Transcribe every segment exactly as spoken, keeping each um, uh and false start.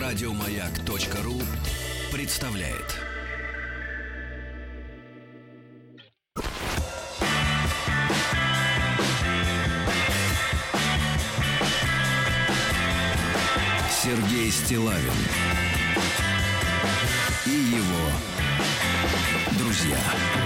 Радиомаяк.ру представляет. Сергей Стиллавин и его друзья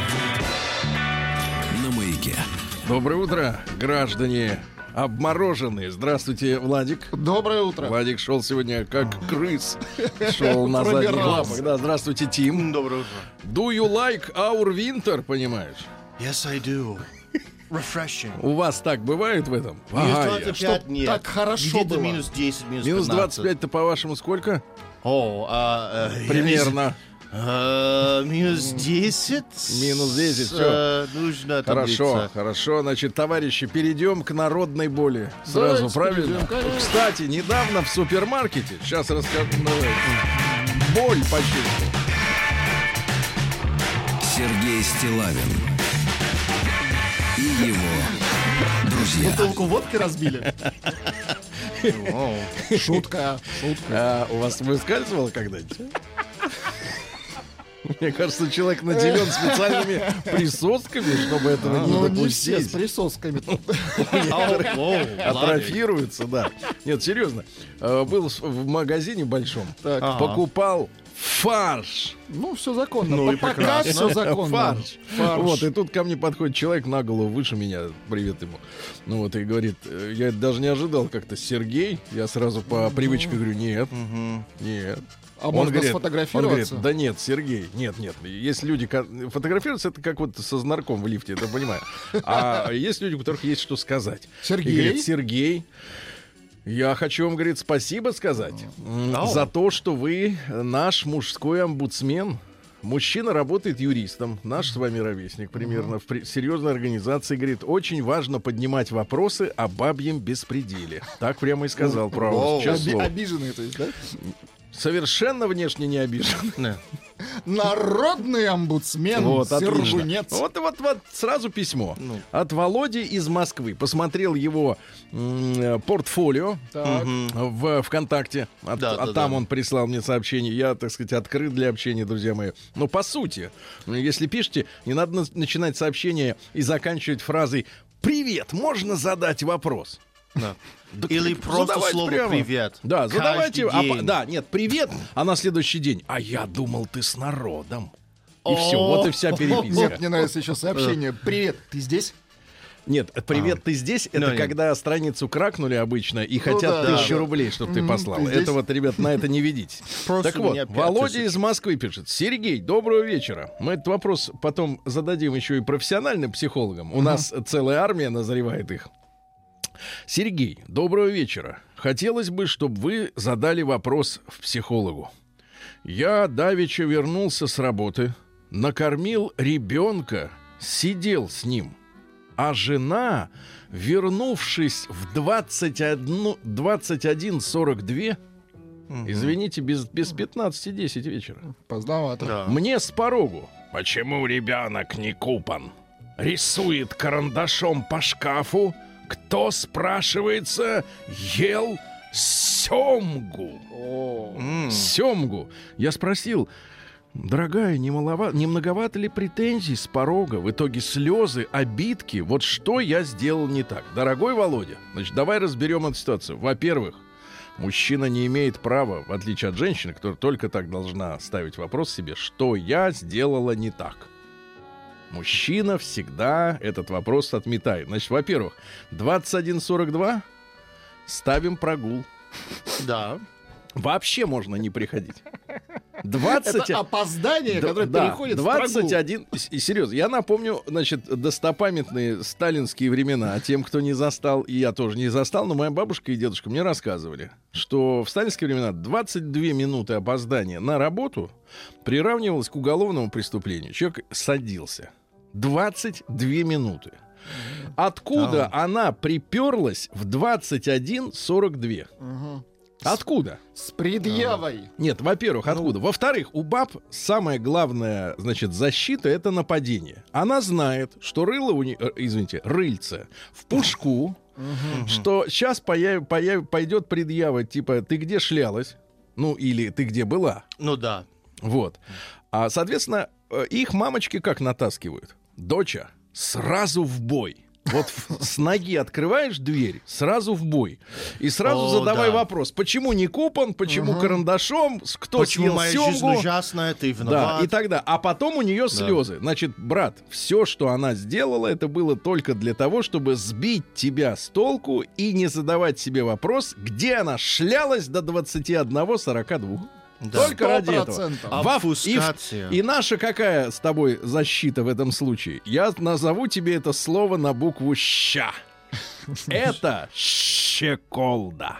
на Маяке. Доброе утро, граждане обмороженные. Здравствуйте, Владик. Доброе утро. Владик шел сегодня как крыс. Шел на задних лапах. Да, здравствуйте, Тим. Доброе утро. Do you like our winter, понимаешь? Yes, I do. Refreshing. У вас так бывает в этом? Минус Ага, двадцать я- пять нет. так хорошо Где-то было. минус десять, минус Минус пятнадцать. двадцать пять-то, по-вашему, сколько? О, а, э, Примерно. э, минус десять. Минус десять, С, всё. э, Нужно Хорошо, таблица. хорошо. Значит, товарищи, перейдем к народной боли. Сразу, Давайте правильно? перейдем, конечно. Кстати, недавно в супермаркете, сейчас расскажу, давайте, боль почувствовал. Сергей Стиллавин и его друзья. Бутылку водки разбили. О, Шутка, шутка. А у вас выскальзывало когда-нибудь? Мне кажется, человек наделен специальными присосками, чтобы этого не Ну, не все с допустить. присосками. о, Атрофируется, да. Нет, серьезно. Э, Был с- в магазине большом, Так, Ага. покупал фарш. ну, все законно. Ну и Пока прекрасно. все законно. Фарш. Фарш. Вот, и тут ко мне подходит человек на голову выше меня, привет ему. Ну вот, и говорит, э, я это даже не ожидал как-то, Сергей. Я сразу по привычке говорю, нет, нет. А Он можно говорит- сфотографироваться? Он говорит, да нет, Сергей, нет, нет. Если люди ка- фотографируются, это как вот со знарком в лифте, это понимаю. А есть люди, у которых есть что сказать. Сергей? И говорит, Сергей, я хочу вам, говорит, спасибо сказать м, Ау. за то, что вы наш мужской омбудсмен. Мужчина работает юристом, наш с вами ровесник примерно, в при- серьезной организации. Говорит, очень важно поднимать вопросы о бабьем беспределе. Так прямо и сказал, правда, Воу. честное Оби- слово. Обиженные, то есть, да? Совершенно Совершенно внешне не обижен. Да. Народный омбудсмен Вот, отлично. Сергунец. Вот, вот, вот, сразу письмо Ну. от Володи из Москвы. Посмотрел его м, э, портфолио Так. в ВКонтакте. А, Да, а да, там да. он прислал мне сообщение. Я, так сказать, открыт для общения, друзья мои. Но по сути, ну, если пишете, не надо на- начинать сообщение и заканчивать фразой «Привет, можно задать вопрос?» Да. Да Или к- просто задавайте слово прямо. «привет». Да, Каждый задавайте. а по- день. да, нет, привет, а на следующий день. А я думал, ты с народом. И О, все, вот и вся переписка. Нет, мне нравится еще сообщение. Привет, ты здесь? Нет, привет, ты здесь? Это Ну, нет. когда страницу кракнули обычно и хотят да, тысячу да. рублей, чтобы ты Мгм, послал. ты здесь? Это вот, ребят, на это не ведитесь. Просто Так у вот, меня пять Володя тысяч. из Москвы пишет. Сергей, доброго вечера. Мы этот вопрос потом зададим еще и профессиональным психологам. У нас целая армия назревает их. Сергей, доброго вечера. Хотелось бы, чтобы вы задали вопрос в психологу. Я давеча вернулся с работы, накормил ребенка, сидел с ним. А жена, вернувшись в двадцать один, двадцать один сорок два, извините, без, без пятнадцати десять вечера, Поздновато. Да. мне с порогу. Почему ребенок не купан? Рисует карандашом по шкафу. Кто, спрашивается, ел семгу? О, М. Семгу. Я спросил, дорогая, не, малова- не многовато ли претензий с порога? В итоге слезы, обидки. Вот что я сделал не так? Дорогой Володя, значит, давай разберем эту ситуацию. Во-первых, мужчина не имеет права, в отличие от женщины, которая только так должна ставить вопрос себе, что я сделала не так. Мужчина всегда этот вопрос отметает. Значит, во-первых, двадцать один сорок два ставим прогул. Да. Вообще можно не приходить. двадцать... это опоздание, Да, которое да, переходит в двадцать прогул. один... И серьезно, я напомню, значит, достопамятные сталинские времена. Тем, кто не застал, и я тоже не застал, но моя бабушка и дедушка мне рассказывали, что в сталинские времена двадцать две минуты опоздания на работу приравнивалось к уголовному преступлению. Человек садился. двадцать две минуты. Откуда она приперлась в двадцать один сорок два? Мгм. Откуда? С предъявой. Нет, во-первых, откуда? Во-вторых, у баб самая главная, значит, защита — это нападение. Она знает, что рыло у нее, извините, рыльце в пушку, что сейчас появ, появ, пойдет предъява, типа, ты где шлялась? Ну, или ты где была. Ну да. Вот. А, соответственно, э, их мамочки как натаскивают? Доча, сразу в бой. Вот в- с ноги открываешь дверь, сразу в бой. И сразу О, задавай да. вопрос, почему не купон, почему карандашом, с- кто Почему съел моя жизнь семгу. ужасная, ты Да, виноват? и тогда. А потом у нее слезы. Значит, брат, все, что она сделала, это было только для того, чтобы сбить тебя с толку и не задавать себе вопрос, где она шлялась до двадцати одного сорока двух. Да. Только ради этого. Сто процентов. Во- и, Обфускация. и наша какая с тобой защита в этом случае? Я назову тебе это слово на букву «ща». Это щеколда.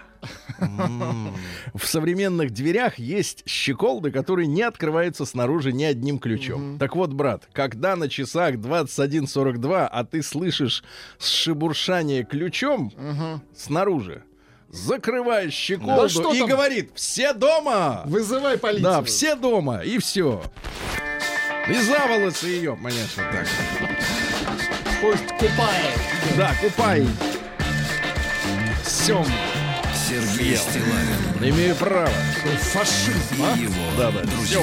В современных дверях есть щеколды, которые не открываются снаружи ни одним ключом. Так вот, брат, когда на часах двадцать один сорок два, а ты слышишь шебуршание ключом снаружи, закрываешь щеколду Да что и там? говорит: все дома! Вызывай полицию. Да, все дома, и все. И за волосы ее, конечно, так. Пусть купает. Да, купай. Сем. Сергей Стиллавин Имею право. Фашизм, а? и его Да-да, друзья.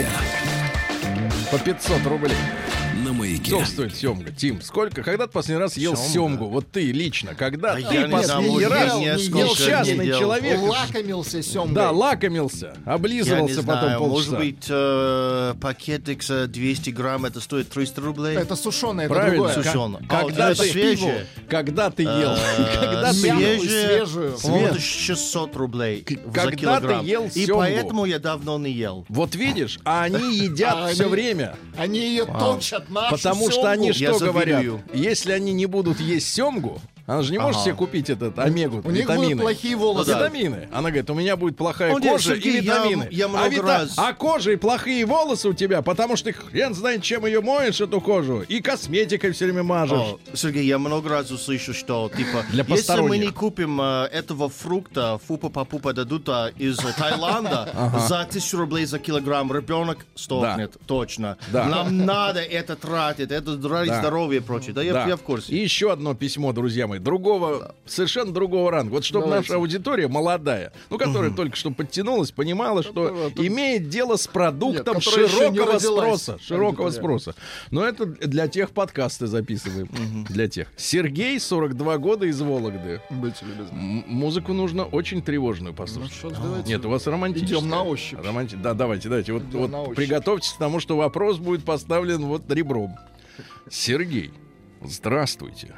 По пятьсот рублей. На маяке. Сколько стоит семга? Тим, сколько? Когда ты последний раз ел Семга? семгу? Вот ты лично. Когда А ты я не знаю, последний может, раз я не несколько несчастный не делал. человек, Лакомился семгой. да, лакомился, Я не облизывался потом знаю, полчаса. может быть, э, пакетик за двести грамм, это стоит триста рублей? Это сушеное, это Правильно. другое. Ка- Сушеное. Когда А, ты свежее? Когда ты ел? Э, Когда ты ел? Мягкую, свежее, свежую. по-моему, Свет. шестьсот рублей К- за когда килограмм. ты ел И семгу? поэтому я давно не ел. Вот видишь, а они едят А все они- время. Они ее точат, нашу Потому что семгу. они Я что говорят? завидую. Если они не будут есть семгу, она же не может Ага. себе купить этот омегу, У них витамины. будут плохие волосы. Ну да. Витамины. Она говорит, у меня будет плохая Ну, нет, кожа Сергей, и витамины. я- я а, много раз- а кожа и плохие волосы у тебя, потому что ты хрен знает, чем ее моешь, эту кожу. И косметикой все время мажешь. О, Сергей, я много раз услышу, что типа, Для если мы посторонних. не купим э, этого фрукта, фупа-папупа дадут а, из э, Таиланда за тысячу рублей за килограмм, ребенок стохнет, точно. Да. Нам надо это тратить, это ради Да. здоровья и прочее. Да, я, Да. я в курсе. И еще одно письмо, друзья мои, другого, совершенно другого ранга. Вот чтобы Давайте. наша аудитория молодая, ну, которая только что подтянулась, понимала, что имеет дело с продуктом Нет, которая еще не широкого родилась. спроса. Широкого Аудитория. спроса. Но это для тех подкасты записываем. Для тех. Сергей, сорок два года, из Вологды. Будьте любезны. М- Музыку нужно очень тревожную Ну послушать. что ж, давайте. Нет, у вас романтическая. Идем на ощупь. Романти- Да, давайте, давайте. Вот, Идем вот на ощупь. приготовьтесь к тому, что вопрос будет поставлен вот ребром. Сергей, здравствуйте.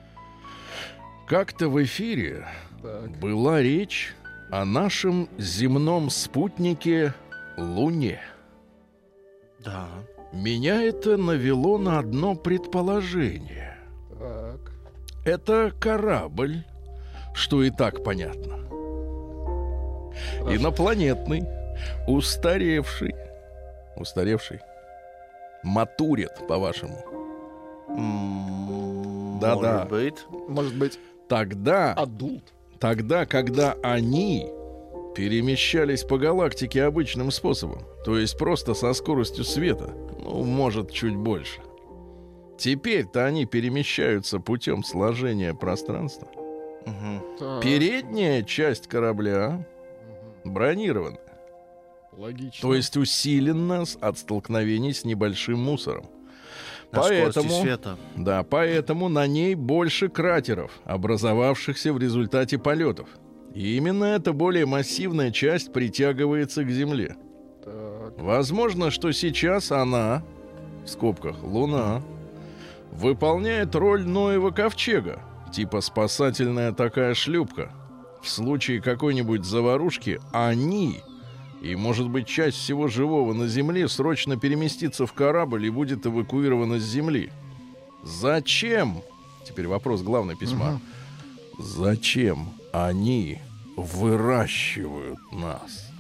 Как-то в эфире Так. была речь о нашем земном спутнике Луне. Да. Меня это навело на одно предположение. Так. Это корабль, что и так понятно. Инопланетный, устаревший, устаревший, матурит, по-вашему. М, Да-да. Может быть. Может быть, Тогда, адулт. тогда, когда они перемещались по галактике обычным способом, то есть просто со скоростью света, ну, может, чуть больше. Теперь-то они перемещаются путем сложения пространства. Мгм. Так, Передняя часть корабля бронирована, логично. то есть усилена с- от столкновений с небольшим мусором. На скорости Поэтому, света. да, поэтому на ней больше кратеров, образовавшихся в результате полетов. И именно эта более массивная часть притягивается к Земле. Так. Возможно, что сейчас она, в скобках Луна, выполняет роль Ноева ковчега, типа спасательная такая шлюпка. В случае какой-нибудь заварушки они и, может быть, часть всего живого на Земле срочно переместится в корабль и будет эвакуирована с Земли. Зачем? Теперь вопрос главного письма. Зачем они выращивают нас?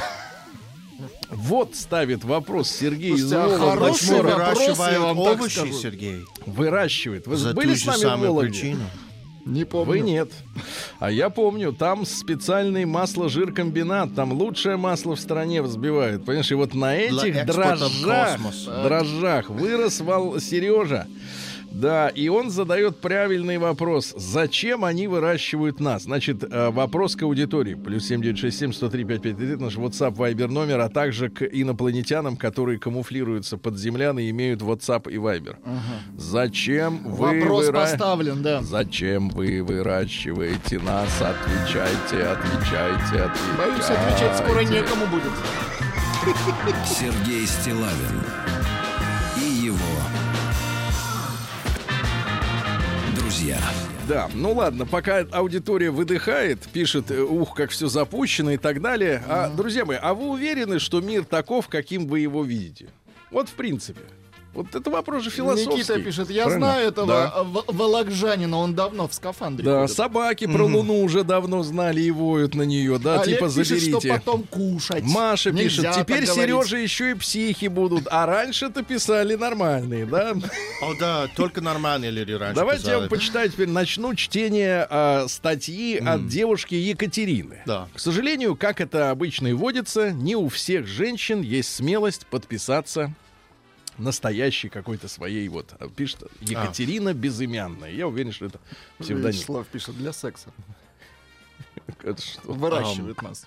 Вот ставит вопрос Сергей из Слушайте, а Вологды. хороший Мы вопрос, выращиваем я вам так овощи, скажу. Сергей. Выращивает. Вы За были ту с же нами в самую Вологде? причину. Не помню. Вы нет. А я помню, там специальный масло-жиркомбинат, там лучшее масло в стране взбивают. Понимаешь, и вот на этих экспорта в дрожжах, космос. дрожжах вырос Вал Сережа. Да, и он задает правильный вопрос. Зачем они выращивают нас? Значит, э, вопрос к аудитории. Плюс семь девять шесть семь сто три пять пять три, наш WhatsApp, Viber номер, а также к инопланетянам, которые камуфлируются под землян и имеют WhatsApp и Viber. Ага. Зачем вы... Вопрос выра- поставлен, да. Зачем вы выращиваете нас? Отвечайте, отвечайте, отвечайте. Боюсь, отвечать скоро некому будет. Сергей Стиллавин и его друзья. Да, ну ладно, пока аудитория выдыхает, пишет, ух, как все запущено и так далее. А, друзья мои, а вы уверены, что мир таков, каким вы его видите? Вот в принципе. Вот это вопрос же философский. Никита пишет, я Правильно? знаю этого Да. в- волокжанина, он давно в скафандре Да, ходит. собаки про Луну уже давно знали и воют на нее, да, Олег типа пишет, заберите. что потом кушать. Маша Нельзя пишет, теперь так говорить. Сережа еще и психи будут, а раньше-то писали нормальные, да? О, да, только нормальные люди раньше Давайте я писали. вам почитаю теперь, начну чтение а, статьи от девушки Екатерины. Да. К сожалению, как это обычно и водится, не у всех женщин есть смелость подписаться настоящей какой-то своей, вот, пишет Екатерина Безымянная. Я уверен, что это псевдоним. Вячеслав пишет, для секса. Это что? Выращивает нас.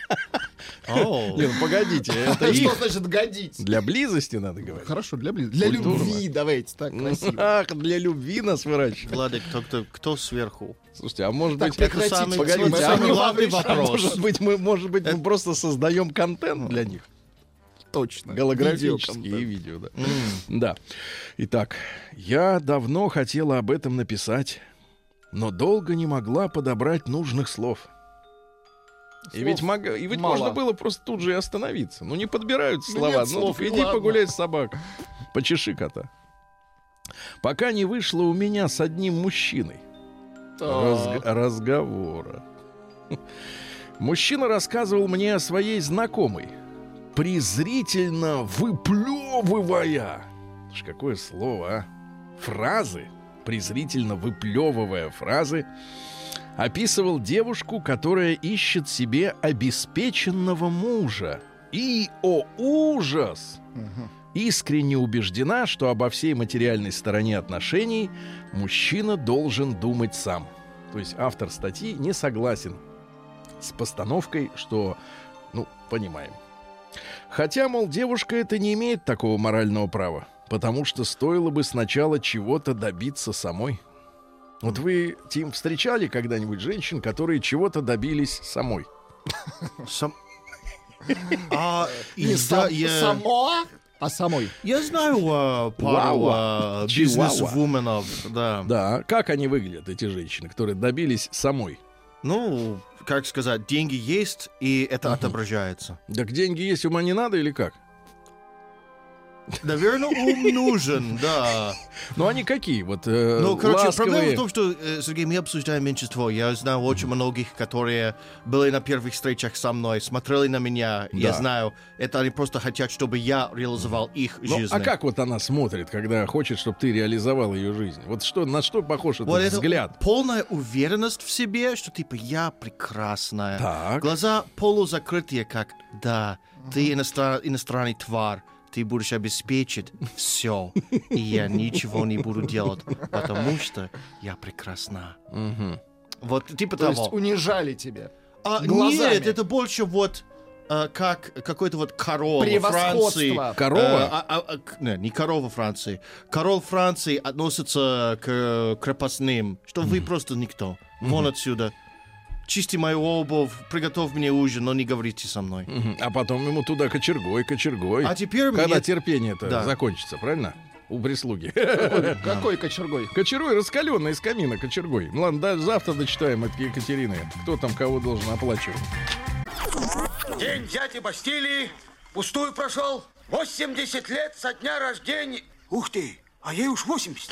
О, Не, ну погодите, это Что их значит годить? для близости надо говорить. Хорошо, для близости. Для Культурно. любви, давайте так, красиво. Ах, для любви нас выращивают. Владик, кто, кто, кто сверху? Слушайте, а может Так, быть... прекратите, самый- Погодите, Максим, а это мы- не главный вопрос. вопрос. Может быть, мы, может быть, мы просто создаем контент для них. Точно. Голографические Видеоконтент. видео, да. Да. Итак, я давно хотела об этом написать, но долго не могла подобрать нужных слов. И Слов ведь, мог- и ведь мало. можно было просто тут же и остановиться. Ну, не подбирают Ну, слова. нет Ну, слов, так и иди ладно. погуляй с собакой. Почеши кота. Пока не вышло у меня с одним мужчиной разг- Так. разговора. Мужчина рассказывал мне о своей знакомой, презрительно выплевывая. Ж какое слово, а? Фразы, презрительно выплевывая фразы, описывал девушку, которая ищет себе обеспеченного мужа. И, о ужас! Мгм. Искренне убеждена, что обо всей материальной стороне отношений мужчина должен думать сам. То есть автор статьи не согласен с постановкой, что, ну, понимаем. Хотя, мол, девушка это не имеет такого морального права, потому что стоило бы сначала чего-то добиться самой. Вот вы, Тим, встречали когда-нибудь женщин, которые чего-то добились самой? Сам... А, и Не да, сам- я, само, а самой. я знаю а, пару Вау-вау. а, Чиуауа. бизнес-вуменов, да. Да, как они выглядят, эти женщины, которые добились самой? Ну, как сказать, деньги есть, и это отображается. Так деньги есть, ума не надо или как? Наверное, ум нужен, да. Ну, они какие? Вот э, Ну, короче, ласковые. проблема в том, что, э, Сергей, мы обсуждаем меньшинство. Я знаю очень многих, которые были на первых встречах со мной, смотрели на меня. Да. Я знаю, это они просто хотят, чтобы я реализовал их Ну, жизнь. а как вот она смотрит, когда хочет, чтобы ты реализовал ее жизнь? Вот что, на что похож этот Вот это взгляд? полная уверенность в себе, что типа я прекрасная. Так. Глаза полузакрытые, как да, ты иностран- иностранный тварь. Ты будешь обеспечить все, и я ничего не буду делать, потому что я прекрасна. Мгм. Вот типа То того. есть унижали тебя. А, глазами. нет, это больше вот э, как какой-то вот король во Превосходство. Франции. Корова? Э, а- а- а, к- не, не корова Франции. Король Франции относится к э, крепостным, что вы просто никто. Вон отсюда. Чисти мою обувь, приготовь мне ужин, но не говорите со мной. Мгм. А потом ему туда кочергой, кочергой. А теперь Когда мне... терпение-то Да. закончится, правильно? У прислуги. Какой, какой кочергой? Кочергой раскаленной из камина, кочергой. Ну ладно, да, завтра дочитаем от Екатерины. Кто там кого должен оплачивать. День дяди Бастилии пустую прошел. восемьдесят лет со дня рождения. Ух ты, а ей уж восемьдесят.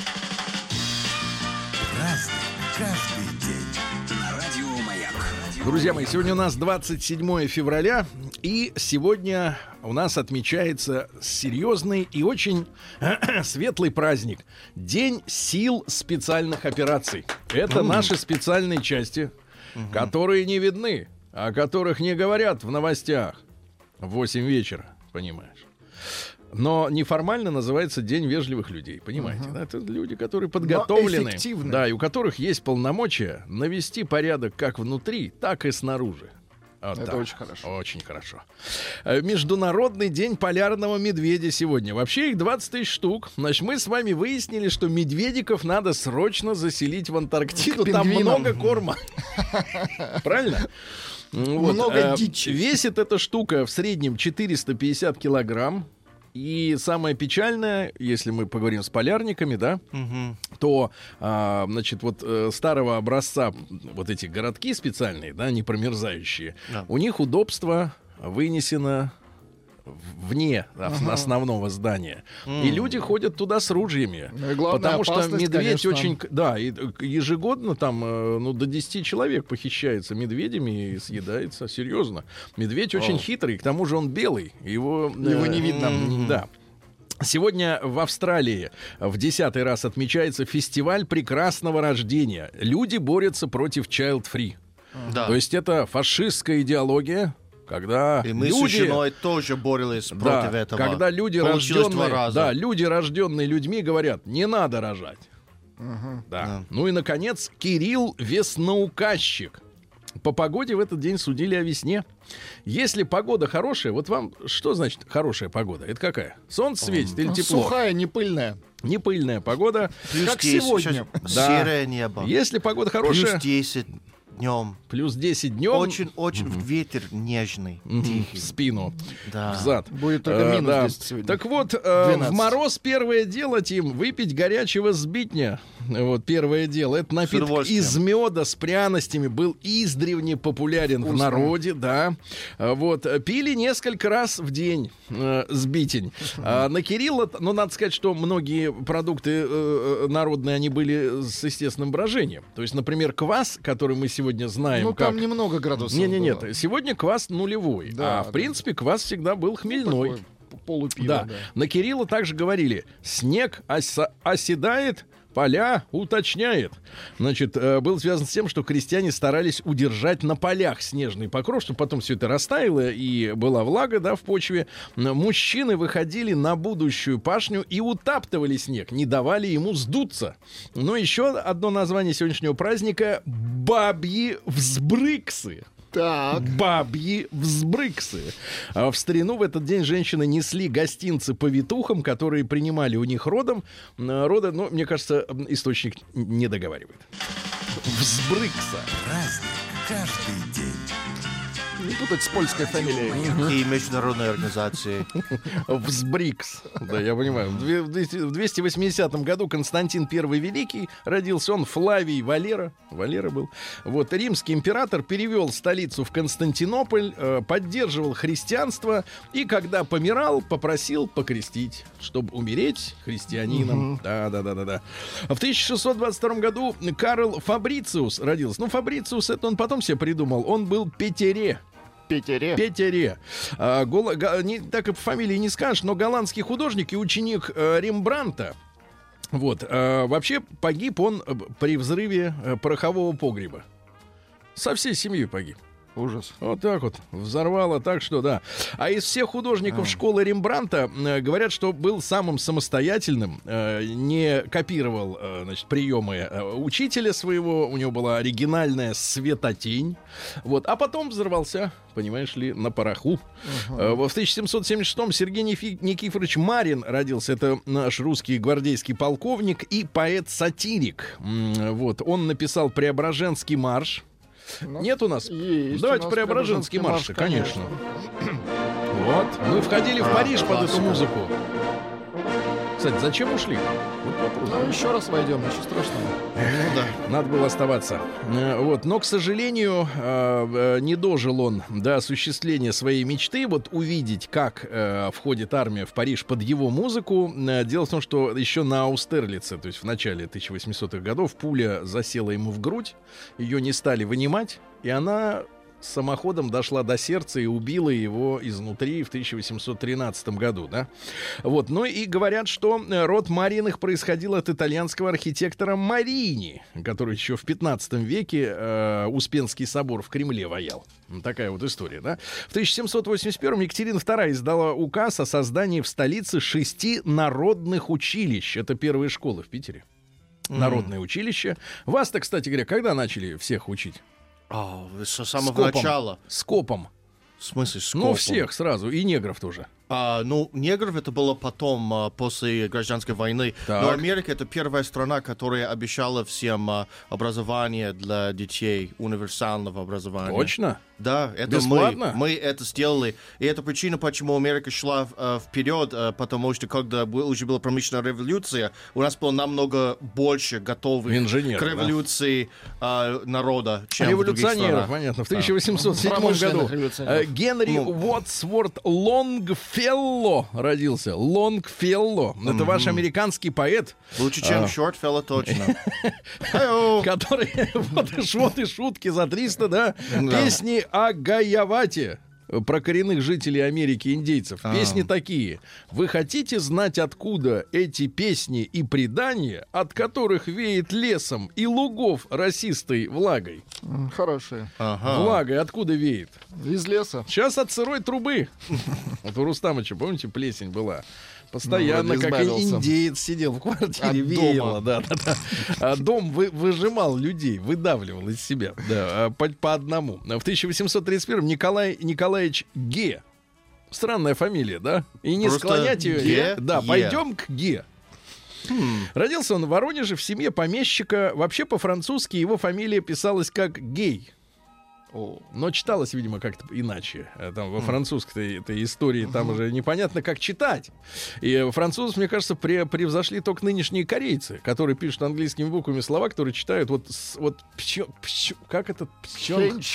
Разный, каждый день. На радио Маяк. Друзья мои, сегодня у нас двадцать седьмое февраля, и сегодня у нас отмечается серьезный и очень светлый праздник. День сил специальных операций. Это наши специальные части, которые не видны, о которых не говорят в новостях в восемь вечера, понимаешь. но неформально называется День вежливых людей. Понимаете, uh-huh. да? Это люди, которые подготовлены. Да, и у которых есть полномочия навести порядок как внутри, так и снаружи. Вот это так. очень хорошо. Очень хорошо. Международный день полярного медведя сегодня. Вообще их двадцать тысяч штук. Значит, мы с вами выяснили, что медведиков надо срочно заселить в Антарктиду. Там много корма. Правильно? Много дичи. Весит эта штука в среднем четыреста пятьдесят килограмм. И самое печальное, если мы поговорим с полярниками, да, угу. то, а, значит, вот э, старого образца, вот эти городки специальные, да, непромерзающие, да. у них удобство вынесено вне ага. основного здания. Mm. И люди ходят туда с ружьями. Ну и главное, потому что медведь конечно. очень... Да, и ежегодно там ну, до десяти человек похищается медведями и съедается. Серьезно. Медведь oh. очень хитрый. К тому же он белый. Его, Его э, не видно. Mm-hmm. Да. Сегодня в Австралии в десятый раз отмечается фестиваль прекрасного рождения. Люди борются против child-free. Да. То есть это фашистская идеология, когда и мы люди, с женой тоже боролись да, против этого. Когда люди рожденные, да, люди, рожденные людьми, говорят, не надо рожать. Uh-huh. Да. Да. Ну и, наконец, Кирилл Весноуказчик. По погоде в этот день судили о весне. Если погода хорошая, вот вам что значит хорошая погода? Это какая? Солнце светит uh-huh. или тепло? Сухая, не пыльная. Не пыльная погода. Плюс как десять, сегодня. Да. Серое небо. Если погода хорошая... Плюс десять. Днем. Плюс десять днем. Очень-очень mm-hmm. ветер нежный, mm-hmm. тихий. В спину, да. в зад. Будет только минус а, да. десять сегодня. Так вот, э, в мороз первое дело, Тим, выпить горячего сбитня. Вот первое дело. Это напиток из меда с пряностями. Был издревне популярен Вкусно. В народе, да. Вот. Пили несколько раз в день э, сбитень. А на Кирилла, ну, надо сказать, что многие продукты э, народные, они были с естественным брожением. То есть, например, квас, который мы сегодня знаем, ну, там как... немного градусов. Не, не, нет. Сегодня квас нулевой. Да, а в да. принципе квас всегда был хмельной. Ну, полупиво, да. да. На Кирилла также говорили: снег оса- оседает, поля уточняет. Значит, был связан с тем, что крестьяне старались удержать на полях снежный покров, чтобы потом все это растаяло и была влага, да, в почве. Мужчины выходили на будущую пашню и утаптывали снег, не давали ему сдуться. Но еще одно название сегодняшнего праздника — бабьи взбрыксы. Так. Бабьи взбрыксы. А в старину в этот день женщины несли гостинцы повитухам, которые принимали у них родом. Рода, ну, мне кажется, источник не договаривает. Взбрыкса. Праздник каждый день. Не путать с польской фамилией. И международной организации. Взбрикс. Да, я понимаю. В двести восьмидесятом году Константин Первый Великий родился. Он Флавий Валера. Валера был. Вот. Римский император перевел столицу в Константинополь, поддерживал христианство и, когда помирал, попросил покрестить, чтобы умереть христианином. Угу. Да, да, да, да, да. В тысяча шестьсот двадцать втором году Карл Фабрициус родился. Ну, Фабрициус, это он потом себе придумал. Он был петере. Петере. Петере. А, гол, го, не, так и по фамилии не скажешь, но голландский художник и ученик а, Рембрандта. Вот. А, вообще погиб он при взрыве а, порохового погреба. Со всей семьей погиб. Ужас. Вот так вот. Взорвало так, что да. А из всех художников а. школы Рембрандта э, говорят, что был самым самостоятельным, э, не копировал э, значит, приемы э, учителя своего. У него была оригинальная светотень. Вот. А потом взорвался, понимаешь ли, на пороху. Uh-huh. Э, в тысяча семьсот семьдесят шестом Сергей Нефи- Никифорович Марин родился. Это наш русский гвардейский полковник и поэт-сатирик. М- вот. Он написал «Преображенский марш». Ну, нет у нас? Есть. Давайте у нас Преображенский марш, марш, конечно. Вот. Мы входили в Париж под эту музыку. Кстати, зачем ушли? Вот вопрос. Ну, еще раз войдем, ничего страшного. Ну да, надо было оставаться. Вот. Но, к сожалению, не дожил он до осуществления своей мечты. Вот увидеть, как входит армия в Париж под его музыку. Дело в том, что еще на Аустерлице, то есть в начале тысяча восьмисотых годов, пуля засела ему в грудь. Ее не стали вынимать. И она с самоходом дошла до сердца и убила его изнутри в тысяча восемьсот тринадцатом году, да? Вот. Ну и говорят, что род Мариных происходил от итальянского архитектора Марини, который еще в пятнадцатом веке э, Успенский собор в Кремле ваял. Такая вот история, да? В тысяча семьсот восемьдесят первом Екатерина вторая издала указ о создании в столице шести народных училищ. Это первые школы в Питере. Народное mm. училище. Вас-то, кстати говоря, когда начали всех учить? А, с самого Скопом. начала. Скопом. В смысле, скопом? Ну, всех сразу. И негров тоже. А, ну, негров это было потом, а, после гражданской войны. Так. Но Америка — это первая страна, которая обещала всем а, образование для детей, универсального образования. Точно? Да, это Бесплатно? мы, мы это сделали. И это причина, почему Америка шла э, вперед, э, потому что когда был- уже была промышленная революция, у нас было намного больше готовых Инженеров, к революции э, народа, чем в других Революционеров, странах. понятно. В тысяча восемьсот седьмом Промышленных году революционеров. э, Генри Ну. Уотсворт Лонгфелло родился. Лонгфелло. Это ваш американский поэт, Лучше, чем А. Шортфелло, точно. Ай-о. который вот и ш- вот и шутки за триста, да? Да. Песни о Гаявате. Про коренных жителей Америки, индейцев. А. Песни такие. Вы хотите знать, откуда эти песни и предания, от которых веет лесом и лугов росистой влагой? М, Хорошие. Ага. Влагой откуда веет? Из леса. Сейчас от сырой трубы. Вот у Рустамыча, помните, плесень была? Постоянно, Ну, вроде как избавился. индеец сидел в квартире, От веяло. дома. Да, да, да. А дом вы- выжимал людей, выдавливал из себя. Да, а по, по одному. В тысяча восемьсот тридцать первом Николай Николаевич Ге. Странная фамилия, да? И не Просто склонять ее. Ге? Да, Е. пойдем к Ге. Родился он в Воронеже в семье помещика. Вообще по-французски его фамилия писалась как Гей. О, Но читалось, видимо, как-то иначе. Э, Там во французской этой истории там уже непонятно, как читать. И французов, мне кажется, пре- превзошли только нынешние корейцы, которые пишут английскими буквами слова, которые читают вот, с- вот пчё- пчё- как это? Пчён- Хенч.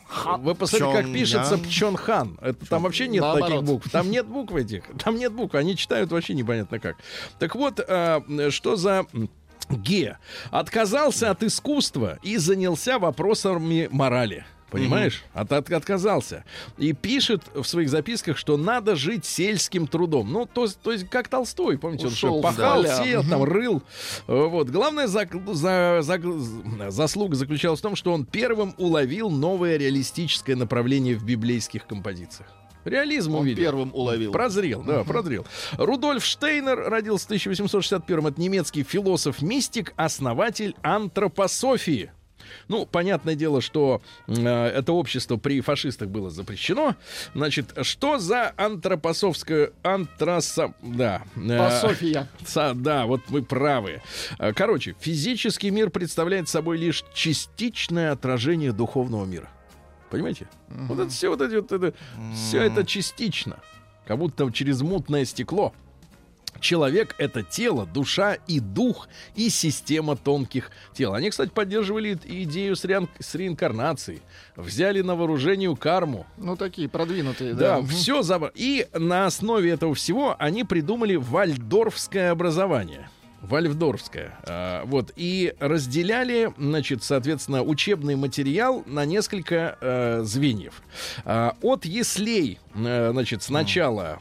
Вы посмотрите, как Пчон- пишется Ян. Пчонхан. Это там вообще нет Наоборот. таких букв. Там нет букв этих. Там нет букв. Они читают вообще непонятно как. Так вот, а, что за м, Ге? Отказался от искусства и занялся вопросами морали. Понимаешь? От, от- отказался. И пишет в своих записках, что надо жить сельским трудом. Ну, то, есть- то есть, как Толстой, помните, он Ушел что, в пахал, поля. сеял, там, рыл. Э, Вот. Главная зак- за- за- заслуга заключалась в том, что он первым уловил новое реалистическое направление в библейских композициях. Реализм Он увидел. первым уловил. Прозрел, да, прозрел. Рудольф Штейнер родился в тысяча восемьсот шестьдесят первом. Это немецкий философ-мистик, основатель антропософии. Ну, понятное дело, что э, это общество при фашистах было запрещено. Значит, что за антропософское... Антросо... Да. э, По София. Са- да, вот мы правы. Э, Короче, физический мир представляет собой лишь частичное отражение духовного мира. Понимаете? Вот это все, вот эти вот это, все это частично. Как будто через мутное стекло. Человек — это тело, душа и дух, и система тонких тел. Они, кстати, поддерживали и идею с, реан- с реинкарнацией. Взяли на вооружение карму. Ну, такие продвинутые, Да, да. Мгм. все забрали. И на основе этого всего они придумали вальдорфское образование. Вальдорфское. А, вот. И разделяли, значит, соответственно, учебный материал на несколько э, звеньев. А, от яслей, э, значит, сначала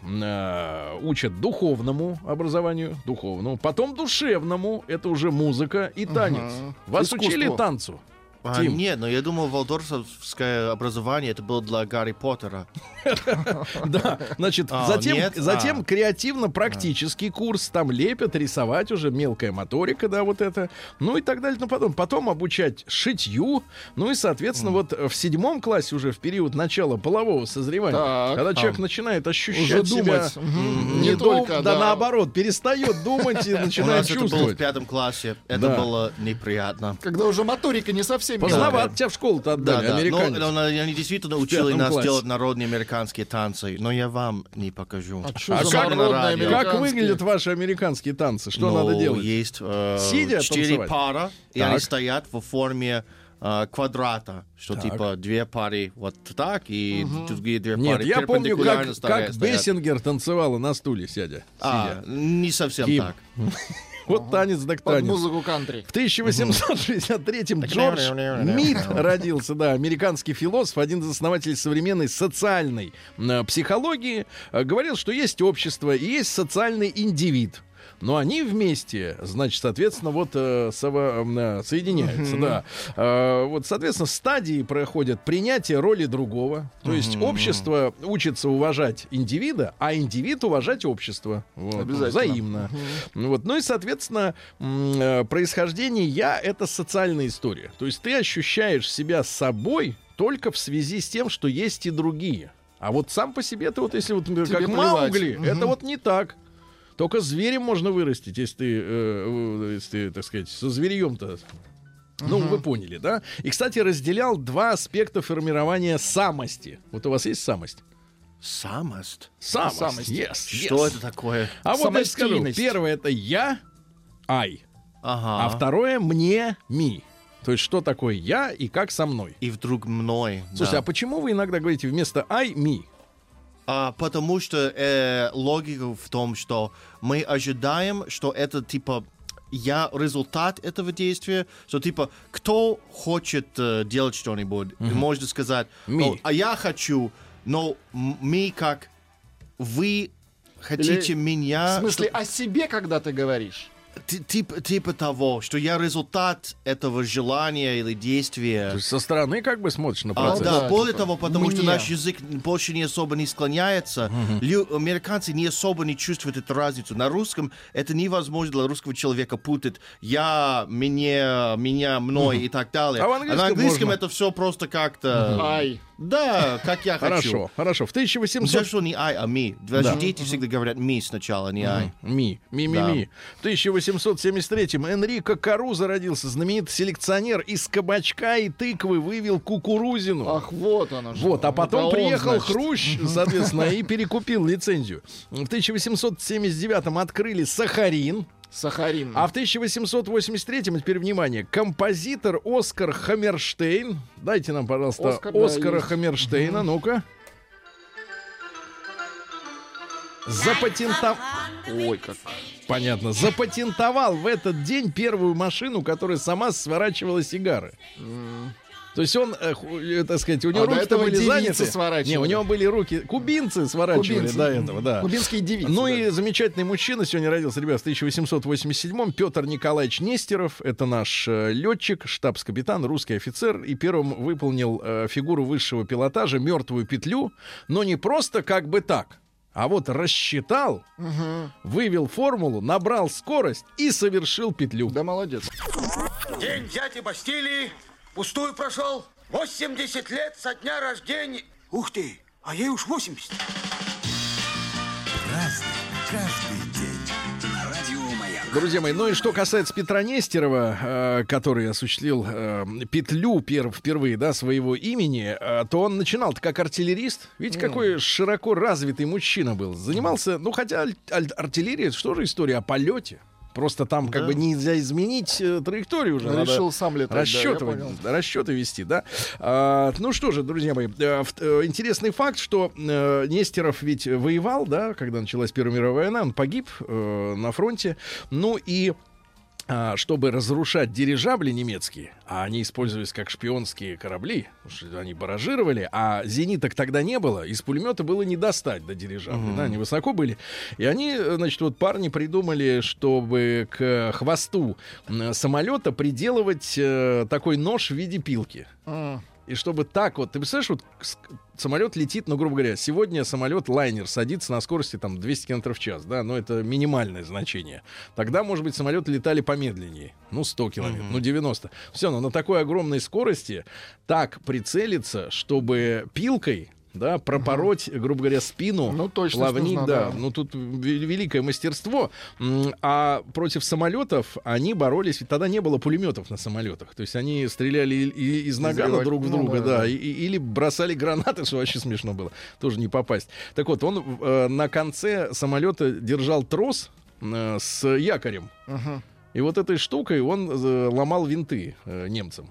э, учат духовному образованию, духовному, потом душевному, это уже музыка и танец. Ага. Вас Искусство. учили танцу? А, Тим. нет, но я думал, валдорфское образование это было для Гарри Поттера. Да, значит, А, затем, нет? затем А. креативно-практический курс, там лепят, рисовать уже, мелкая моторика, да, вот это, ну и так далее, ну потом, потом обучать шитью, ну и, соответственно, вот в седьмом классе уже в период начала полового созревания, Так. когда человек А. начинает ощущать Уже себя, думать. Мгм. не Не только, только, да, да. наоборот, перестает думать и У начинает нас это было в чувствовать. пятом классе. Это Да. было неприятно. Когда уже моторика не совсем Поздновато мелкая. тебя в школу-то Да, отдали, да. американец. Но, но они действительно В учили пятом нас классе. делать народные американские танцы, но я вам не покажу. А что А за как- народные радио? Как американские? выглядят ваши американские танцы? Что Ну, надо делать? Есть э, Сидя четыре танцевать? пара, и Так. они стоят в форме э, квадрата, что Так. типа две пары вот так и другие две Нет, пары я помню, перпендикулярно как, стоят- как стоят. Бессингер танцевала на стуле, сидя. А, сидя. не совсем Ким. так. Вот танец так Под танец. музыку кантри. В тысяча восемьсот шестьдесят третьем Джордж Мид родился, да, американский философ, один из основателей современной социальной э, психологии, э, говорил, что есть общество и есть социальный индивид. Но они вместе, значит, соответственно, вот э, сово, э, соединяются, uh-huh. да. Э, вот, соответственно, стадии проходят принятие роли другого. То uh-huh. есть общество учится уважать индивида, а индивид уважать общество. Вот, взаимно. Uh-huh. Вот. Ну и, соответственно, э, происхождение «я» — это социальная история. То есть ты ощущаешь себя собой только в связи с тем, что есть и другие. А вот сам по себе ты вот, если вот Тебе как Маугли, uh-huh. это вот не так. Только зверем можно вырастить, если ты, э, если ты, так сказать, со зверьем-то. Uh-huh. Ну, вы поняли, да? И, кстати, разделял два аспекта формирования самости. Вот у вас есть самость? Самость? Самость, Самость. Yes, Что yes. это такое? А вот я скажу. Первое — это я, I. Ага. А второе — мне, me. То есть, что такое я и как со мной. И вдруг мной. Слушайте, да. а почему вы иногда говорите вместо I, me? А, потому что э, логика в том, что мы ожидаем, что это типа я результат этого действия, что типа кто хочет э, делать что-нибудь, mm-hmm. можно сказать, oh, а я хочу, но мы как вы хотите Или, меня. В смысле, что... о себе, когда ты говоришь? Типа, типа того, что я результат этого желания или действия. То есть со стороны как бы смотришь на процесс. А, да, да, более типа, того, потому мне. что наш язык больше не особо не склоняется. Uh-huh. Лю- американцы не особо не чувствуют эту разницу. На русском это невозможно для русского человека путать я, мне, меня, мной uh-huh. и так далее. А, в а на английском можно. Это все просто как-то... Ай. Да, как я Хорошо, хочу. хорошо. В тысяча восемьсот... Даже не I, а me. Даже Да. дети всегда говорят me сначала, не I. Ми, ми, ми, Да. ми. В тысяча восемьсот семьдесят третьем Энрико Карузо родился, знаменитый селекционер. Из кабачка и тыквы вывел кукурузину. Ах, вот оно что. Вот, а потом Это он, приехал значит. Хрущ, соответственно, и перекупил лицензию. В тысяча восемьсот семьдесят девятом открыли сахарин. Сахарин. А в тысяча восемьсот восемьдесят третьем, теперь внимание, композитор Оскар Хаммерштейн. Дайте нам, пожалуйста, Оскар, да, Оскара есть. Хаммерштейна. Ну-ка. Запатентовал. Ой, как. Понятно. Запатентовал в этот день первую машину, которая сама сворачивала сигары. То есть он, э, ху- так сказать, у него А до руки этого были девицы заняты. сворачивали. Не, у него были руки. Кубинцы сворачивали Кубинцы. до этого, да. Кубинские девицы. Ну да. и замечательный мужчина сегодня родился, ребят, в тысяча восемьсот восемьдесят седьмом. Петр Николаевич Нестеров. Это наш э, летчик, штабс-капитан, русский офицер. И первым выполнил э, фигуру высшего пилотажа, мертвую петлю. Но не просто как бы так. А вот рассчитал, Угу. вывел формулу, набрал скорость и совершил петлю. Да молодец. День дяди Бастилии пустую прошел. восемьдесят лет со дня рождения. Ух ты, а ей уж восемьдесят. Разный, каждый день. На радио Маяк. Друзья мои, ну и что касается Петра Нестерова, э, который осуществил э, петлю пер- впервые, да, своего имени, э, то он начинал-то как артиллерист. Видите, какой широко развитый мужчина был. Занимался, ну хотя аль- аль- артиллерия, это что же история о полете? Просто там как Да. бы нельзя изменить э, траекторию уже. Решил надо сам летать. расчетывать, да, я понял. расчеты вести, да. А, ну что же, друзья мои, э, в- э, интересный факт, что э, Нестеров ведь воевал, да, когда началась Первая мировая война, он погиб э, на фронте. Ну и а, чтобы разрушать дирижабли немецкие, а они использовались как шпионские корабли, потому что они баражировали, а зениток тогда не было, из пулемета было не достать до дирижабля, mm-hmm. да, они высоко были. И они, значит, вот парни придумали, чтобы к хвосту м, самолета приделывать э, такой нож в виде пилки. М. И чтобы так вот, ты представляешь, вот с- самолет летит, ну, грубо говоря, сегодня самолет лайнер садится на скорости там двести километров в час, да, но это минимальное значение. Тогда, может быть, самолеты летали помедленнее, ну, сто километров, mm-hmm. ну, девяносто. Все, но на такой огромной скорости так прицелиться, чтобы пилкой, да, пропороть, грубо говоря, спину, Ну, точность плавник, нужна, да. да. Ну, тут ве- великое мастерство. М, А против самолетов они боролись, ведь тогда не было пулеметов на самолетах. То есть они стреляли и- и из нагана Из друг в ну, друга, да, да, да. и- и- или бросали гранаты, что вообще смешно было, тоже не попасть. Так вот, он э, на конце самолета держал трос э, с якорем. Мгм. И вот этой штукой он э, ломал винты э, немцам.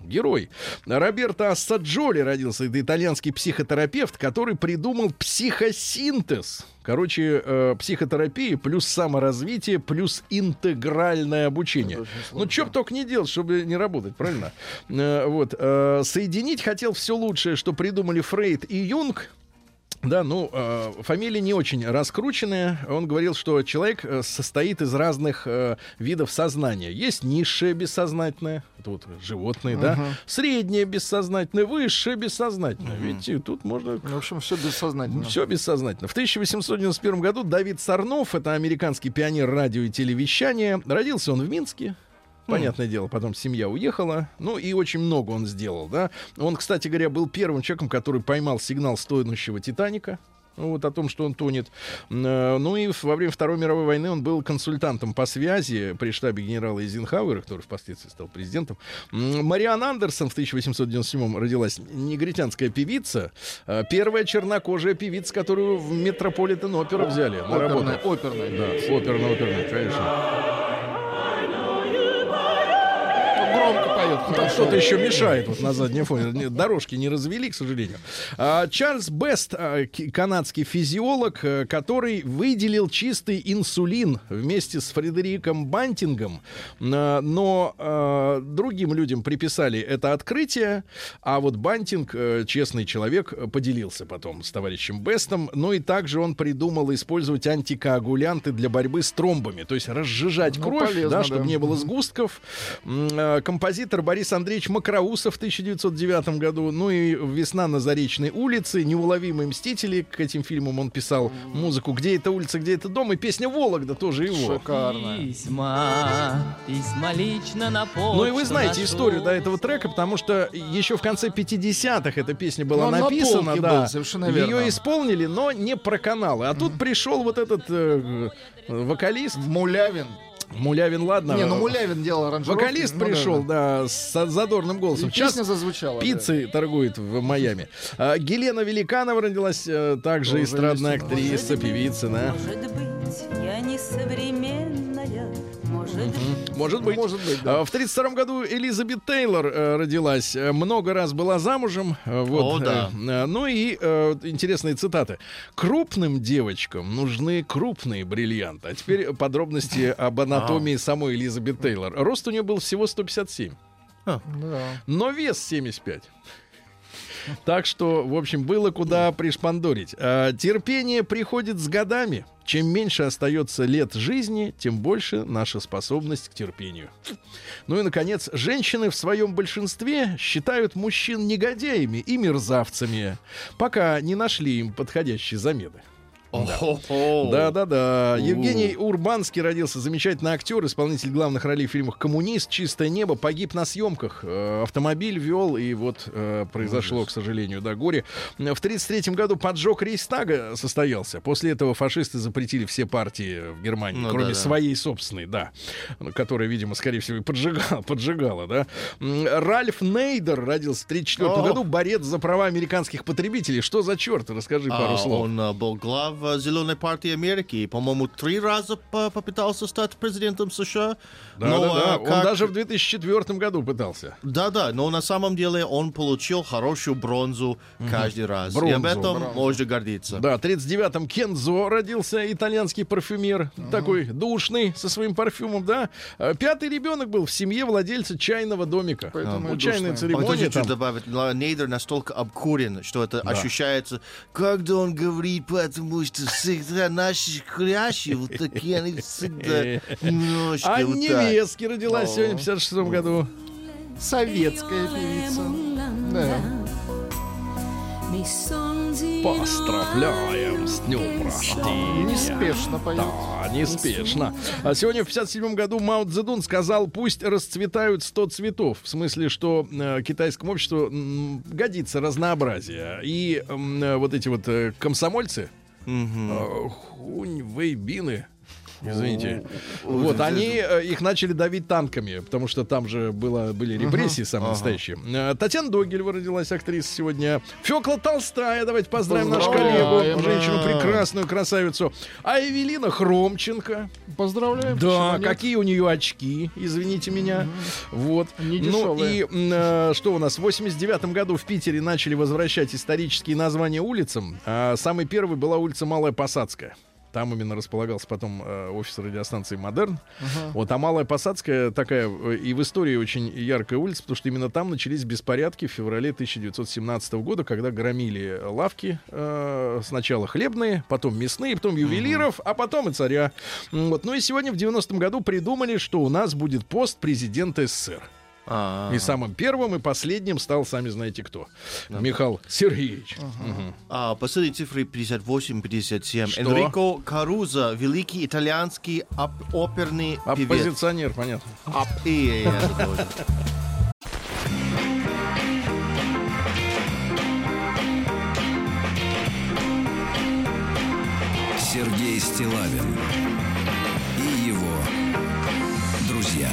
герой. Роберто Ассаджоли родился. Это итальянский психотерапевт, который придумал психосинтез. Короче, э, психотерапия плюс саморазвитие плюс интегральное обучение. Ну, что б только не делать, чтобы не работать, правильно? Э, вот. Э, соединить хотел все лучшее, что придумали Фрейд и Юнг. Да, ну, э, фамилии не очень раскрученные. Он говорил, что человек э, состоит из разных э, видов сознания. Есть низшее бессознательное, это вот животные, uh-huh. да, среднее бессознательное, высшее бессознательное. Uh-huh. Видите, тут можно... В общем, все бессознательно. Все бессознательно. В тысяча восемьсот девяносто первом году Давид Сарнов, это американский пионер радио и телевещания, родился он в Минске. Понятное mm. дело, потом семья уехала. Ну, и очень много он сделал, да. Он, кстати говоря, был первым человеком, который поймал сигнал стонущего «Титаника». Вот о том, что он тонет. Ну и во время Второй мировой войны он был консультантом по связи при штабе генерала Эйзенхауэра, который впоследствии стал президентом. Мариан Андерсон в тысяча восемьсот девяносто седьмом родилась, негритянская певица. Первая чернокожая певица, которую в Метрополитен-опера взяли на работу. Оперная, да, оперная-оперная, конечно. Громко поет. Там что-то еще мешает вот на заднем фоне. Дорожки не развели, к сожалению. А, Чарльз Бест, а, канадский физиолог, а, который выделил чистый инсулин вместе с Фредериком Бантингом, а, но а, другим людям приписали это открытие, а вот Бантинг, а, честный человек, поделился потом с товарищем Бестом. Ну и также он придумал использовать антикоагулянты для борьбы с тромбами, то есть разжижать ну, кровь, полезно, да, да. чтобы не было сгустков. Композитор Борис Андреевич Макроусов в тысяча девятьсот девятом году. Ну и «Весна на Заречной улице», «Неуловимые мстители». К этим фильмам он писал музыку «Где эта улица, где это дом», и песня «Вологда» тоже его. Шикарно. Письма, письма лично на почту. Ну и вы знаете нашу. историю до этого трека, потому что еще в конце пятидесятых эта песня была Но написана, на да. был, совершенно верно. Ее исполнили, но не про каналы. А mm-hmm. тут пришел вот этот э, вокалист Мулявин. Мулявин, ладно. Не, ну Мулявин делал аранжировки. Вокалист ну, пришел, да, да, с задорным голосом. И Сейчас песня зазвучала. пиццей да. торгует в Майами. А, Гелена Великанова родилась, а, также Тоже эстрадная есть. актриса, певица, да. Может быть, я не современная, может быть. Может быть. Может быть, да. А, в тридцать втором году Элизабет Тейлор э, родилась. Много раз была замужем. Э, вот, О, да. э, ну и э, интересные цитаты. Крупным девочкам нужны крупные бриллианты. А теперь подробности об анатомии самой Элизабет Тейлор. Рост у нее был всего сто пятьдесят семь. Да. Но вес семьдесят пять. Так что, в общем, было куда пришпандорить. А, терпение приходит с годами. Чем меньше остается лет жизни, тем больше наша способность к терпению. Ну и, наконец, женщины в своем большинстве считают мужчин негодяями и мерзавцами, пока не нашли им подходящие замены. Да-да-да. Евгений Урбанский родился. Замечательный актер, исполнитель главных ролей в фильмах «Коммунист», «Чистое небо». Погиб на съемках. Э, автомобиль вел, и вот э, произошло, Ужас. К сожалению, да, горе. В тридцать третьем году поджог Рейхстага состоялся. После этого фашисты запретили все партии в Германии, ну, кроме да, своей да. собственной, да, которая, видимо, скорее всего, и поджигала, поджигала, да. Ральф Нейдер родился в тридцать четвёртом году, борец за права американских потребителей. Что за черт? Расскажи а, пару слов. Он uh, был глав Зеленой партии Америки. И, по-моему, три раза попытался стать президентом США. Да, но, да, да. А, Он как... даже в две тысячи четвёртом году пытался. Да, да. Но на самом деле он получил хорошую бронзу угу. каждый раз. Бронзу. И об этом Бронзу. можно гордиться. Да, в тридцать девятом Кензо родился, итальянский парфюмер. Угу. Такой душный, со своим парфюмом, да. Пятый ребенок был в семье владельца чайного домика. Поэтому ну, чайная церемония. Хочу там... добавить. Нейдер настолько обкурен, что это да. ощущается, когда он говорит, потому что всегда наши хрящи вот такие, они всегда немножко А вот невестки родилась сегодня в пятьдесят шестом году. Советская певица. Да. Поздравляем с днем рождения. Неспешно поет. Да, неспешно. А сегодня в пятьдесят седьмом году Мао Цзэдун сказал: пусть расцветают сто цветов. В смысле, что э, китайскому обществу м, годится разнообразие. И э, вот эти вот э, комсомольцы, Mm-hmm. э, хунь, вэйбины, Извините. Вот, они э, их начали давить танками, потому что там же было, были репрессии uh-huh. самые uh-huh. настоящие. Э, Татьяна Догилева родилась, актриса сегодня. Фёкла Толстая, давайте поздравим нашу коллегу, женщину прекрасную, красавицу. А Эвелина Хромченко. Поздравляем. Да, какие у нее очки, извините меня. Uh-huh. Вот. Ну и э, что у нас? В восемьдесят девятом году в Питере начали возвращать исторические названия улицам. А самой первой была улица Малая Посадская. Там именно располагался потом э, офис радиостанции «Модерн». Uh-huh. Вот, а Малая Посадская такая э, и в истории очень яркая улица, потому что именно там начались беспорядки в феврале тысяча девятьсот семнадцатого года, когда громили лавки, э, сначала хлебные, потом мясные, потом ювелиров, uh-huh. а потом и царя. Вот. Ну и сегодня в девяностом году придумали, что у нас будет пост президента СССР. А-а-а. И самым первым и последним стал, сами знаете кто. Да. Михаил Сергеевич. Ага. Угу. А, последние цифры пятьдесят восемь пятьдесят семь. Что? Энрико Карузо, великий итальянский оп- оперный певец. Оппозиционер, понятно. Оп- и, это тоже. Сергей Стиллавин и его друзья.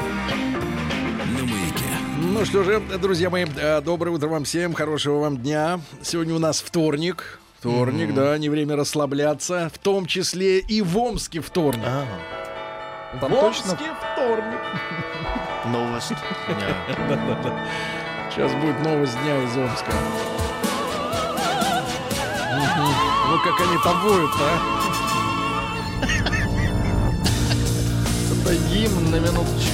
Ну что же, друзья мои, доброе утро вам всем, хорошего вам дня. Сегодня у нас вторник. Вторник, mm-hmm. да, не время расслабляться. В том числе и в Омске вторник. А-а-а. В Омске точно... вторник. Новость дня. Сейчас будет новость дня из Омска. Ну как они там воют-то, а? Это гимн на минуточку.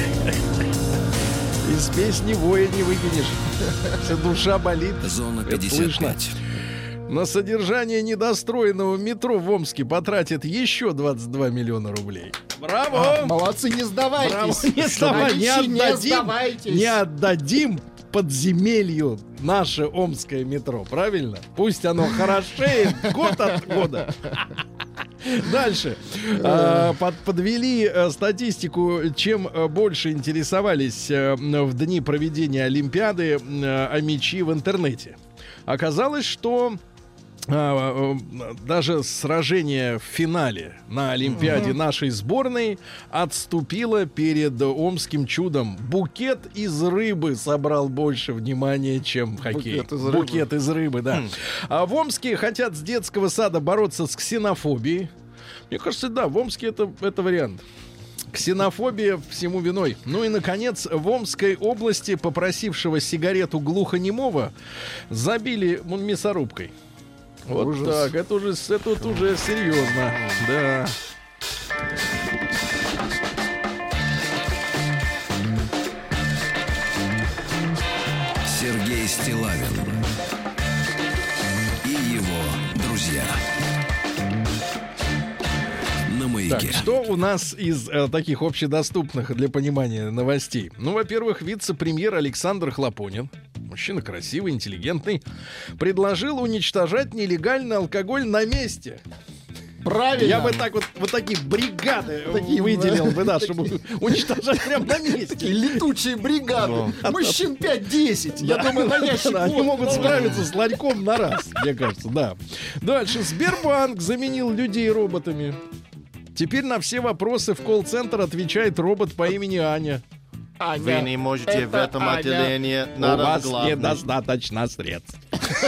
Из песни воя не выкинешь. Вся душа болит. Зона пятьдесят пять. На содержание недостроенного метро в Омске потратят еще двадцать два миллиона рублей. Браво! А, молодцы, не сдавайтесь. Браво, не, сдавай, не, отдадим, не сдавайтесь. Не отдадим подземелью наше омское метро, правильно? Пусть оно хорошеет год от года. Дальше. А, под, подвели а, статистику, чем а, больше интересовались а, в дни проведения Олимпиады а, о мячи в интернете. Оказалось, что а, а, даже сражение в финале на Олимпиаде угу. нашей сборной отступило перед омским чудом. Букет из рыбы собрал больше внимания, чем хоккей. Букет из рыбы, Букет из рыбы, да. Хм. А в Омске хотят с детского сада бороться с ксенофобией. Мне кажется, да, в Омске это, это вариант. Ксенофобия всему виной. Ну и, наконец, в Омской области попросившего сигарету глухонемого забили мясорубкой. Вот ужас. Так, это уже, это вот уже серьезно. Да. Сергей Стиллавин и его друзья. Так, что у нас из э, таких общедоступных для понимания новостей? Ну, во-первых, вице-премьер Александр Хлопонин, мужчина красивый, интеллигентный, предложил уничтожать нелегальный алкоголь на месте. Правильно. Я бы так вот, вот такие бригады такие выделил бы, да, чтобы уничтожать прямо на месте. Такие летучие бригады. Мужчин пять-десять. Я думаю, на ящик. Они могут справиться с ларьком на раз, мне кажется, да. Дальше. Сбербанк заменил людей роботами. Теперь на все вопросы в колл-центр отвечает робот по имени Аня. Аня. Вы не можете это в этом Аня. Отделении. У вас главный. Недостаточно средств.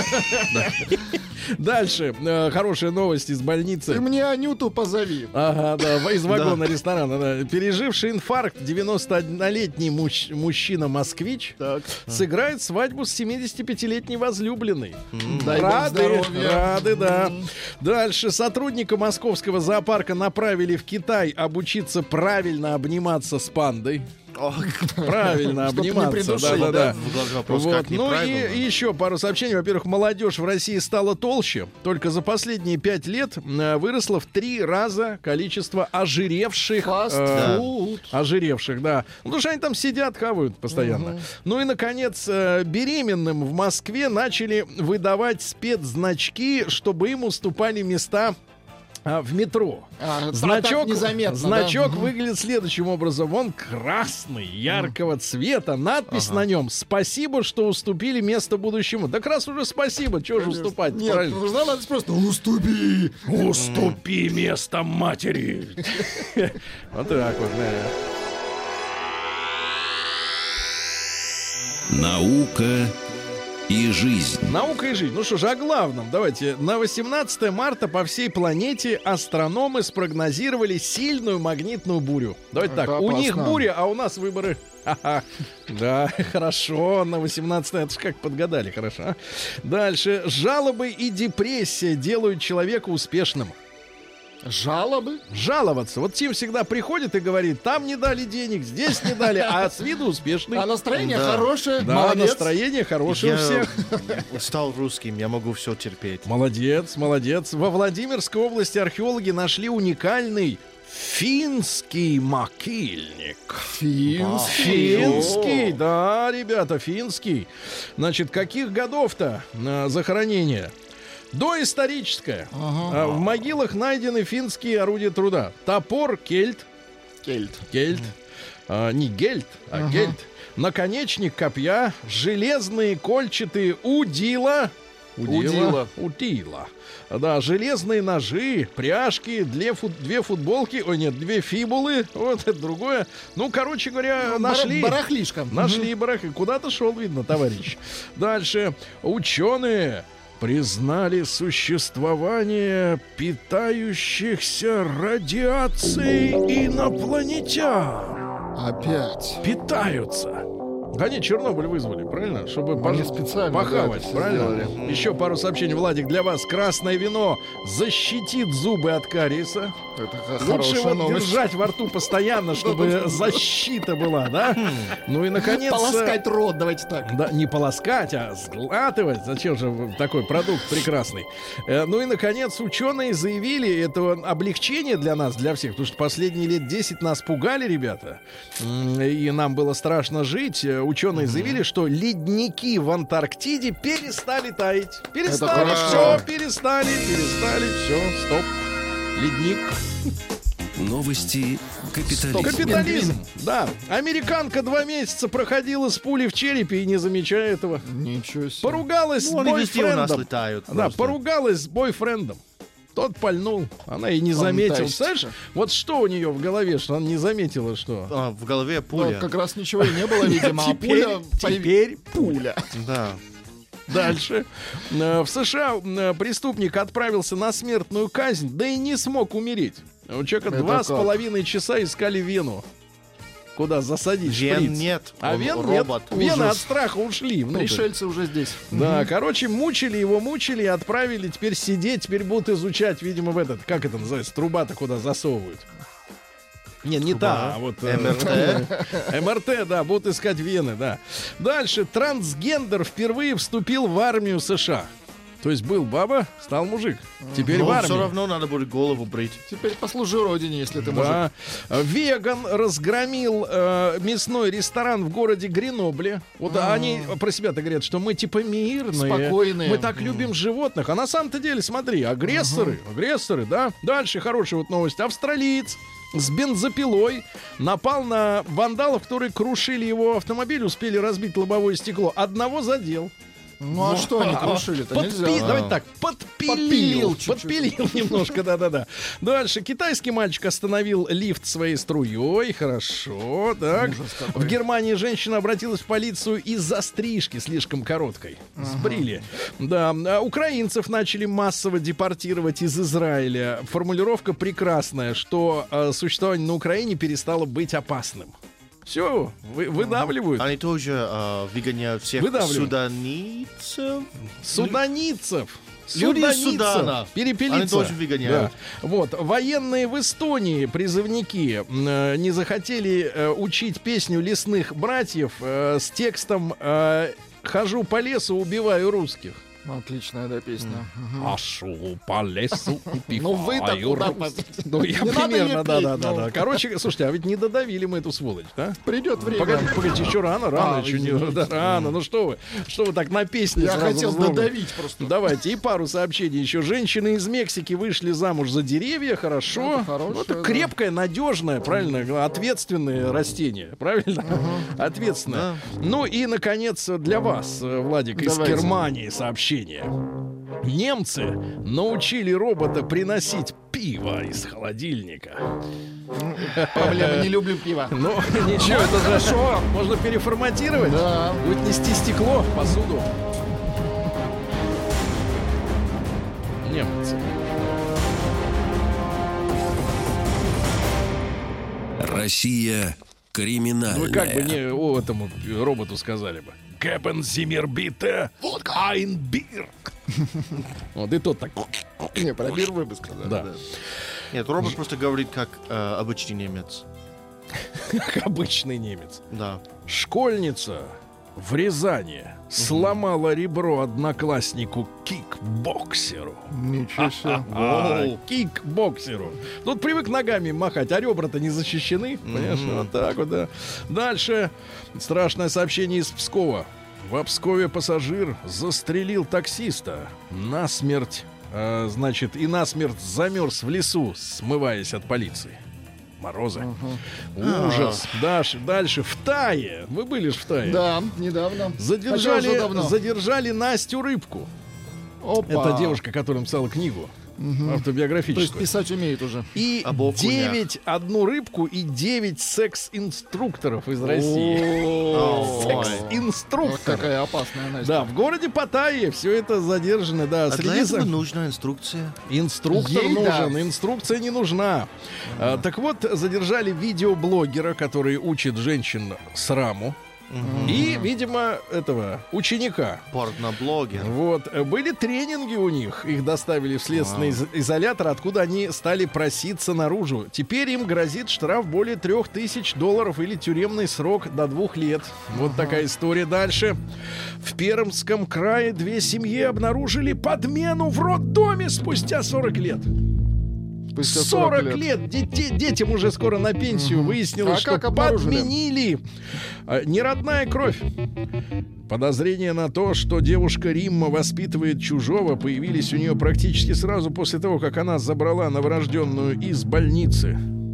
Дальше. Хорошая новость из больницы. Ты мне Анюту позови. Ага, да, из вагона ресторана. Переживший инфаркт девяностооднолетний мужчина-москвич сыграет свадьбу с семидесятипятилетней возлюбленной. Рады, рады, да. Дальше. Сотрудника московского зоопарка направили в Китай обучиться правильно обниматься с пандой. Правильно обниматься, да, да, да. Вот. Ну и, и еще пару сообщений. Во-первых, молодежь в России стала толще. Только за последние пять лет выросло в три раза количество ожиревших. Э, ожиревших, да. Ну, потому что они там сидят, хавают постоянно. Угу. Ну и, наконец, беременным в Москве начали выдавать спецзначки, чтобы им уступали места а, в метро. А, Значок, незаметно, значок да? выглядит следующим образом. Он красный, яркого цвета. Надпись Ага. на нем: «Спасибо, что уступили место будущему». Так раз уже спасибо, чего же уступать? Нет, правильно? нужна надо просто уступи. Уступи место матери. Вот так вот, да. Наука и жизнь. Наука и жизнь. Ну что же, о главном. Давайте. На восемнадцатое марта по всей планете астрономы спрогнозировали сильную магнитную бурю. Давайте Это так. У них опасно. буря, а у нас выборы. Ха-ха. Да, хорошо. На восемнадцатое, это ж как подгадали, хорошо. а? Дальше. Жалобы и депрессия делают человека успешным. Жалобы? Жаловаться. Вот Тим всегда приходит и говорит: там не дали денег, здесь не дали, а с виду успешный. А настроение Да. хорошее? Да, Молодец. настроение хорошее у всех. Я стал русским, я могу все терпеть. Молодец, молодец. Во Владимирской области археологи нашли уникальный финский макильник. Финский. Финский, да, ребята, финский. Значит, каких годов-то а, захоронение? Доисторическое. Ага. А, в могилах найдены финские орудия труда. Топор, кельт. Кельт. Кельт. А, не гельт, а Ага. гельт. Наконечник копья, железные кольчатые удила. Удила. Удила. Да, железные ножи, пряжки, две, фут, две футболки, ой, нет, две фибулы, вот это другое. Ну, короче говоря, Ну, нашли. бар- барахлишко. Нашли барахли. Куда-то шел, видно, товарищ. Дальше. Ученые признали существование питающихся радиацией инопланетян. Опять. Питаются. Они Чернобыль вызвали, правильно? Чтобы Они пож- специально, похавать, да, это всё правильно? сделали. Еще пару сообщений, Владик, для вас. Красное вино защитит зубы от кариеса. Это х- Лучше хорошая вот новость. держать во рту постоянно, чтобы защита была, да? Ну и, наконец... Полоскать рот, давайте так. Да, не полоскать, а сглатывать. Зачем же такой продукт прекрасный? Э, Ну и, наконец, ученые заявили, это облегчение для нас, для всех, потому что последние лет десять нас пугали, ребята, М, и нам было страшно жить. Э, Ученые заявили, что ледники в Антарктиде перестали таять. Перестали, хорошо. все, перестали, перестали, все, стоп. Ледник. Новости капитализма. Капитализм, да. Американка два месяца проходила с пулей в черепе и не замечая этого. Ничего себе. Поругалась с Ну, они везде у нас бойфрендом. летают. Да, просто. поругалась с бойфрендом. Тот пальнул, она и не заметила. Фантастика. Представляешь, вот что у нее в голове, что она не заметила, что... А, в голове Ну, пуля. как раз ничего и не было, видимо, а Теперь- пуля... появ- теперь пуля. Да. Дальше. Э, В США э, преступник отправился на смертную казнь, да и не смог умереть. У человека Это два с как? половиной часа искали вену. Куда засадить Вен шприц. нет. А он вен робот. нет. Вены Ужас. от страха ушли внутрь. Пришельцы уже здесь. Да, короче, мучили его, мучили и отправили теперь сидеть, теперь будут изучать, видимо, в этот, как это называется, труба-то куда засовывают. Не, не та, а вот... э, МРТ. МРТ, да, будут искать вены, да. Дальше, трансгендер впервые вступил в армию США. То есть был баба, стал мужик. Теперь в Но армии. все равно надо будет голову брить. Теперь послужи родине, если ты можешь. Да. Веган разгромил э, мясной ресторан в городе Гренобле. Вот А. они про себя-то говорят, что мы типа мирные. Спокойные. Мы так любим животных. А на самом-то деле, смотри, агрессоры, агрессоры, да. Дальше хорошая вот новость. Австралиец с бензопилой напал на вандалов, которые крушили его автомобиль, успели разбить лобовое стекло. Одного задел. Ну а что они крушили-то? Подпи- Нельзя. Давайте так, подпилил. Подпилил чуть-чуть. Подпилил немножко, да-да-да. Дальше. Китайский мальчик остановил лифт своей струей. Хорошо, так. Ужас какой. В Германии женщина обратилась в полицию из-за стрижки слишком короткой. Сбрили. Да. А украинцев начали массово депортировать из Израиля. Формулировка прекрасная, что э, существование на Украине перестало быть опасным. Все, вы, выдавливают. Они тоже а, выгоняют всех Выдавливают. суданийцев. Суданицев. Люди из Суданицев. Судана. Перепелица. Они тоже выгоняют. Да. Вот. Военные в Эстонии, призывники, э, не захотели э, учить песню лесных братьев э, с текстом э, «Хожу по лесу, убиваю русских». Отличная, да, песня. Ашу по лесу и Ну вы-то куда пихаю. Ну я Не надо примерно, ее да, петь, да, да, ну. да. Короче, слушайте, а ведь не додавили мы эту сволочь, да? Придет время. Погодите, погодите, еще рано, рано, А, еще не извините. да, рано. Ну что вы, что вы так на песне Я сразу хотел вздрогнули? додавить просто. Давайте и пару сообщений еще. Женщины из Мексики вышли замуж за деревья, хорошо. Это хорошее, Ну, это да. крепкое, надежное, правильно, ответственное растение, правильно? Ответственное. Ну и, наконец, для вас, э, Владик, из Давайте. Германии сообщение. Немцы научили робота приносить пиво из холодильника. Проблема, не люблю пиво. Ну, ничего, это хорошо. Можно переформатировать. Да. Будет нести стекло, посуду. Немцы. Россия криминальная. Вы как бы не о, этому роботу сказали бы. Гебен зимер бите, айн бир. Вот и тот так. Не, про бир вы бы сказали. Да. Нет, робот просто говорит, как э, обычный немец. Как обычный немец. Да. Школьница в Рязани сломала ребро однокласснику кикбоксеру. Ничего себе. А, кикбоксеру. Тут привык ногами махать, а ребра-то не защищены. Понимаешь, вот так вот, да. Дальше страшное сообщение из Пскова. В Пскове пассажир застрелил таксиста насмерть, э, значит, и насмерть замерз в лесу, смываясь от полиции. Морозы. Ужас. Дальше, дальше. В Тае. Вы были ж в Тае? Да, недавно. Хотя уже Задержали, давно. задержали Настю Рыбку. Опа. Это девушка, которая написала книгу То есть автобиографическую. писать умеет уже. И Об окунях. девять, одну рыбку и девять секс-инструкторов из России. О, Вот Секс-инструктор. какая опасная Настя. Да, в городе Паттайе все это задержано, да. А Среди для за- этого нужна инструкция. Инструктор Ей, да. нужен, инструкция не нужна. А, так вот, задержали видеоблогера, который учит женщин сраму. И, видимо, этого ученика. Порноблогер. Вот. э, Были тренинги у них. Их доставили в следственный из- изолятор, откуда они стали проситься наружу. Теперь им грозит штраф более трех тысяч долларов или тюремный срок до двух лет. Вот такая история. Дальше. В Пермском крае две семьи обнаружили подмену в роддоме спустя сорок лет. Спустя сорок лет. Дети- детям уже скоро на пенсию. Выяснилось, А что как обнаружили? подменили. А, Неродная кровь. Подозрения на то, что девушка Римма воспитывает чужого, появились у нее практически сразу после того, как она забрала новорожденную из больницы.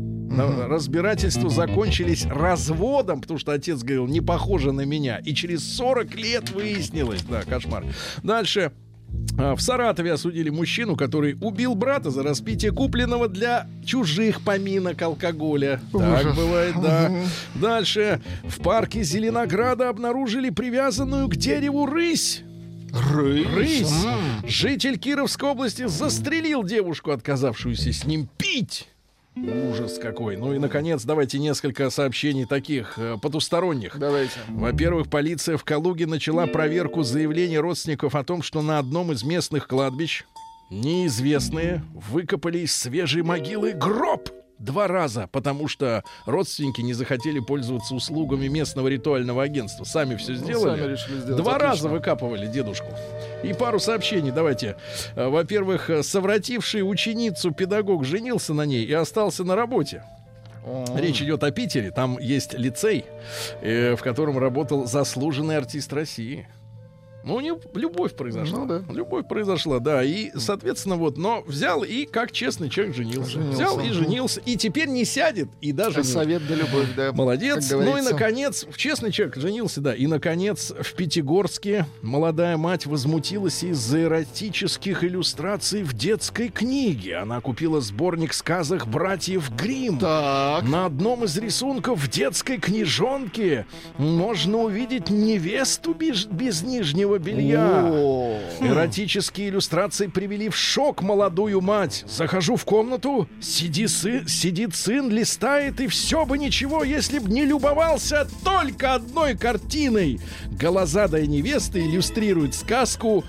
На- Разбирательства закончились разводом, потому что отец говорил, не похоже на меня. И через сорок лет выяснилось. Да, кошмар. Дальше. А, В Саратове осудили мужчину, который убил брата за распитие купленного для чужих поминок алкоголя. Так бывает, да. Дальше. В парке Зеленограда обнаружили привязанную к дереву рысь. Рысь. Рысь. Житель Кировской области застрелил девушку, отказавшуюся с ним пить. Ужас какой. Ну и, наконец, давайте несколько сообщений таких э, потусторонних. Давайте. Во-первых, полиция в Калуге начала проверку заявлений родственников о том, что на одном из местных кладбищ неизвестные выкопали из свежей могилы гроб два раза, потому что родственники не захотели пользоваться услугами местного ритуального агентства. Сами все сделали. сами решили сделать. Два Отлично. раза выкапывали дедушку. И пару сообщений давайте. Э, Во-первых, э, совративший ученицу педагог женился на ней и остался на работе. О. Речь идет о Питере. Там есть лицей, э, в котором работал заслуженный артист России. Ну, у него любовь произошла. Ну, да. Любовь произошла, да. И, соответственно, вот, но взял и, как честный человек, женился. Женился. Взял и женился. И теперь не сядет, и даже не... Совет да любовь, да. Молодец. как Ну и, говорится. наконец, честный человек женился, да. И, наконец, в Пятигорске молодая мать возмутилась из-за эротических иллюстраций в детской книге. Она купила сборник сказок братьев Гримм. Так. На одном из рисунков в детской книжонке можно увидеть невесту без, без нижнего белья. О. Эротические иллюстрации привели в шок молодую мать. Захожу в комнату, сиди сы- сидит сын, листает, и все бы ничего, если б не любовался только одной картиной. Голозадая невеста иллюстрирует сказку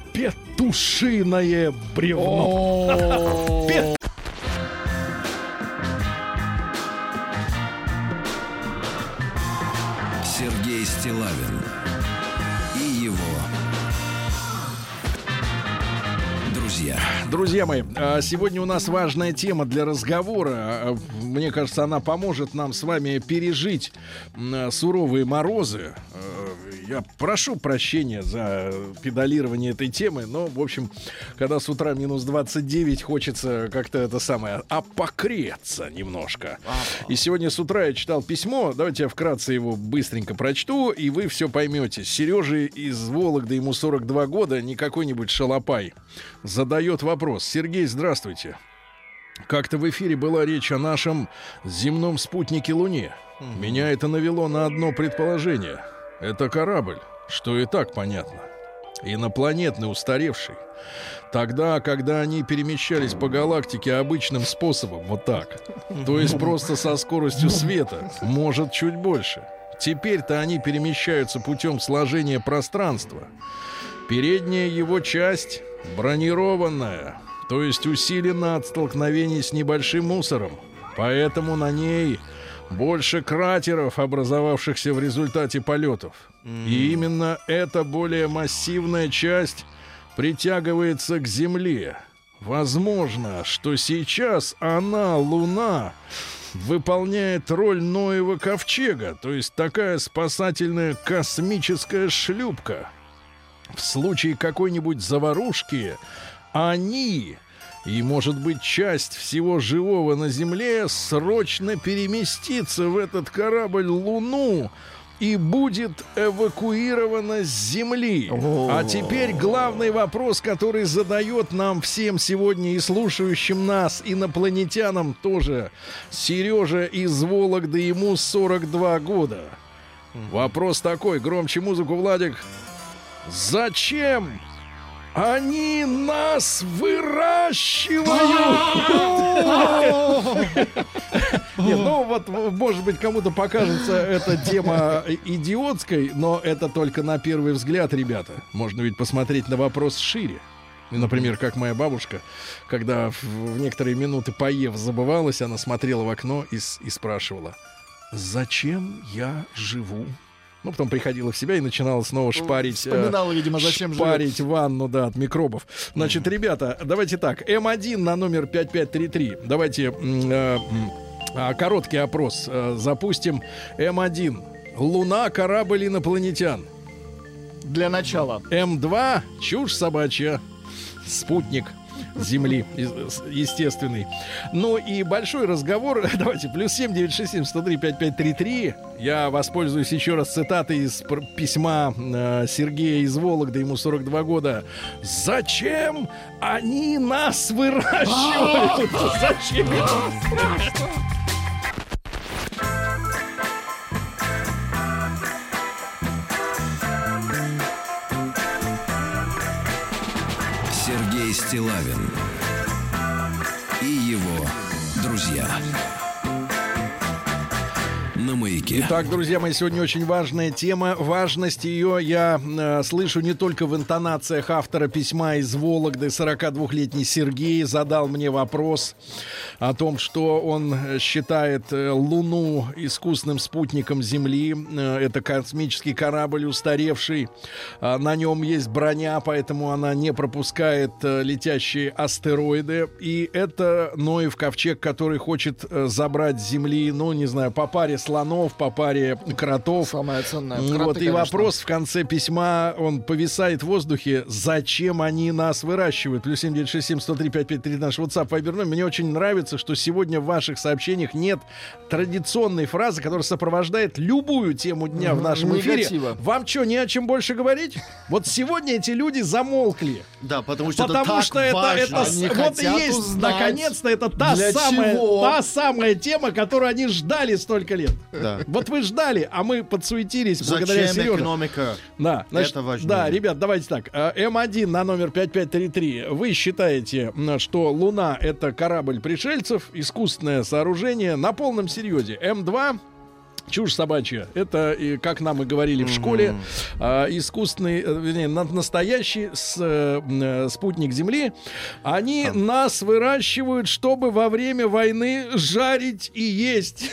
«Петушиное бревно». О. Пет- Сергей Стиллавин и его друзья. Друзья мои, сегодня у нас важная тема для разговора. Мне кажется, она поможет нам с вами пережить суровые морозы. Я прошу прощения за педалирование этой темы, но, в общем, когда с утра минус двадцать девять, хочется как-то это самое опокреться немножко. И сегодня с утра я читал письмо, давайте я вкратце его быстренько прочту, и вы все поймете. Сережа из Вологды, ему сорок два года, не какой-нибудь шалопай, задает вопрос. Сергей, здравствуйте. Как-то в эфире была речь о нашем земном спутнике Луне. Меня это навело на одно предположение. Это корабль, что и так понятно. Инопланетный, устаревший. Тогда, когда они перемещались по галактике обычным способом, вот так, то есть просто со скоростью света, может, чуть больше. Теперь-то они перемещаются путем сложения пространства. Передняя его часть бронированная, то есть усилена от столкновений с небольшим мусором. Поэтому на ней больше кратеров, образовавшихся в результате полетов. Mm. И именно эта более массивная часть притягивается к Земле. Возможно, что сейчас она, Луна, выполняет роль Ноева ковчега, то есть такая спасательная космическая шлюпка. В случае какой-нибудь заварушки они... и, может быть, часть всего живого на Земле срочно переместится в этот корабль Луну и будет эвакуирована с Земли. О-о-о. А теперь главный вопрос, который задает нам всем сегодня и слушающим нас, инопланетянам тоже. Сережа из Вологды, ему сорок два года. Вопрос такой, громче музыку, Владик. Зачем они нас выращивают? Нет, ну вот, может быть, кому-то покажется эта тема идиотской, но это только на первый взгляд, ребята. Можно ведь посмотреть на вопрос шире. Например, как моя бабушка, когда в некоторые минуты поев забывалась, она смотрела в окно и, и спрашивала: «Зачем я живу?» Ну, потом приходила в себя и начинала снова шпарить, Вспоминала, видимо, зачем шпарить живет. ванну, да, от микробов. Значит, mm-hmm. ребята, давайте так. эм один на номер пять пять три три. Давайте э, э, короткий опрос э, запустим. эм один. Луна, корабль инопланетян. Для начала. эм два. Чушь собачья. Спутник Земли, естественный. Ну и большой разговор. Давайте, плюс семь девять шесть семь сто три пять пять три три. Я воспользуюсь еще раз цитатой из письма э, Сергея из Вологды, ему сорок два года. Зачем они нас выращивают? Зачем? Сергей Стиллавин и его друзья на Маяке. Итак, друзья мои, сегодня очень важная тема. Важность ее я э, слышу не только в интонациях автора письма из Вологды. сорокадвухлетний Сергей задал мне вопрос о том, что он считает э, Луну искусственным спутником Земли. Э, это космический корабль устаревший. Э, на нем есть броня, поэтому она не пропускает э, летящие астероиды. И это Ноев ковчег, который хочет э, забрать с Земли, ну, не знаю, по паре слонов, по паре кротов. Самое ценное. Кроты, вот, и конечно. Вопрос в конце письма, он повисает в воздухе. Зачем они нас выращивают? Плюс семь девять шесть семь сто три пять пять три наш WhatsApp, Viber номер. Мне очень нравится, что сегодня в ваших сообщениях нет традиционной фразы, которая сопровождает любую тему дня в нашем эфире. Негатива. Вам что, не о чем больше говорить? Вот сегодня эти люди замолкли. Да, потому что потому это так что это, важно. это, Они вот и хотят есть, узнать, наконец-то, это та для самая, чего. та самая тема, которую они ждали столько лет. Да. Вот вы ждали, а мы подсуетились благодаря Зачем Сереже. экономика? Да, значит, Это важнее. Да, ребят, давайте так. эм один на номер пять пять три три. Вы считаете, что Луна — это корабль пришельцев, искусственное сооружение? На полном серьезе. эм два. Чушь собачья. Это, и, как нам и говорили в школе, э, искусственный, э, вернее, на- настоящий с, э, спутник Земли. Они нас выращивают, чтобы во время войны жарить и есть.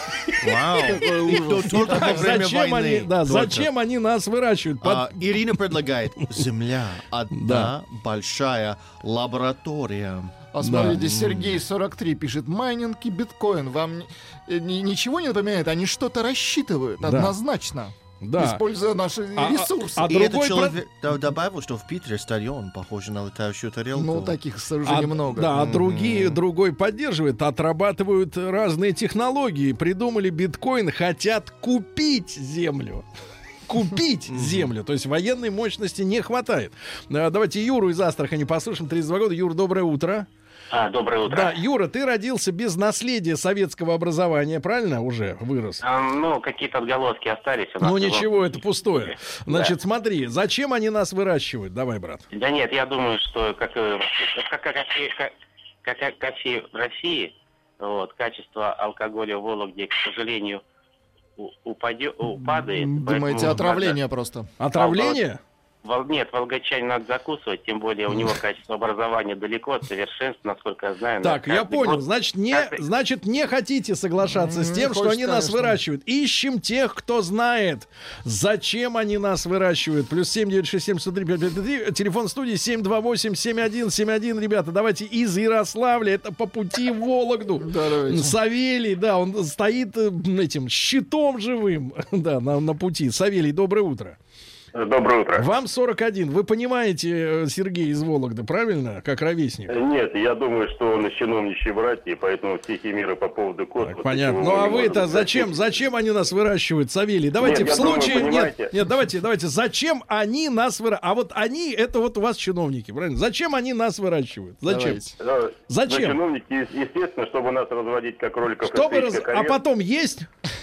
Вау. И то только во время Зачем они, войны. да, Только. зачем они нас выращивают? Под- А, Ирина предлагает: Земля одна большая лаборатория. А смотрите, Сергей сорок три пишет: майнинг и биткоин вам ни- э, ни- ничего не напоминает? Они что-то рассчитывают, Да. однозначно. Да. Используя наши А- а- ресурсы. а И другой этот человек да, добавил, что в Питере стадион похож на летающую тарелку. Ну, таких уже А, немного. Да, а другие, другой поддерживает, отрабатывают разные технологии, придумали биткоин, хотят купить землю. Купить землю, то есть военной мощности не хватает. А, Давайте Юру из Астрахани послушаем, тридцать два года. Юр, доброе утро. А, доброе утро. Да, Юра, ты родился без наследия советского образования, правильно? Уже вырос. А, ну, какие-то отголоски остались у нас. Ну в ничего, Лондоне. это пустое. Значит, смотри, зачем они нас выращивают? Давай, брат. Да нет, я думаю, что как, э, как, как, как, как, как, как и в России, вот, качество алкоголя в Вологде, к сожалению, у- упадет, упадает. Думаете, поэтому отравление просто? Отравление? Вол- Нет, волгачань надо закусывать, тем более у него качество образования далеко от совершенства, насколько я знаю. Так, но я каждый понял. год- Значит, не, каждый- значит, не хотите соглашаться с Не тем, что хочется, они нас конечно. выращивают. Ищем тех, кто знает, зачем они нас выращивают. Плюс семь девять шесть семь сто три пять пять три. Телефон студии семь два восемь семь один семь один. Ребята, давайте из Ярославля. Это по пути в Вологду. Да, давайте. Савелий, да, он стоит э, этим щитом живым. Да, на, на пути. Савелий, доброе утро. Доброе утро. Вам сорок один. Вы понимаете, э, Сергей из Вологды, правильно? Как ровесник. Нет, я думаю, что он из чиновничьей братьи, поэтому стихи мира по поводу космоса. Понятно. чего Ну мы а не вы-то можем зачем? достичь. Зачем они нас выращивают, Савелий? Давайте Нет, в я думаю, случае. Нет, понимаете- нет, давайте, давайте. Зачем они нас выращивают? А вот они, это вот у вас чиновники, правильно? Зачем они нас выращивают? Зачем? Давайте. Да, Зачем? ну, чиновники, е- естественно, чтобы нас разводить как кроликов. Чтобы из раз... яичных А овец. потом есть?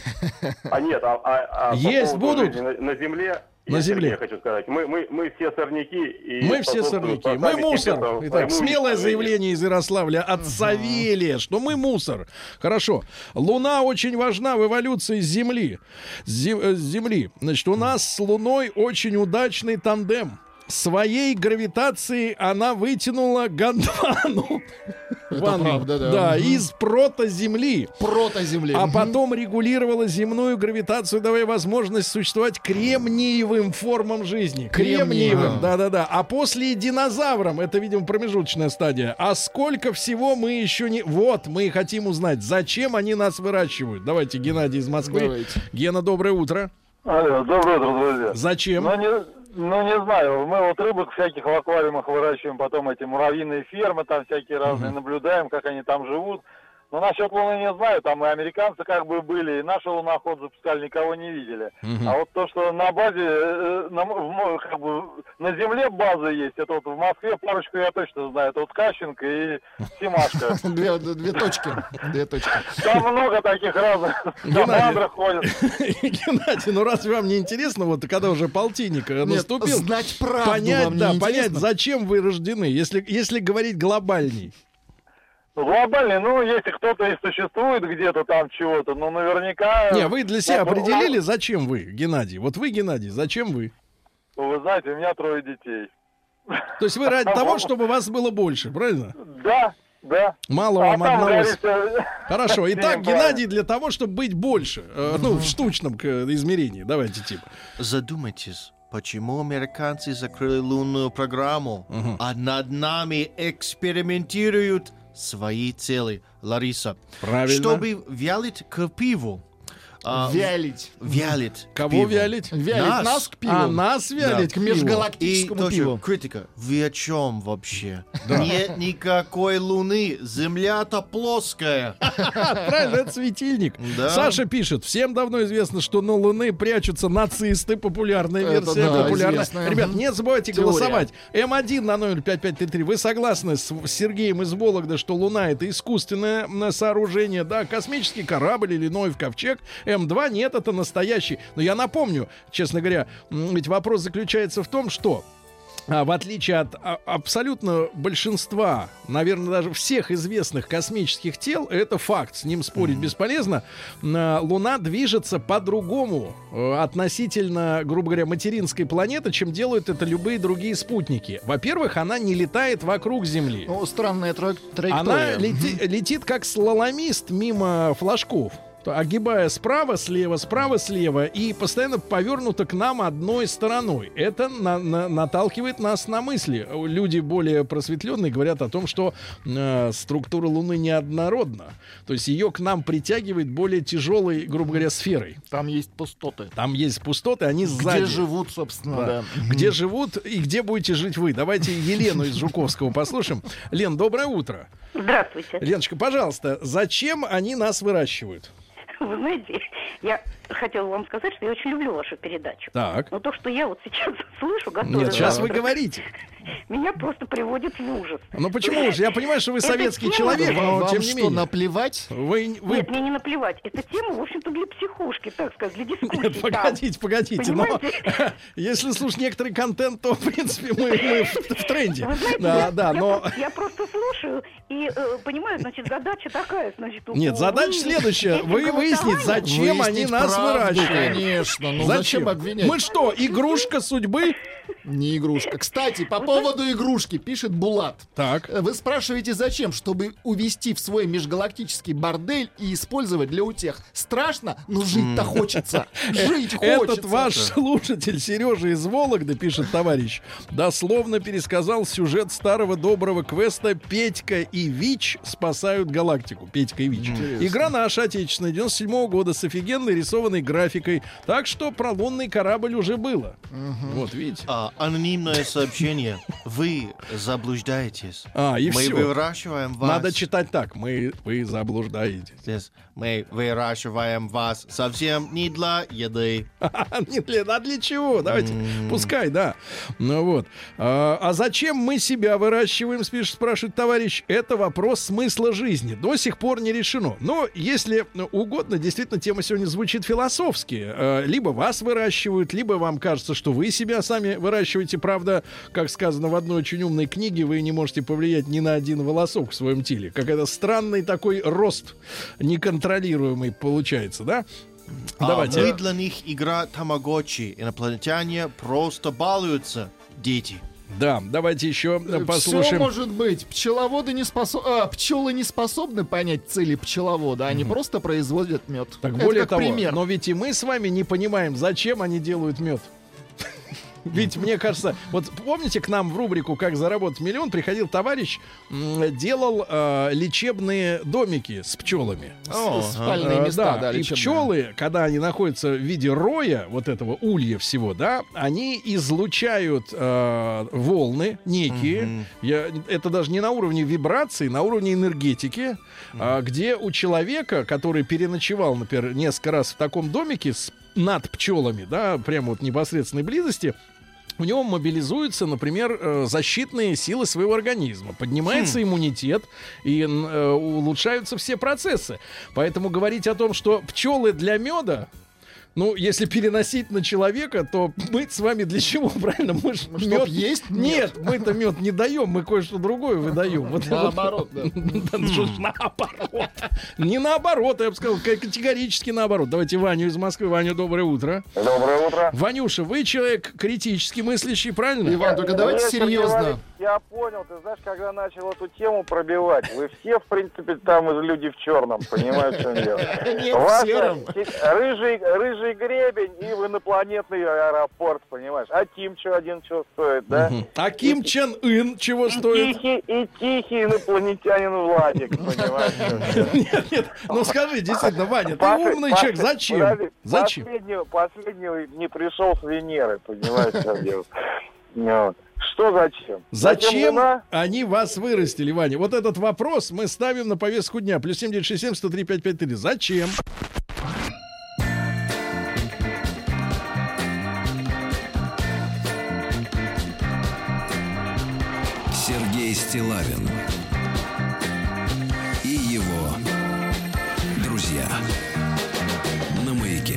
А нет, а, а- а по Есть поводу будут? жизни На, на земле. На я, земле. Я хочу сказать, мы, мы, мы все сорняки. И Мы все способствуем сорняки. Мы создать мусор. каких-то Итак, войну смелое уничтожения. заявление из Ярославля от Савелия, что мы мусор. Хорошо. Луна очень важна в эволюции Земли. С Зем- э, с Земли. Значит, у нас с Луной очень удачный тандем. Своей гравитацией она вытянула Гондвану. Это Ванну. правда, да. Да, Мгм. из протоземли. Протоземли. А Мгм. потом регулировала земную гравитацию, давая возможность существовать кремниевым формам жизни. Кремниевым. Кремниевым, да-да-да. А после динозаврам, это, видимо, промежуточная стадия. А сколько всего мы еще не... Вот, мы и хотим узнать, зачем они нас выращивают. Давайте, Геннадий из Москвы. Давайте. Гена, доброе утро. Алло, доброе утро, друзья. Зачем? Ну не, ну, не знаю, мы вот рыбок всяких в аквариумах выращиваем, потом эти муравьиные фермы там всякие разные, наблюдаем, как они там живут. Но насчет Луны не знаю, там и американцы как бы были, и наши луноход запускали, никого не видели. Мгм. А вот то, что на базе, э, на, м- в мо- как бы, на земле база есть, это вот в Москве парочку я точно знаю, это вот Кащенко и Симашко. Две, две точки. Две точки. Там много таких разных команд ходят. Геннадий, ну разве вам не интересно, вот когда уже полтинник э, Нет, наступил, знать правду понять, вам не да, интересно? понять, зачем вы рождены, если, если говорить глобальней? Ну, глобальный, ну, если кто-то и существует где-то там чего-то, ну, наверняка... Не, вы для себя Ну, определили, зачем вы, Геннадий? Вот вы, Геннадий, зачем вы? ну, вы знаете, у меня трое детей. То есть вы ради того, чтобы вас было больше, правильно? Да, да. Мало А вам там, одного. говорится, Хорошо. всем Итак, правильно. Геннадий, для того, чтобы быть больше, э, ну, в штучном к, измерении. Давайте, типа. Задумайтесь, почему американцы закрыли лунную программу, Мгм. а над нами экспериментируют свои цели, Лариса. Правильно. Чтобы вялить к пиву. А, Вялить. Вялить. к Кого пиву. вялить? Вялить нас, Нас. к пиву. А, нас вялить к к пиву. И межгалактическому тоже пиву. критика. Вы о чем вообще? Нет никакой луны. Земля-то плоская. Правильно, это светильник. Да. Саша пишет, всем давно известно, что на Луны прячутся нацисты. Популярная Это версия, да, популярная. известная. Ребят, не забывайте Теория. голосовать. эм один на номер пять пять три три. Вы согласны с с Сергеем из Вологды, что Луна — это искусственное м, сооружение, да, космический корабль или Ноев ковчег? эм два нет, это настоящий. Но я напомню, честно говоря, м, ведь вопрос заключается в том, что а, в отличие от а, абсолютно большинства, наверное, даже всех известных космических тел, это факт, с ним спорить mm-hmm. бесполезно, а, Луна движется по-другому а, относительно, грубо говоря, материнской планеты, чем делают это любые другие спутники. Во-первых, она не летает вокруг Земли. Ну, странная тра- траектория. Она лети- летит как слаломист мимо флажков, огибая справа, слева, справа, слева и постоянно повернута к нам одной стороной. Это на- на- наталкивает нас на мысли. Люди более просветленные говорят о том, что э, структура Луны неоднородна. То есть ее к нам притягивает более тяжелой, грубо говоря, сферой. Там есть пустоты. Там есть пустоты, они сзади. Где живут, собственно, да. да. Где живут и где будете жить вы. Давайте Елену из Жуковского послушаем. Лен, доброе утро. Здравствуйте. Леночка, пожалуйста, зачем они нас выращивают? Вы знаете, я хотела вам сказать, что я очень люблю вашу передачу. Так. Но то, что я вот сейчас слышу, готовлю... Нет, сейчас вы говорите. Меня просто приводит в ужас. Ну почему же? Я понимаю, что вы советский тема... человек, но Вам тем что, не менее. наплевать? Вы, вы... Нет, мне не наплевать. Эта тема, в общем-то, для психушки, так сказать, для дискуссии. Нет, погодите, погодите. Понимаете? Но если слушать некоторый контент, то, в принципе, мы, мы в, в тренде. Вы знаете, да, я, да, я, но... просто, я просто слушаю и э, понимаю, значит, задача такая, значит... Нет, задача следующая. Вы выяснить, зачем Выяснить они нас правду, выращивают. конечно. Ну зачем? зачем обвинять? Мы что, игрушка судьбы? Не игрушка. Кстати, по поводу игрушки пишет Булат. Так. Вы спрашиваете, зачем? Чтобы увести в свой межгалактический бордель и использовать для утех. Страшно, но жить-то хочется. Жить хочется. Этот ваш слушатель Сережа из Вологды, пишет товарищ, дословно пересказал сюжет старого доброго квеста «Петька и Вич спасают галактику». Петька и Вич. Интересно. Игра наша отечественная, девяносто седьмого года, с офигенной рисованной графикой. Так что про лунный корабль уже было. Угу. Вот, видите. А, анонимное сообщение. Вы заблуждаетесь. А, и Мы все. выращиваем вас. Надо читать так. Мы, вы заблуждаетесь. Здесь мы выращиваем вас совсем не для еды. Не для, а для чего? Давайте, пускай, да. Ну вот. А, а зачем мы себя выращиваем, спиш- спрашивает товарищ. Это вопрос смысла жизни. До сих пор не решено. Но если угодно, действительно, тема сегодня звучит философски. А, либо вас выращивают, либо вам кажется, что вы себя сами выращиваете. Правда, как сказано в одной очень умной книге, вы не можете повлиять ни на один волосок в своем теле. Какой-то странный такой рост неконтролируемый получается, да? А Давайте. мы для них игра тамагочи. Инопланетяне просто балуются. Дети. Да, давайте еще Все послушаем. может быть. Пчеловоды не способ... а, пчелы не способны понять цели пчеловода. Они просто производят мед. Так Это более как того, пример. но ведь и мы с вами не понимаем, зачем они делают мед. Ведь, мне кажется, вот помните, к нам в рубрику «Как заработать миллион» приходил товарищ, м, делал э, лечебные домики с пчелами. О, спальные Э, места, да, и лечебные. пчелы, когда они находятся в виде роя, вот этого улья всего, да, они излучают э, волны некие. Мгм. Я, это даже не на уровне вибрации, на уровне энергетики, а, где у человека, который переночевал, например, несколько раз в таком домике с, над пчелами, да, прямо вот в непосредственной близости, у него мобилизуются, например, э, защитные силы своего организма, поднимается иммунитет и э, улучшаются все процессы. Поэтому говорить о том, что пчелы для меда, ну, если переносить на человека, то мы с вами для чего, правильно? Мы ж Чтоб мед есть? Нет, мы-то мед не даем, мы кое-что другое выдаем. Вот это вот. Наоборот, да. Да, что ж наоборот. Не наоборот, я бы сказал, категорически наоборот. Давайте Ваню из Москвы. Ваня, доброе утро. Доброе утро. Ванюша, вы человек критически мыслящий, правильно? Иван, только давайте Нет, Сергей серьезно. Иванович, я понял, ты знаешь, когда начал эту тему пробивать, вы все, в принципе, там люди в черном, понимаете, в чем дело? Нет, У в вас сером. рыжий, рыжий гребень и в инопланетный аэропорт, понимаешь? А Ким что один что стоит, да? Мгм. А Ким Чен Ын чего И стоит? тихий, и тихий инопланетянин Владик, понимаешь? Нет, нет, ну скажи, действительно, Ваня, ты Послед- умный послед- человек, зачем? подожди, Зачем? Последнего, последнего не пришел с Венеры, понимаешь, в чем дело? Вот. Что зачем? Зачем Луна? они вас вырастили, Ваня? Вот этот вопрос мы ставим на повестку дня. Плюс семь девять шесть семь сто три пять пять три. Зачем? Сергей Стиллавин и его друзья на Маяке.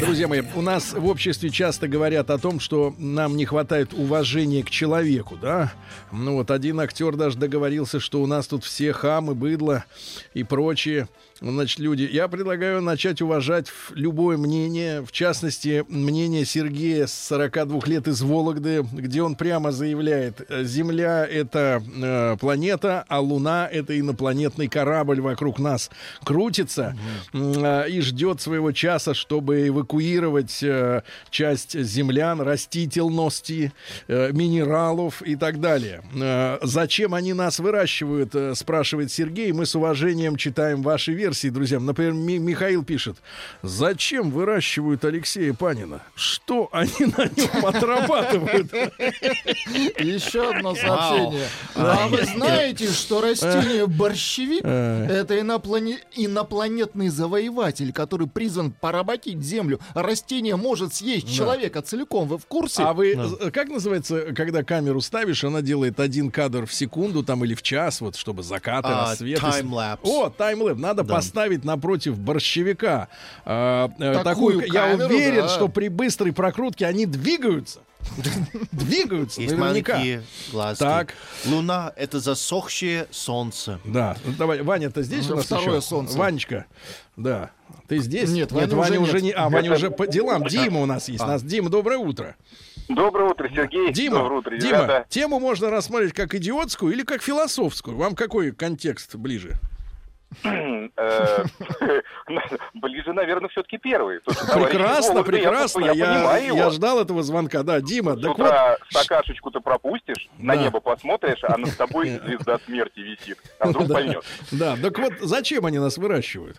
Друзья мои, у нас в обществе часто говорят о том, что нам не хватает уважения к человеку, да? Ну вот один актер даже договорился, что у нас тут все хамы, быдло и прочие, значит, люди. Я предлагаю начать уважать любое мнение, в частности, мнение Сергея с сорока двух лет из Вологды, где он прямо заявляет: Земля — это э, планета, а Луна — это инопланетный корабль вокруг нас крутится э, и ждет своего часа, чтобы эвакуировать э, часть землян, растительности, э, минералов и так далее. Э, зачем они нас выращивают, э, спрашивает Сергей. Мы с уважением читаем ваши версии, друзья. Например, Ми- Михаил пишет: зачем выращивают Алексея Панина? Что они на нем отрабатывают? Еще одно сообщение. А вы знаете, что растение борщевик — это иноплане- инопланетный завоеватель, который призван поработить Землю. Растение может съесть человека целиком. Вы в курсе? А вы, э, как называется, когда камеру ставишь, она делает один кадр в секунду там или в час, вот, чтобы закаты, А, рассветы. таймлапс. О, таймлэп. Надо Да. поставить напротив борщевика. э, э, Такую такую, я камеру, уверен, да. что при быстрой прокрутке они двигаются. Двигаются, Есть наверняка. маленькие глазки. Так. Луна — это засохшее солнце. Да, ну, давай, Ваня-то здесь Уже у нас второе еще? солнце. Ванечка, да. Ты здесь? Нет, Нет, Вани Ваня уже уже нет. не... А, Ваня уже по делам. Дима у нас есть. А. Нас, Дима, доброе утро. Доброе утро, Сергей. Дима, Доброе утро, Дима, ребята. тему можно рассмотреть как идиотскую или как философскую. Вам какой контекст ближе? Э, Ближе, наверное, все-таки первый. Потому что товарищ Прекрасно, Володя, я прекрасно. просто- Я понимаю Я, его. я ждал этого звонка. Да, Дима, С так вот. утра стакашечку-то пропустишь, на Да. небо посмотришь, а над тобой звезда смерти висит. А вдруг Да. поймет. Да, так вот, зачем они нас выращивают?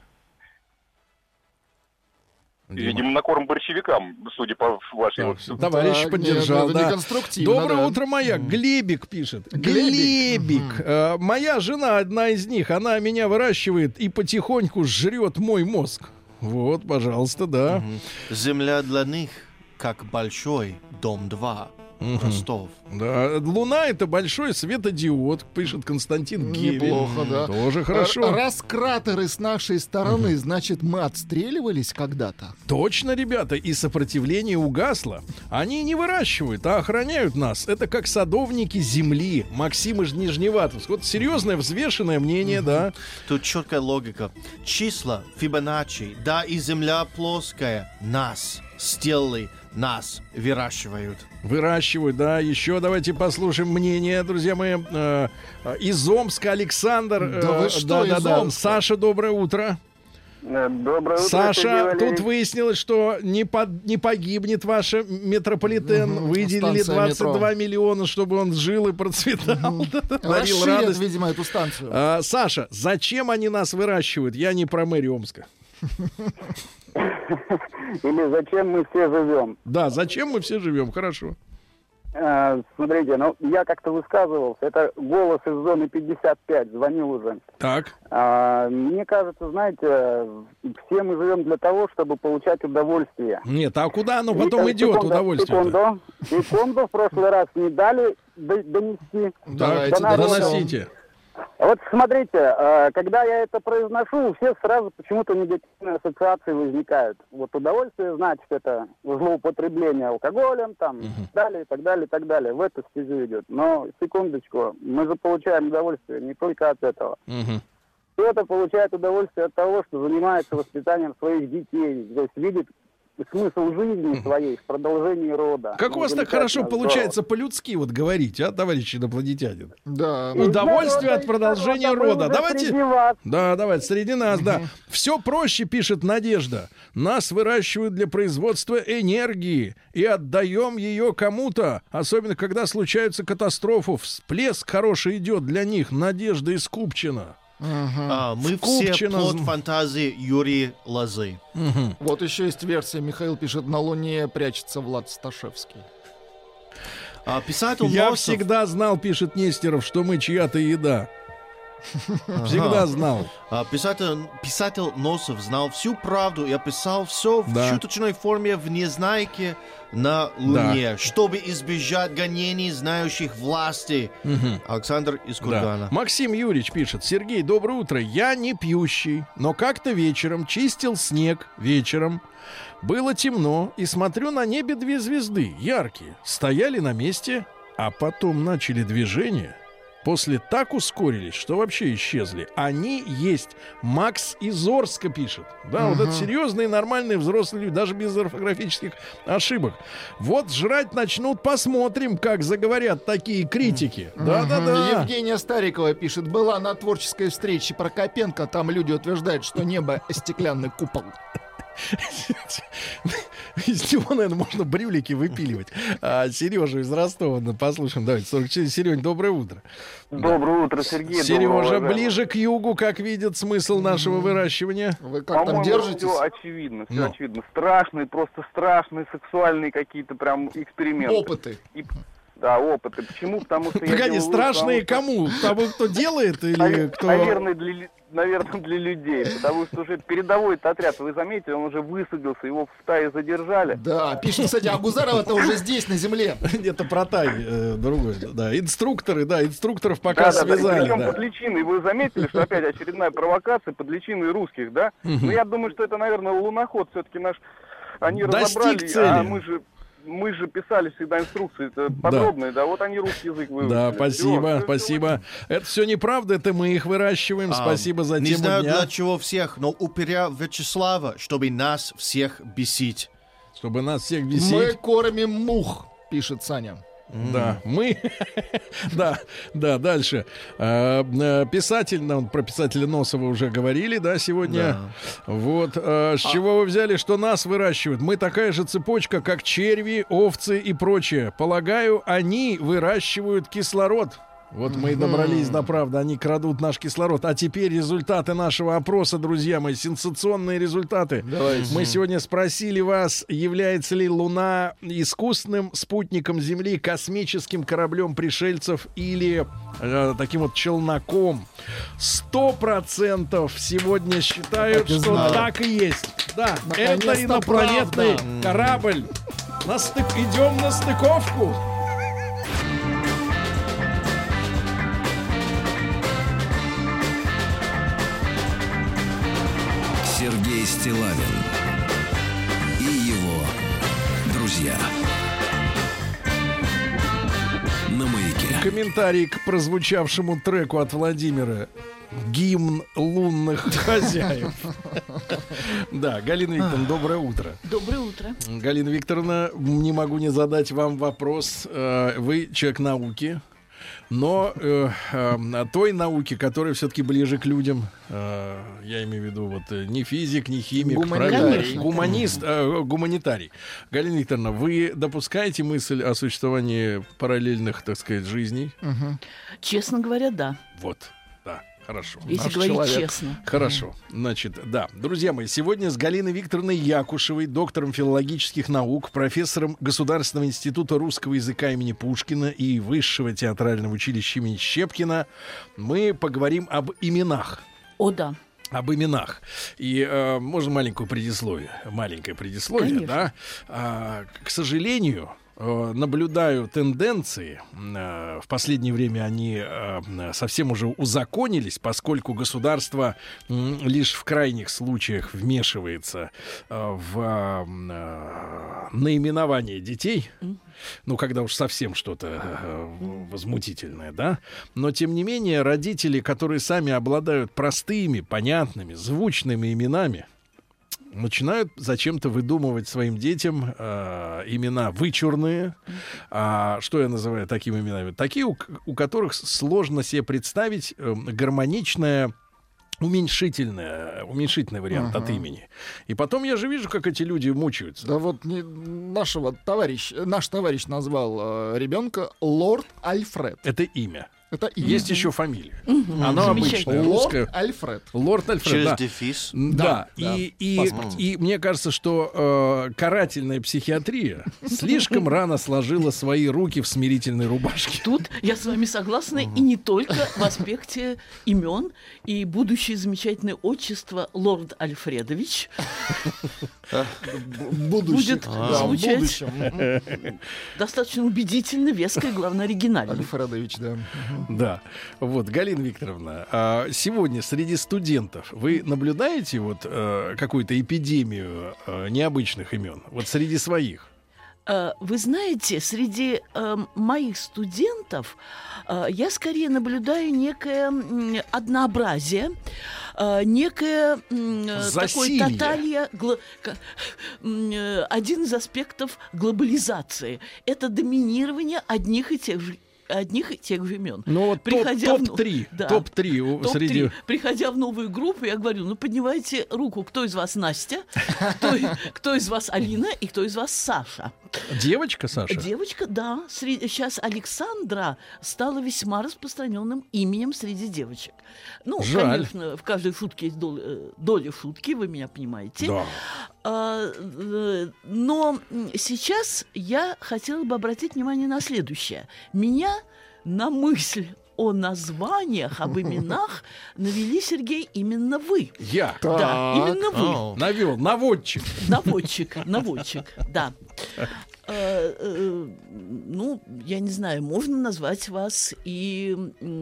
Дима. Видимо, на корм борщевикам, судя по вашей... вот- Так, товарищ Так, поддержал, нет, это да. неконструктивно, Доброе да. утро, моя. Глебик пишет. Глебик? Глебик. Э, моя жена, одна из них, она меня выращивает и потихоньку жрет мой мозг. Вот, пожалуйста, да. Земля для них как большой дом два. Ростов. Да, Луна — это большой светодиод, пишет Константин Гевин. Неплохо, да. Тоже хорошо. Р- Раз кратеры с нашей стороны, значит, мы отстреливались когда-то. Точно, ребята, и сопротивление угасло. Они не выращивают, а охраняют нас. Это как садовники земли. Максим из Нижневартовска. Вот серьезное, взвешенное мнение, да. Тут четкая логика. Числа Фибоначчи, да и земля плоская, нас сделали, нас выращивают. Выращивают, да. Еще давайте послушаем мнение, друзья мои. Э, э, из Омска Александр. Да вы э, что, да, да, из да. Омска? Саша, доброе утро. Доброе утро, Саша, Сергей тут Валерьевич. выяснилось, что не, под, не погибнет ваш метрополитен. Мгм, Выделили станция двадцать два метро. миллиона, чтобы он жил и процветал. Дарил Расширят, радость. видимо, эту станцию. А, Саша, зачем они нас выращивают? Я не про мэрию Омска. Или зачем мы все живем? Да, зачем мы все живем? Хорошо. Э, смотрите, ну я как-то высказывался, это голос из зоны пятьдесят пять, звонил уже. Так. А, мне кажется, знаете, все мы живем для того, чтобы получать удовольствие. Нет, а куда оно потом И, э, идет, секунду, удовольствие? Секунду, секунду, в прошлый раз не дали до- донести. Давайте, до народа. Доносите. Вот смотрите, э, когда я это произношу, у всех сразу почему-то негативные ассоциации возникают. Вот удовольствие, значит, это злоупотребление алкоголем, там, и так далее, и так далее, и так далее. В эту стезю идет. Но, секундочку, мы же получаем удовольствие не только от этого. Мгм. Кто-то получает удовольствие от того, что занимается воспитанием своих детей, то есть видит смысл жизни своей в продолжении рода. Как Ну, у вас так замечательно, хорошо здорово. получается по-людски вот говорить, а, товарищ инопланетянин? Да. Удовольствие Ну, от продолжения вот, а вы рода. уже Давайте... среди вас. Да, давайте, среди нас, да. Все проще, пишет Надежда. Нас выращивают для производства энергии и отдаем ее кому-то. Особенно, когда случаются катастрофы. Всплеск хороший идет для них. Надежда из Купчино. А, мы все Купчино. плод фантазии Юрия Лозы. Мгм. Вот еще есть версия. Михаил пишет, на Луне прячется Влад Сташевский. А, писатель Я Носов... всегда знал, пишет Нестеров, что мы чья-то еда. Всегда знал. А, Писатель, писатель Носов знал всю правду и описал все в Да. шуточной форме в «Незнайке на Луне», чтобы избежать гонений знающих власти. Мгм. Александр из Да. Кургана. Максим Юрьевич пишет: Сергей, доброе утро. Я не пьющий, но как-то вечером чистил снег вечером. Было темно, и смотрю, на небе две звезды, яркие, стояли на месте, а потом начали движение. После так ускорились, что вообще исчезли. Они есть. Макс из Орска пишет. Да, вот это серьезные, нормальные взрослые люди, даже без орфографических ошибок. Вот жрать начнут, посмотрим, как заговорят такие критики. Да-да-да. Евгения Старикова пишет: была на творческой встрече Прокопенко, там люди утверждают, что небо — стеклянный купол. Из него, наверное, можно брюлики выпиливать. А, Сережа из Ростова, ну, послушаем. Давайте, сорок четыре. Серёнь, доброе утро. Доброе утро, Сергей. Сережа, ближе к югу, как видит смысл нашего выращивания? Вы По-моему, все очевидно, все Ну. очевидно. Страшные, просто страшные сексуальные какие-то прям эксперименты. Опыты. И- да, опыты. Почему? Потому что я Погоди, делаю страшные вывод, потому кому? Тому, кто делает, что- или Навер- кто... Наверное, для, лю- наверное, для людей. Потому что уже передовой отряд, вы заметили, он уже высадился, его в стае задержали. Да, пишет, кстати, Агузаров-то уже здесь, на земле. Это протай, э, другой, да. Инструкторы, да, инструкторов пока Да, да, да. связали, Причем да. под личиной. Вы заметили, что опять очередная провокация под личиной русских, да? Мгм. Но я думаю, что это, наверное, луноход все-таки наш. Они Достиг разобрали, цели. а мы же мы же писали всегда инструкции это подробные, да. Вот они русский язык выучили. Да, Всё, спасибо, всё, спасибо. Это все неправда, это мы их выращиваем. А, Спасибо за Не тему знаю дня. для чего всех, но упыря Вячеслава, чтобы нас всех бесить. Чтобы нас всех Мы бесить. кормим мух, пишет Саня. Да, мы... Да, да, дальше. А, э, Писатель, ну, про писателя Носова уже говорили, да, сегодня. Вот. а, С чего вы взяли, что нас выращивают? Мы такая же цепочка, как черви, овцы и прочее. Полагаю, они выращивают кислород. Вот мы и добрались до правды. Они крадут наш кислород. А теперь результаты нашего опроса, друзья мои. Сенсационные результаты. Давайте. Мы сегодня спросили вас, является ли Луна искусственным спутником Земли, космическим кораблем пришельцев или э, таким вот челноком. Сто процентов сегодня считают, Так и что знал. так и есть. Да, Наконец-то это инопланетный правда. корабль. На стык... Идем на стыковку. Сергей Стиллавин и его друзья. На маяке. Комментарий к прозвучавшему треку от Владимира. Гимн лунных хозяев. Да, Галина Викторовна, доброе утро. Доброе утро. Галина Викторовна, не могу не задать вам вопрос. Э, Вы человек науки, но э, э, той науки, которая все-таки ближе к людям. Э, я имею в виду вот э, не физик, не химик, Гуманитарий. правильно? Конечно. Гуманист, э, гуманитарий. Галина Викторовна, вы допускаете мысль о существовании параллельных, так сказать, жизней? Честно говоря, да. Вот, да. Хорошо. Если Наш говорить человек. честно. Хорошо. Значит, да. Друзья мои, сегодня с Галиной Викторовной Якушевой, доктором филологических наук, профессором Государственного института русского языка имени Пушкина и Высшего театрального училища имени Щепкина мы поговорим об именах. О, да. Об именах. И э, можно маленькую предисловие. Маленькое предисловие, Конечно. да. А, к сожалению, э, наблюдаю тенденции. Э, в последнее время они э, совсем уже узаконились, поскольку государство м, лишь в крайних случаях вмешивается э, в э, наименование детей. Ну, когда уж совсем что-то э, возмутительное, да. Но, тем не менее, родители, которые сами обладают простыми, понятными, звучными именами, начинают зачем-то выдумывать своим детям э, имена вычурные. А что я называю такими именами? Такие, у, у которых сложно себе представить э, гармоничное, уменьшительное, уменьшительный вариант Ага. от имени. И потом я же вижу, как эти люди мучаются. Да вот не, нашего товарищ, наш товарищ назвал э, ребенка Лорд Альфред. Это имя. Это имя. Есть еще фамилия. Мгм. Она Замечательно. обычная, Лорд русская. Альфред. Лорд Альфред, Через да. дефис. Да, Да, и, да, и, паспорт. и мне кажется, что э, карательная психиатрия слишком рано сложила свои руки в смирительной рубашке. Тут я с вами согласна, и не только в аспекте имен. И будущее замечательное отчество лорд Альфредович Будущее. будет Да, в звучать будущем. достаточно убедительно, веско и, главное, оригинально. Альфредович, да. Да, вот, Галина Викторовна, а сегодня среди студентов вы наблюдаете вот э, какую-то эпидемию э, необычных имен? Вот среди своих? Э, Вы знаете, среди э, моих студентов э, я скорее наблюдаю некое м, однообразие, э, некое м, э, такое Засилье. тоталья, гла- ка- м, э, один из аспектов глобализации. Это доминирование одних и тех же одних и тех же имен. Ну, вот Приходя в ну- топ-три, да. топ-три у- Топ-три. среди... Приходя в новую группу, я говорю, ну, поднимайте руку, кто из вас Настя, кто, кто из вас Алина и кто из вас Саша. Девочка, Саша? Девочка, да. Среди, сейчас Александра стала весьма распространенным именем среди девочек. Ну, Жаль. конечно, в каждой шутке есть доля, э, доля шутки, вы меня понимаете. Да. А, э, но м, сейчас я хотела бы обратить внимание на следующее. Меня на мысль о названиях, об именах навели, Сергей, именно вы. Я? Да, именно вы. Навел, наводчик. Наводчик, наводчик, да. Э, э, ну, я не знаю, можно назвать вас и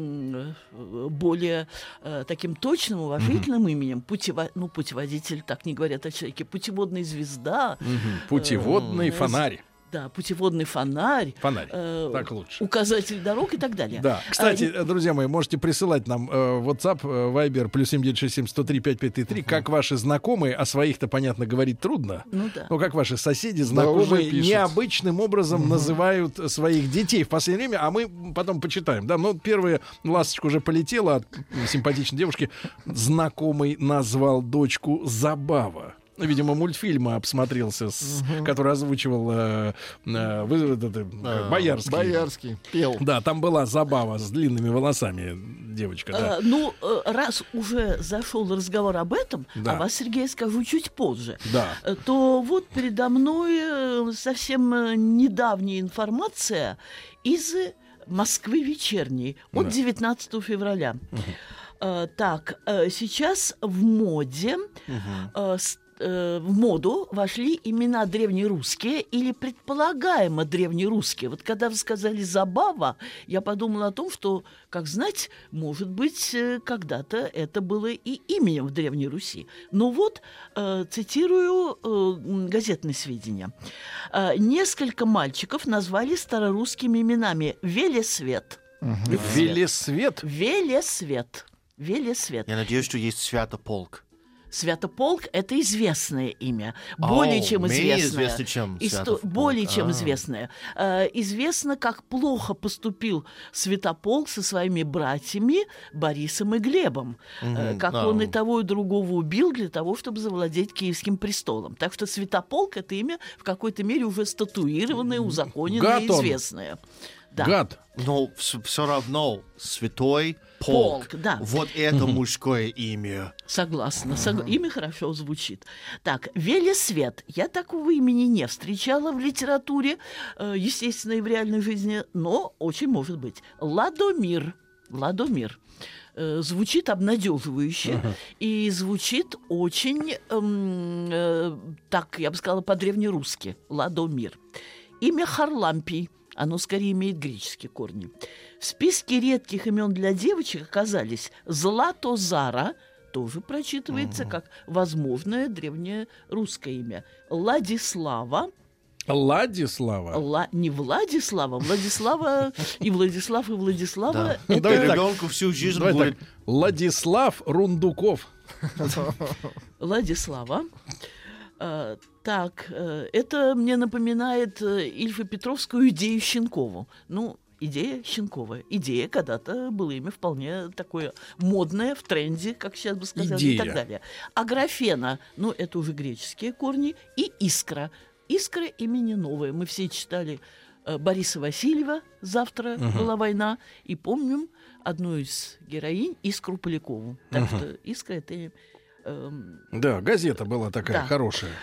м, более э, таким точным, уважительным именем. Путево... Ну, путеводитель, так не говорят о человеке. Путеводная звезда. Мгм. Путеводный э, фонарь. Да, путеводный фонарь. Фонарь, э, так лучше. Указатель дорог и так далее. Да. Кстати, э, друзья мои, можете присылать нам э, WhatsApp, э, Viber, плюс семь девять шесть семь сто три пять пять три три, как ваши знакомые, о своих-то, понятно, говорить трудно, Ну да. но как ваши соседи, уже знакомые, пишут. необычным образом называют своих детей в последнее время, а мы потом почитаем. Да, ну, первая ласточка уже полетела от симпатичной девушки. Знакомый назвал дочку Забава. Ну, видимо, мультфильма обсмотрелся, с, который озвучивал э, э, вы- это, э, Боярский. Боярский пел. Да, там была Забава с длинными волосами девочка. Да. Э, ну, э, раз уже зашел разговор об этом, Да. а вас, Сергей, скажу чуть позже, Да. э, то вот передо мной э, совсем э, недавняя информация из Москвы вечерней от Да. девятнадцатого февраля. Э, так, э, сейчас в моде э, с- э, в моду вошли имена древнерусские или предполагаемо древнерусские. Вот когда вы сказали «забава», я подумала о том, что, как знать, может быть, э, когда-то это было и именем в Древней Руси. Но вот, э, цитирую э, м, газетные сведения. Э, несколько мальчиков назвали старорусскими именами Велесвет. Велесвет? Велесвет. Велесвет. Я надеюсь, что есть Святополк. Святополк — это известное имя, более О, чем менее известное. известно, чем Исто- Святополк. Более чем А. известное. Э, известно, как плохо поступил Святополк со своими братьями Борисом и Глебом. Э, Мгм, как да. он и того, и другого убил для того, чтобы завладеть Киевским престолом. Так что Святополк — это имя в какой-то мере уже статуированное, узаконенное, Гад он. известное. Да. Гад. Но все равно Святой Полк. Полк, да. Вот это мужское имя. Согласна. Сог- Имя хорошо звучит. Так, Велесвет. Я такого имени не встречала в литературе, э, естественно, и в реальной жизни, но очень может быть. Ладомир. Ладомир. Э, звучит обнадеживающе и звучит очень, эм, э, так, я бы сказала, по-древнерусски. Ладомир. Имя Харлампий. Оно скорее имеет греческие корни. В списке редких имен для девочек оказались Златозара, тоже прочитывается как возможное древнее русское имя, Ладислава, Ладислава. Ла... не Владислава, Владислава и Владислав и Владислава. Да. Это... Давай так. Ребенку всю жизнь Давай будет. так. Владислав Рундуков. Владислава. А, так, э, это мне напоминает э, Ильфа-Петровскую идею Щенкову. Ну, идея Щенкова. Идея когда-то было имя вполне такое модное, в тренде, как сейчас бы сказали, и Идея. так далее. Аграфена, ну, это уже греческие корни, и Искра. Искра имени новое. Мы все читали э, Бориса Васильева «Завтра Мгм. была война», и помним одну из героинь, Искру Полякову. Так Мгм. что «Искра» — это... эм, Да, газета была такая Да. хорошая.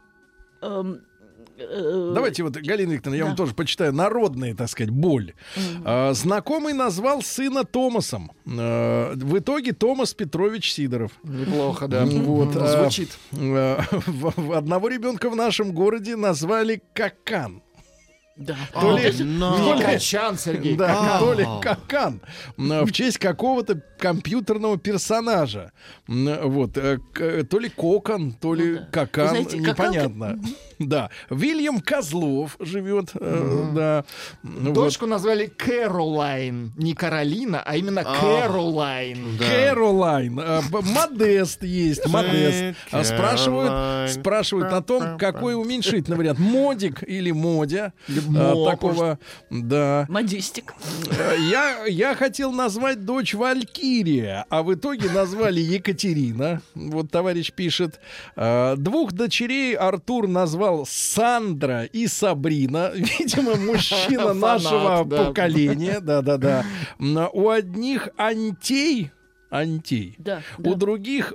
эм, э, Давайте вот, Галина Викторовна, я да. вам тоже почитаю народные, так сказать, боль. Мгм. А, знакомый назвал сына Томасом. А, в итоге Томас Петрович Сидоров. Неплохо, да. Вот, М, а, звучит. а, в- в одного ребенка в нашем городе назвали Какан. Да. То ли, но- то ли- Качан, Сергей. да, А. то ли Какан, м, в честь какого-то компьютерного персонажа. М, Вот, э, к- то ли Кокон, то ли Ну да. Какан, Вы знаете, Какан- непонятно. Да. Вильям Козлов живет, э, да. Ну, Дочку назвали Кэролайн. Не Каролина, а именно А. Кэролайн. Да. Кэролайн. А, б- Модест есть, Модест. А, Спрашивают, Кэролайн. спрашивают о том, какой уменьшительный вариант. Модик или Модя. А, Мопуш. Такого, да. Модистик. Э, Я, я хотел назвать дочь Валькирия, а в итоге назвали Екатерина. Вот товарищ пишет. А, Двух дочерей Артур назвал Сандра и Сабрина. Видимо, мужчина Фанат, нашего да. поколения. Да-да-да. М, У одних Антей, Антей. Да, У да. других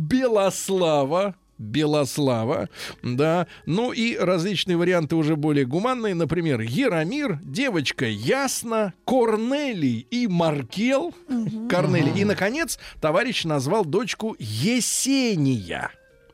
Белослава. Белослава, да, ну и различные варианты уже более гуманные, например, Яромир, девочка Ясна, Корнелий и Маркел, Корнелий, и, наконец, товарищ назвал дочку Есения.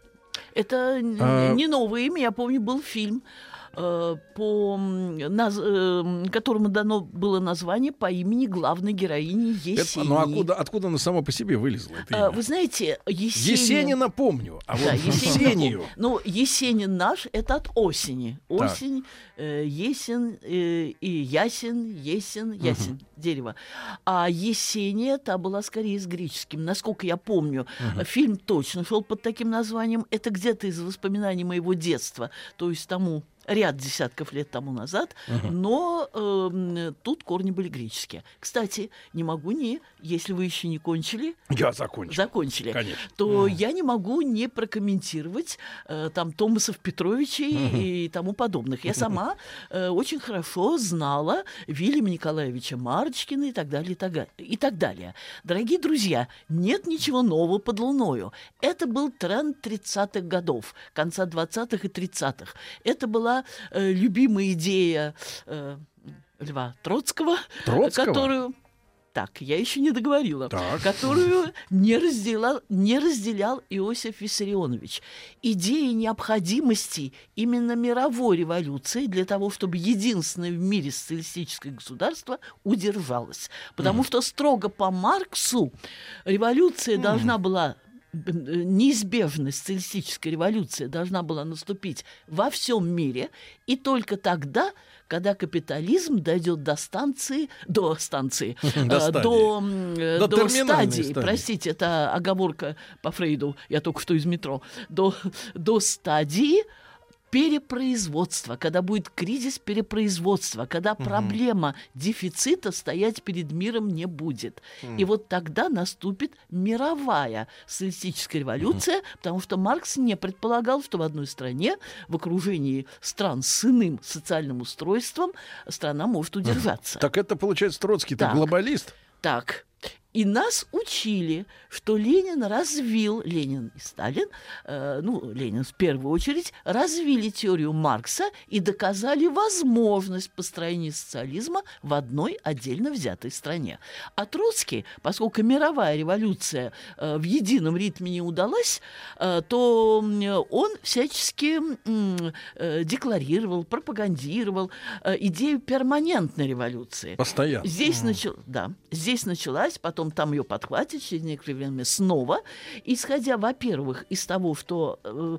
Это н- А. не новое имя, я помню, был фильм, э, по, м, наз- э, которому дано было название по имени главной героини Это- Есении. ну, откуда, откуда она само по себе вылезла? Это А, имя? Вы знаете, Есенин... Есенина помню, а Да, вот Есенина Есению. помню. Ну, Есенин наш — это от осени. Так. Осень, э, есен э, и ясен, есен, ясен, дерево. А Есения, та была скорее с греческим. Насколько я помню, Мгм. фильм точно шел под таким названием. Это где-то из воспоминаний моего детства. То есть тому ряд десятков лет тому назад, Мгм. но эм, тут корни были греческие. Кстати, не могу не, если вы еще не кончили, Я закончил. закончили, Конечно. то я не могу не прокомментировать э, там Томасов Петровичей Мгм. и тому подобных. Я сама э, очень хорошо знала Вильяма Николаевича Марочкина и так далее, и так, га- и так далее. Дорогие друзья, нет ничего нового под луною. Это был тренд тридцатых годов, конца двадцатых и тридцатых. Это была э, любимая идея э, Льва Троцкого, Троцкого? которую... Так, я еще не договорила. Так. Которую не разделял, не разделял Иосиф Виссарионович. Идея необходимости именно мировой революции для того, чтобы единственное в мире социалистическое государство удержалось. Потому что строго по Марксу революция должна была... э, неизбежность социалистической революции должна была наступить во всем мире, и только тогда, когда капитализм дойдет до станции, до станции, До э, стадии. до, м, э, До до терминальной стадии, стадии. простите, это оговорка по Фрейду, я только что из метро, до, до стадии перепроизводства, когда будет кризис перепроизводства, когда Мгм. проблема дефицита стоять перед миром не будет. Мгм. И вот тогда наступит мировая социалистическая революция, потому что Маркс не предполагал, что в одной стране, в окружении стран с иным социальным устройством, страна может удержаться. Так это, получается, Троцкий-то Так. глобалист? Так. И нас учили, что Ленин развил, Ленин и Сталин, э, ну, Ленин в первую очередь, развили теорию Маркса и доказали возможность построения социализма в одной отдельно взятой стране. А Троцкий, поскольку мировая революция э, в едином ритме не удалась, э, то м, он всячески м, э, декларировал, пропагандировал э, идею перманентной революции. Постоянно. Здесь, начал, да, здесь началась, потом там ее подхватит через некоторое время снова, исходя, во-первых, из того, что э,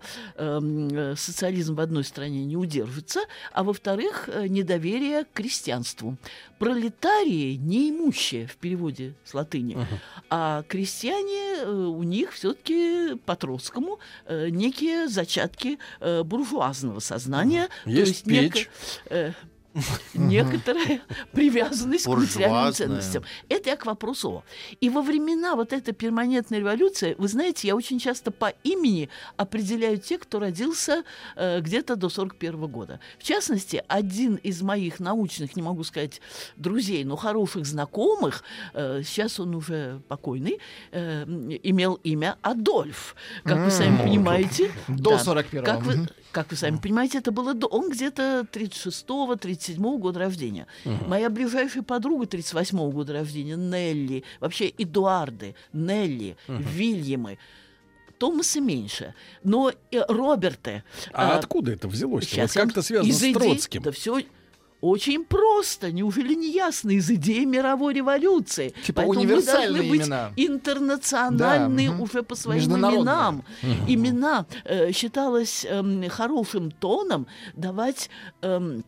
э, социализм в одной стране не удержится, а во-вторых, э, недоверие к крестьянству. Пролетарии неимущие в переводе с латыни, а крестьяне, э, у них все-таки по Троцкому э, некие зачатки э, буржуазного сознания. Есть неко- печь. э, некоторая привязанность к материальным Буржуазная. ценностям. Это я к вопросу. И во времена вот этой перманентной революции, вы знаете, я очень часто по имени определяю тех, кто родился э, где-то до сорок первого года. В частности, один из моих научных, не могу сказать друзей, но хороших знакомых, э, сейчас он уже покойный, э, имел имя Адольф. Как вы сами понимаете... До да, сорок первого. Как вы, как вы сами понимаете, это было до... Он где-то тридцать шестого тридцать седьмого года рождения. Uh-huh. Моя ближайшая подруга тридцать восьмого года рождения, Нелли, вообще Эдуарды, Нелли, uh-huh. Вильямы. Томаса меньше, но э, Роберты. А э, откуда это взялось? Сейчас Вот как-то связано с идей, Троцким. Да все очень просто. Неужели не ясно? Из идеи мировой революции. Типа Поэтому универсальные мы должны имена. быть интернациональны Да, уже по своим международные. именам. Имена э, считалось э, хорошим тоном давать... Э,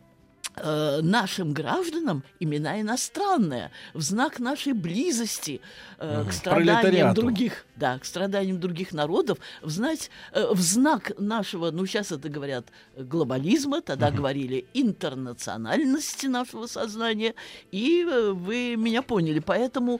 нашим гражданам имена иностранные в знак нашей близости э, Угу. к страданиям Пролетариату. других, да, к страданиям других народов, в, знать, э, в знак нашего, ну сейчас это говорят глобализма, тогда Угу. говорили интернациональности нашего сознания, и э, вы меня поняли, поэтому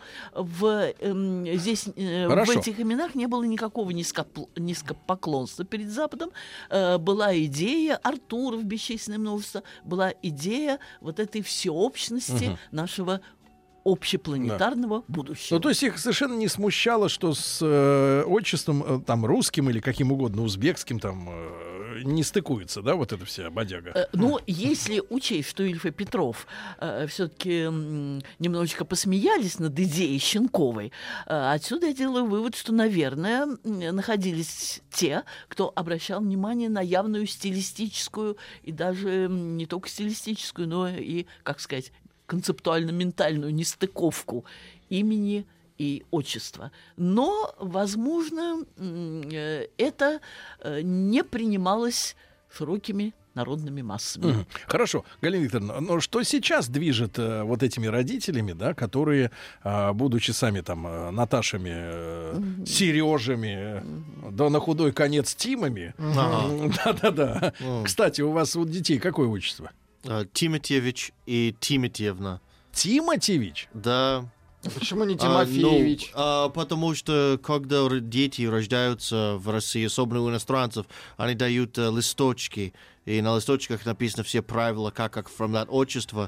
в, э, здесь э, в Хорошо. этих именах не было никакого низкопл- низкопоклонства перед Западом, э, была идея Артуров, бесчисленное множество, была идея идея вот этой всеобщности Мгм. нашего общепланетарного будущего. Ну, то есть их совершенно не смущало, что с э, отчеством, э, там, русским или каким угодно, узбекским, там, э, не стыкуется, да, вот эта вся бодяга? Э, Ну, если учесть, что Ильф и Петров э, все-таки немножечко посмеялись над идеей Щенковой, э, отсюда я делаю вывод, что, наверное, м, находились те, кто обращал внимание на явную стилистическую и даже м, не только стилистическую, но и, как сказать, концептуально-ментальную нестыковку имени и отчества. Но, возможно, м, э, это э, не принималось широкими народными массами. Мгм. Хорошо, Галина Викторовна, но что сейчас движет э, вот этими родителями, да, которые, э, будучи сами там э, Наташами, э, Мгм. Сережами, э, да на худой конец Тимами, Ага. м, да-да-да. Мгм. Кстати, у вас у детей какое отчество? А, Тимотьевич и Тимотьевна. Тимотьевич? Да. Почему не А, Тимофеевич? ну, а, потому что когда р- дети рождаются в России, особенно у иностранцев, они дают э, листочки, и на листочках написано все правила, как оформлять отчество.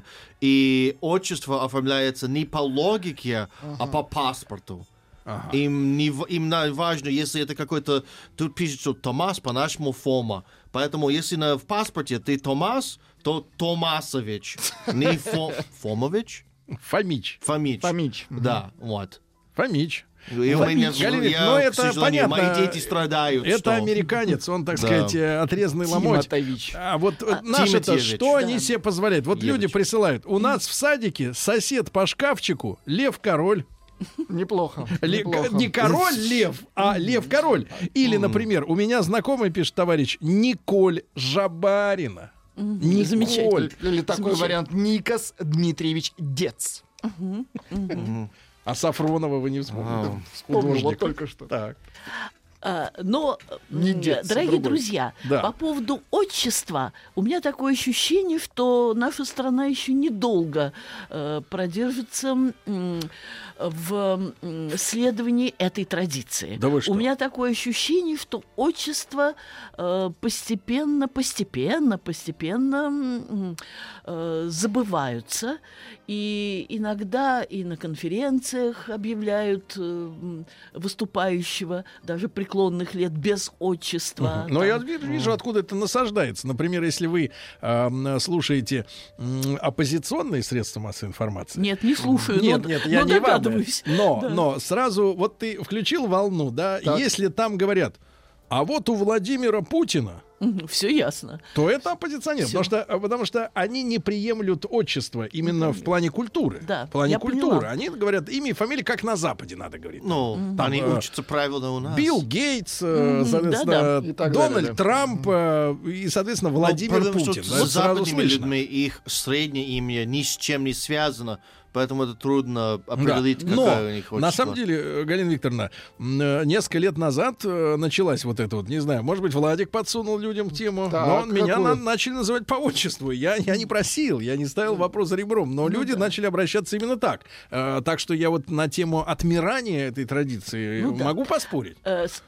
И отчество оформляется не по логике, а по паспорту. Ага. Им, не, в- им на- важно, если это какой-то... Тут пишет, что Томас, по-нашему Фома. Поэтому если на, в паспорте ты Томас, то Томасович. Не Фо, Фомович? Фомич. Фомич. Фомич. Да, вот. Фомич. И у меня, Фомич. Галина я, Викторовна, ну, к это сожалению, понятно. мои дети страдают. Это что- американец, он, так Да. сказать, э, отрезанный ломоть. Тимотович. А вот А, наши-то, Тимотьевич. что Да. они себе позволяют? Вот люди Евич. присылают. У нас в садике сосед по шкафчику Лев-король. Неплохо. Ле- неплохо. Не король Лев, а Лев-король. Или, например, у меня знакомый, пишет товарищ, Николь Жабарина. Мгм. Замечательно. Николь. Или такой Замечательно. вариант Никас Дмитриевич Дец. Мгм. Мгм. Мгм. А Сафронова вы не А, вспомните. Вспомнил Художник. вот только что. Так. А, Но, Не м, дед, дорогие другой. друзья, Да. по поводу отчества, у меня такое ощущение, что наша страна еще недолго э, продержится м, в м, следовании этой традиции. Да вы что? У меня такое ощущение, что отчества э, постепенно, постепенно, постепенно м, э, забываются. И иногда и на конференциях объявляют э, м, выступающего даже преклонных лет без отчества. Но там. я ви- вижу, откуда это насаждается. Например, если вы э, слушаете м, оппозиционные средства массовой информации. Нет, не слушаю. Нет, но, нет, я но не вам. догадываюсь. Но, Да. но сразу, вот ты включил волну, да, Так. если там говорят, а вот у Владимира Путина, Все ясно. то это оппозиционер, Всё. потому что, потому что они не приемлют отчество именно в плане культуры. Да, в плане я культуры. поняла. Они говорят имя и фамилия, как на Западе надо говорить. Ну, Там, они э, учатся правильно у нас. Билл Гейтс, э, Мгм, соответственно, да-да. И так Дональд далее. Трамп э, и, соответственно, Ну, Владимир потому что Путин. с Да, это сразу западными слышно. людьми их среднее имя ни с чем не связано, поэтому это трудно определить, да. какая Но, у них на самом деле, Галина Викторовна, несколько лет назад началась вот эта вот, не знаю, может быть, Владик подсунул людям тему, так, но меня на, начали называть по отчеству. Я, я не просил, я не ставил вопрос за ребром, но ну, люди да. начали обращаться именно так. А, так что я вот на тему отмирания этой традиции ну, могу да. поспорить.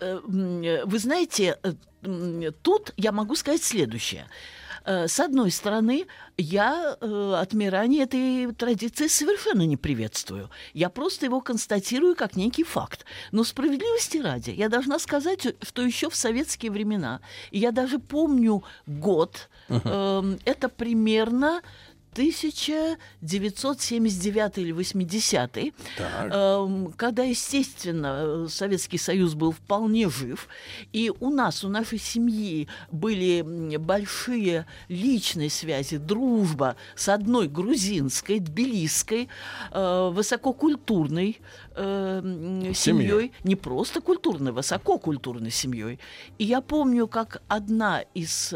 Вы знаете, тут я могу сказать следующее. С одной стороны, я э, отмирание этой традиции совершенно не приветствую. Я просто его констатирую как некий факт. Но справедливости ради, я должна сказать, что еще в советские времена, и я даже помню год, э, это примерно тысяча девятьсот семьдесят девятый или восьмидесятый, э, когда, естественно, Советский Союз был вполне жив, и у нас, у нашей семьи были большие личные связи, дружба с одной грузинской, тбилисской, э, высококультурной э, семьей, не просто культурной, высококультурной семьей. И я помню, как одна из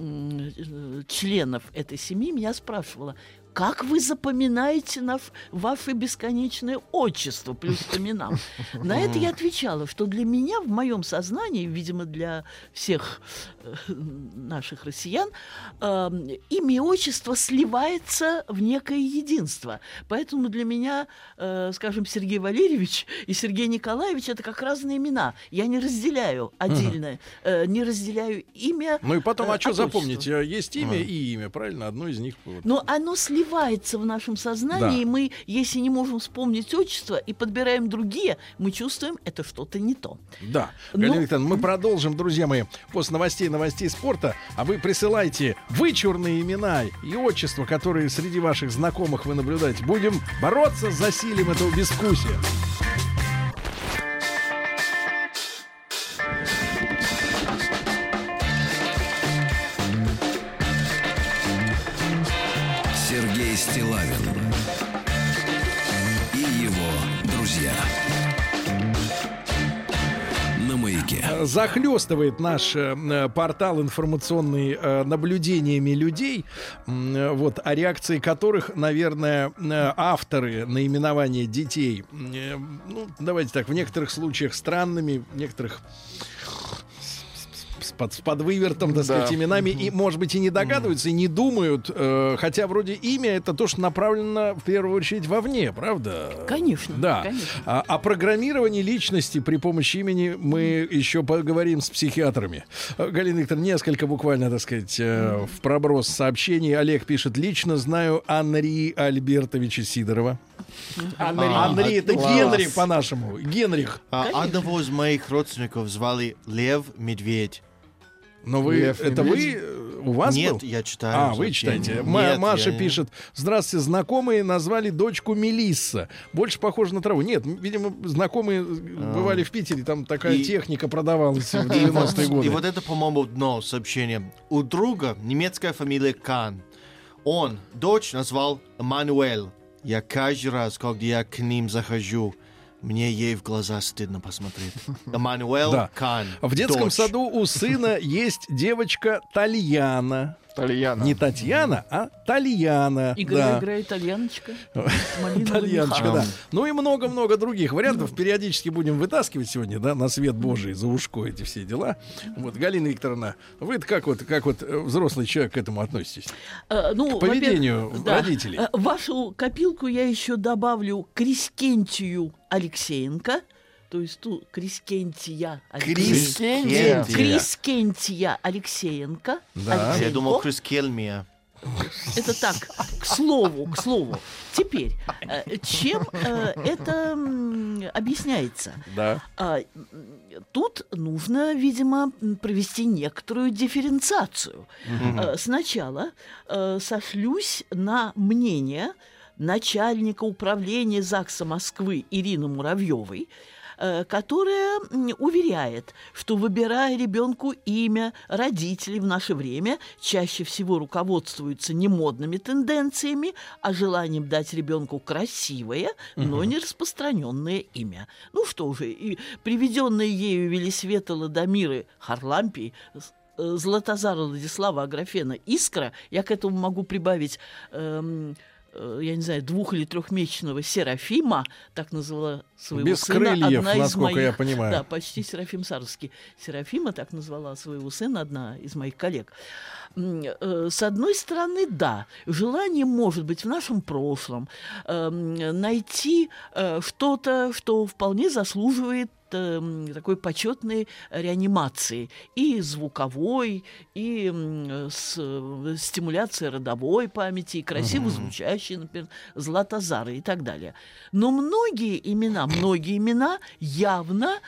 э, членов этой семьи меня спрашивала: как вы запоминаете наш, ваше бесконечное отчество плюс по именам? На это я отвечала, что для меня, в моем сознании, видимо, для всех э, наших россиян, э, имя и отчество сливается в некое единство. Поэтому для меня, э, скажем, Сергей Валерьевич и Сергей Николаевич — это как разные имена. Я не разделяю отдельно, э, не разделяю имя. Ну и потом, э, а что запомнить? Есть имя и имя, правильно? Одно из них. Но оно сливается в нашем сознании, да. и мы, если не можем вспомнить отчество и подбираем другие, мы чувствуем, это что-то не то. Да. Галина ну, Викторовна, мы продолжим, друзья мои, после новостей, новостей спорта, а вы присылайте вычурные имена и отчества, которые среди ваших знакомых вы наблюдаете. Будем бороться с засилием этого безвкусия. Стиллавин и его друзья на Маяке. Захлестывает наш э, портал информационный э, наблюдениями людей, э, вот, о реакции которых, наверное, э, авторы наименования детей, э, ну, давайте так, в некоторых случаях странными, в некоторых с, под, с подвывертом, так сказать, да. именами, и, может быть, и не догадываются, и не думают, э, хотя вроде имя — это то, что направлено в первую очередь вовне, правда? Конечно. Да. Конечно. А, о программировании личности при помощи имени мы еще поговорим с психиатрами. Галина Викторовна, несколько буквально, так сказать, э, в проброс сообщений. Олег пишет: лично знаю Анри Альбертовича Сидорова. Анри, а, Анри это класс. Генри по-нашему. Генрих. А, одного из моих родственников звали Лев Медведь. Но вы, Лев это Медведь? Вы у вас Нет, был? я читаю. А, вы читаете. Нет, Маша я... пишет: здравствуйте, знакомые назвали дочку Мелисса. Больше похоже на траву. Нет, видимо, знакомые а. бывали в Питере, там такая и... техника продавалась в девяностые годы. И вот это, по-моему, дно сообщения. У друга немецкая фамилия Кан. Он дочь назвал Эммануэль. Я каждый раз, когда я к ним захожу, мне ей в глаза стыдно посмотреть. Эммануэль да. Кан. В детском дочь. саду у сына есть девочка Тальяна. Тальяна. Не Татьяна, а Тальяна. Игра, да. игра, итальяночка. Тальяночка, да. Ну и много-много других вариантов. Периодически будем вытаскивать сегодня, да, на свет Божий, за ушко эти все дела. Вот, Галина Викторовна, вы как вот, как вот взрослый человек к этому относитесь? А, ну, к поведению да. родителей. В вашу копилку я еще добавлю Крискентию Алексеенко. То есть тут Крискентия Крискентия. Крискентия Алексеенко. Да. Я думал, Крискельмия. Это так, к слову, к слову. Теперь, чем это объясняется? Да. Тут нужно, видимо, провести некоторую дифференциацию. Mm-hmm. Сначала сошлюсь на мнение начальника управления ЗАГСа Москвы Ирины Муравьевой, которая уверяет, что, выбирая ребенку имя, родители в наше время чаще всего руководствуются не модными тенденциями, а желанием дать ребенку красивое, но не распространенное имя. Ну что же, и приведенные ею Велисвета Ладомиры Харлампий, Златозара Владислава Аграфена Искра, я к этому могу прибавить... Эм, э, я не знаю, двух- или трехмесячного Серафима, так назвала своего Без сына крыльев, одна из насколько моих... я понимаю. Да, почти Серафим Саровский. Серафима так назвала своего сына одна из моих коллег. С одной стороны, да, желание может быть в нашем прошлом э, найти э, что-то, что вполне заслуживает э, такой почетной реанимации и звуковой, и э, с, э, стимуляции родовой памяти, и красиво звучащей, например, Златозары и так далее. Но многие имена, многие имена явно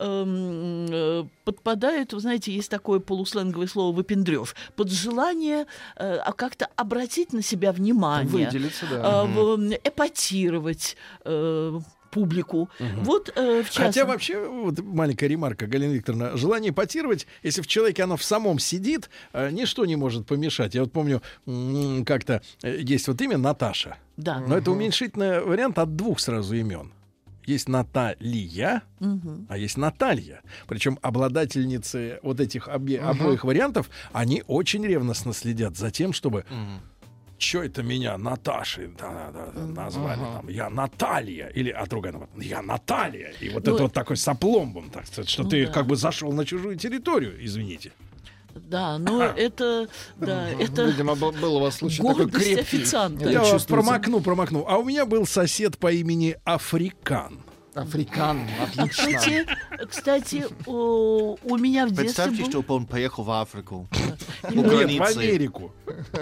э, э, подпадают, вы знаете, есть такое полусленговое слово «выпендрёж», под желание э, как-то обратить на себя внимание, выделиться, да. э, эпатировать э, публику. Угу. Вот, э, в частности... Хотя вообще, вот маленькая ремарка, Галина Викторовна, желание эпатировать, если в человеке оно в самом сидит, э, ничто не может помешать. Я вот помню, м- как-то э, есть вот имя Наташа. Да. Но это уменьшительный вариант от двух сразу имен. Есть Наталья, угу. а есть Наталья. Причем обладательницы вот этих обе- Угу. обоих вариантов, они очень ревностно следят за тем, чтобы... Что это меня Наташей да, да, да, назвали? Ага. Там, я Наталья. Или, а другая, я Наталья. И вот Ну, это вот такой сопломбом, так сказать, что ну ты да. как бы зашел на чужую территорию, извините. Да, но это, да, это Видимо, был, был у вас случай такой гордость крепкий. официанта. Это Я вас чувствуется. промокну, промокну. А у меня был сосед по имени Африкан. Африкан, А, отлично. кстати, кстати, у, у меня в детстве Представьте, был... чтобы он поехал в Африку. У Нет, в границы. Америку.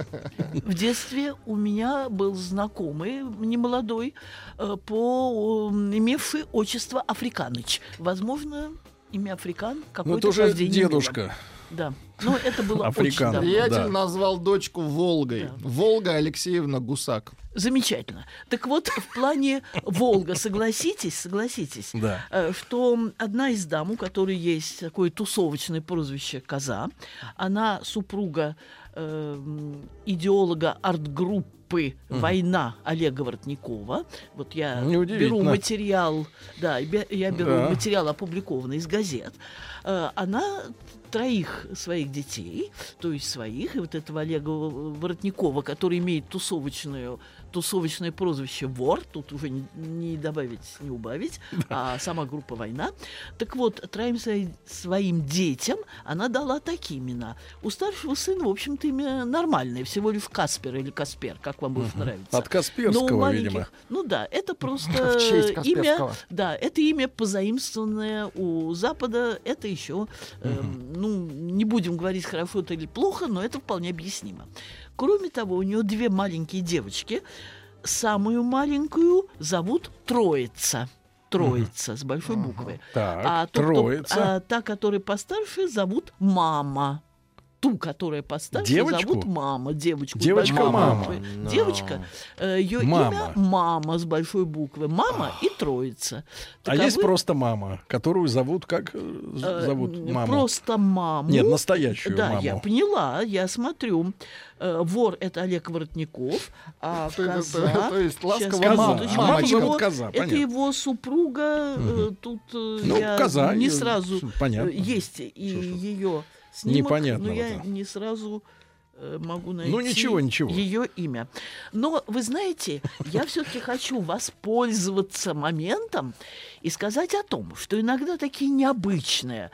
В детстве у меня был знакомый, немолодой, э, по, э, имевший отчество Африканыч. Возможно, имя Африкан Ну, какое-то это уже рождение дедушка. имело. Да, но это было Африкан. очень давно. Приятель Да. назвал дочку Волгой. Да. Волга Алексеевна Гусак. Замечательно. Так вот, в плане Волга, согласитесь, согласитесь, Да. э, что одна из дам, у которой есть такое тусовочное прозвище «Коза», она супруга э, идеолога арт-группы «Война» Олега Воротникова. Вот я Неудивительно. беру материал, да, я я беру Да. материал, опубликованный из газет. Э, Она троих своих детей, то есть своих, и вот этого Олега Воротникова, который имеет тусовочную, тусовочное прозвище «Вор», тут уже не, не добавить, не убавить, а сама группа «Война». Так вот, троим свои- своим детям она дала такие имена. У старшего сына, в общем-то, имя нормальное, всего лишь Каспер или Каспер, как вам будет нравиться. От Касперского, Но у маленьких- видимо. Ну да, это просто В честь имя, Касперского. да, это имя позаимствованное у Запада, это еще, эм, ну, не будем говорить, хорошо это или плохо, но это вполне объяснимо. Кроме того, у нее две маленькие девочки. Самую маленькую зовут Троица. Троица с большой буквы. Так, А, тот, кто- Троица. а та, которая постарше, зовут Мама. Ту, которая постарше, Девочку? зовут Мама. Девочку. с Девочка большой Мама. буквы. No. Девочка. э, Ее Мама. имя Мама с большой буквы. Мама и Троица. А Таковы, есть просто мама, которую зовут, как э, э, зовут м, маму? Просто маму. Нет, настоящую Да, маму. я поняла, я смотрю. Э, Вор — это Олег Воротников, а То есть- коза... то есть ласково Щас, мама. минуточку, А мама это зовут его- коза, Это понятно. его супруга, э, тут э, Ну, я коза, не э, сразу... понятно. э, Есть и ее снимок, Непонятно но я вот. не сразу э, могу найти Ну, ничего, ничего. ее имя. Но, вы знаете, я все-таки хочу воспользоваться моментом и сказать о том, что иногда такие необычные,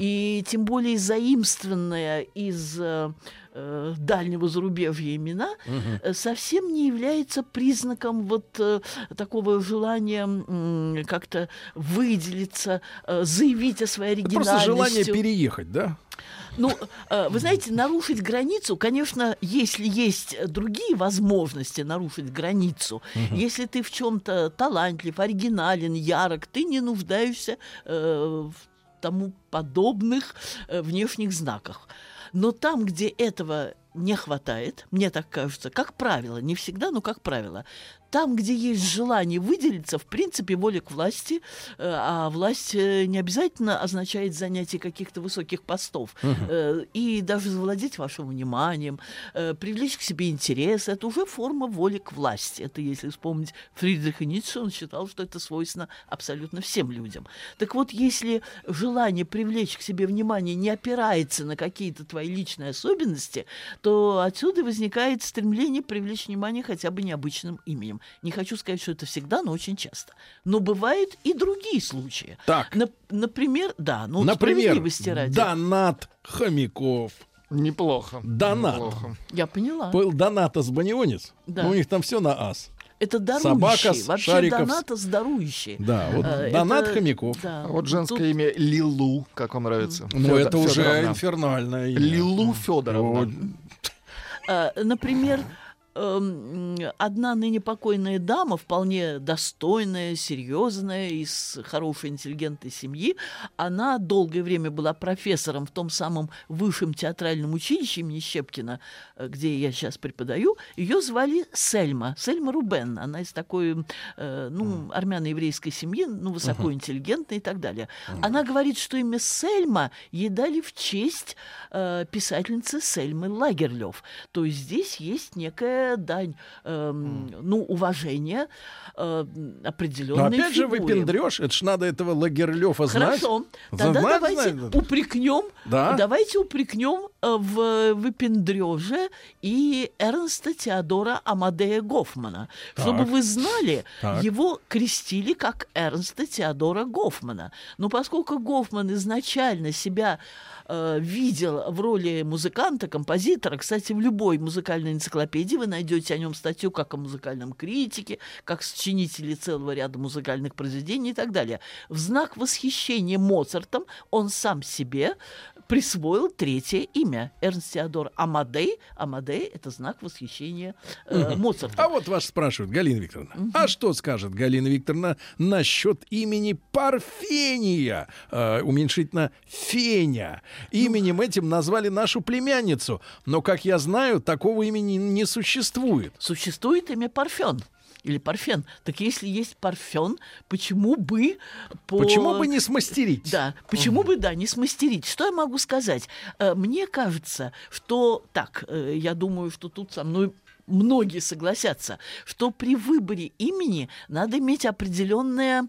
и тем более заимствованные из э, э, дальнего зарубежья имена, э, совсем не является признаком вот э, такого желания м, как-то выделиться, э, заявить о своей Это оригинальности. просто желание переехать, да? Ну, э, вы знаете, нарушить границу, конечно, если есть другие возможности нарушить границу, если ты в чем-то талантлив, оригинален, ярок, ты не нуждаешься э, в тому подобных э, внешних знаках. Но там, где этого не хватает, мне так кажется, как правило, не всегда, но как правило, там, где есть желание выделиться, в принципе, воля к власти, э, а власть э, не обязательно означает занятие каких-то высоких постов. Э, и даже завладеть вашим вниманием, э, привлечь к себе интерес, это уже форма воли к власти. Это, если вспомнить Фридриха Ницше, он считал, что это свойственно абсолютно всем людям. Так вот, если желание привлечь к себе внимание не опирается на какие-то твои личные особенности, то то отсюда возникает стремление привлечь внимание хотя бы необычным именем. Не хочу сказать, что это всегда, но очень часто. Но бывают и другие случаи. Так. На- например, да, ну, Например, справедливости ради. Донат Хомяков. Неплохо. Донат. Неплохо. Я поняла. Был Донатас Банионис. Да. Ну, у них там все на ас. Это дарующие. Собака с Вообще Шариковс. Донатас дарующие. Да, вот Э, Донат это- Хомяков. да. А вот женское Тут- имя Лилу, как вам нравится? Ну, Фёдор- это уже Фёдоровна. инфернальное имя. Лилу Федоровна. Э, Например, эм, одна ныне покойная дама, вполне достойная, серьезная, из хорошей интеллигентной семьи, она долгое время была профессором в том самом высшем театральном училище имени Щепкина, э, где я сейчас преподаю. Ее звали Сельма, Сельма Рубен. Она из такой, э, ну, армяно-еврейской семьи, ну, высокоинтеллигентной и так далее. Она говорит, что имя Сельма ей дали в честь э, писательницы Сельмы Лагерлёв. То есть здесь есть некая дань, эм, ну, уважения э, определенной Но опять же фигуре. выпендрёшь, это ж надо этого Лагерлёфа знать. Хорошо. Тогда Знать, давайте знать. упрекнем, Да? давайте упрекнем э, в выпендрёже и Эрнста Теодора Амадея Гофмана. Так. Чтобы вы знали, Так. его крестили как Эрнста Теодора Гофмана. Но поскольку Гофман изначально себя э, видел в роли музыканта, композитора, кстати, в любой музыкальной энциклопедии вы найдете о нем статью как о музыкальном критике, как сочинителе целого ряда музыкальных произведений и так далее. В знак восхищения Моцартом он сам себе присвоил третье имя. Эрнст Теодор Амадей. Амадей — это знак восхищения э, Моцарта. А вот вас спрашивают, Галина Викторовна, а что скажет Галина Викторовна насчет имени Парфения, э, уменьшительно Феня? Именем этим назвали нашу племянницу, но, как я знаю, такого имени не существует. Существует имя Парфен. Или Парфен. Так если есть Парфен, почему бы... По... Почему бы не смастерить? Да, почему бы, да, не смастерить? Что я могу сказать? Э, Мне кажется, что... Так, э, я думаю, что тут со мной многие согласятся, что при выборе имени надо иметь определенное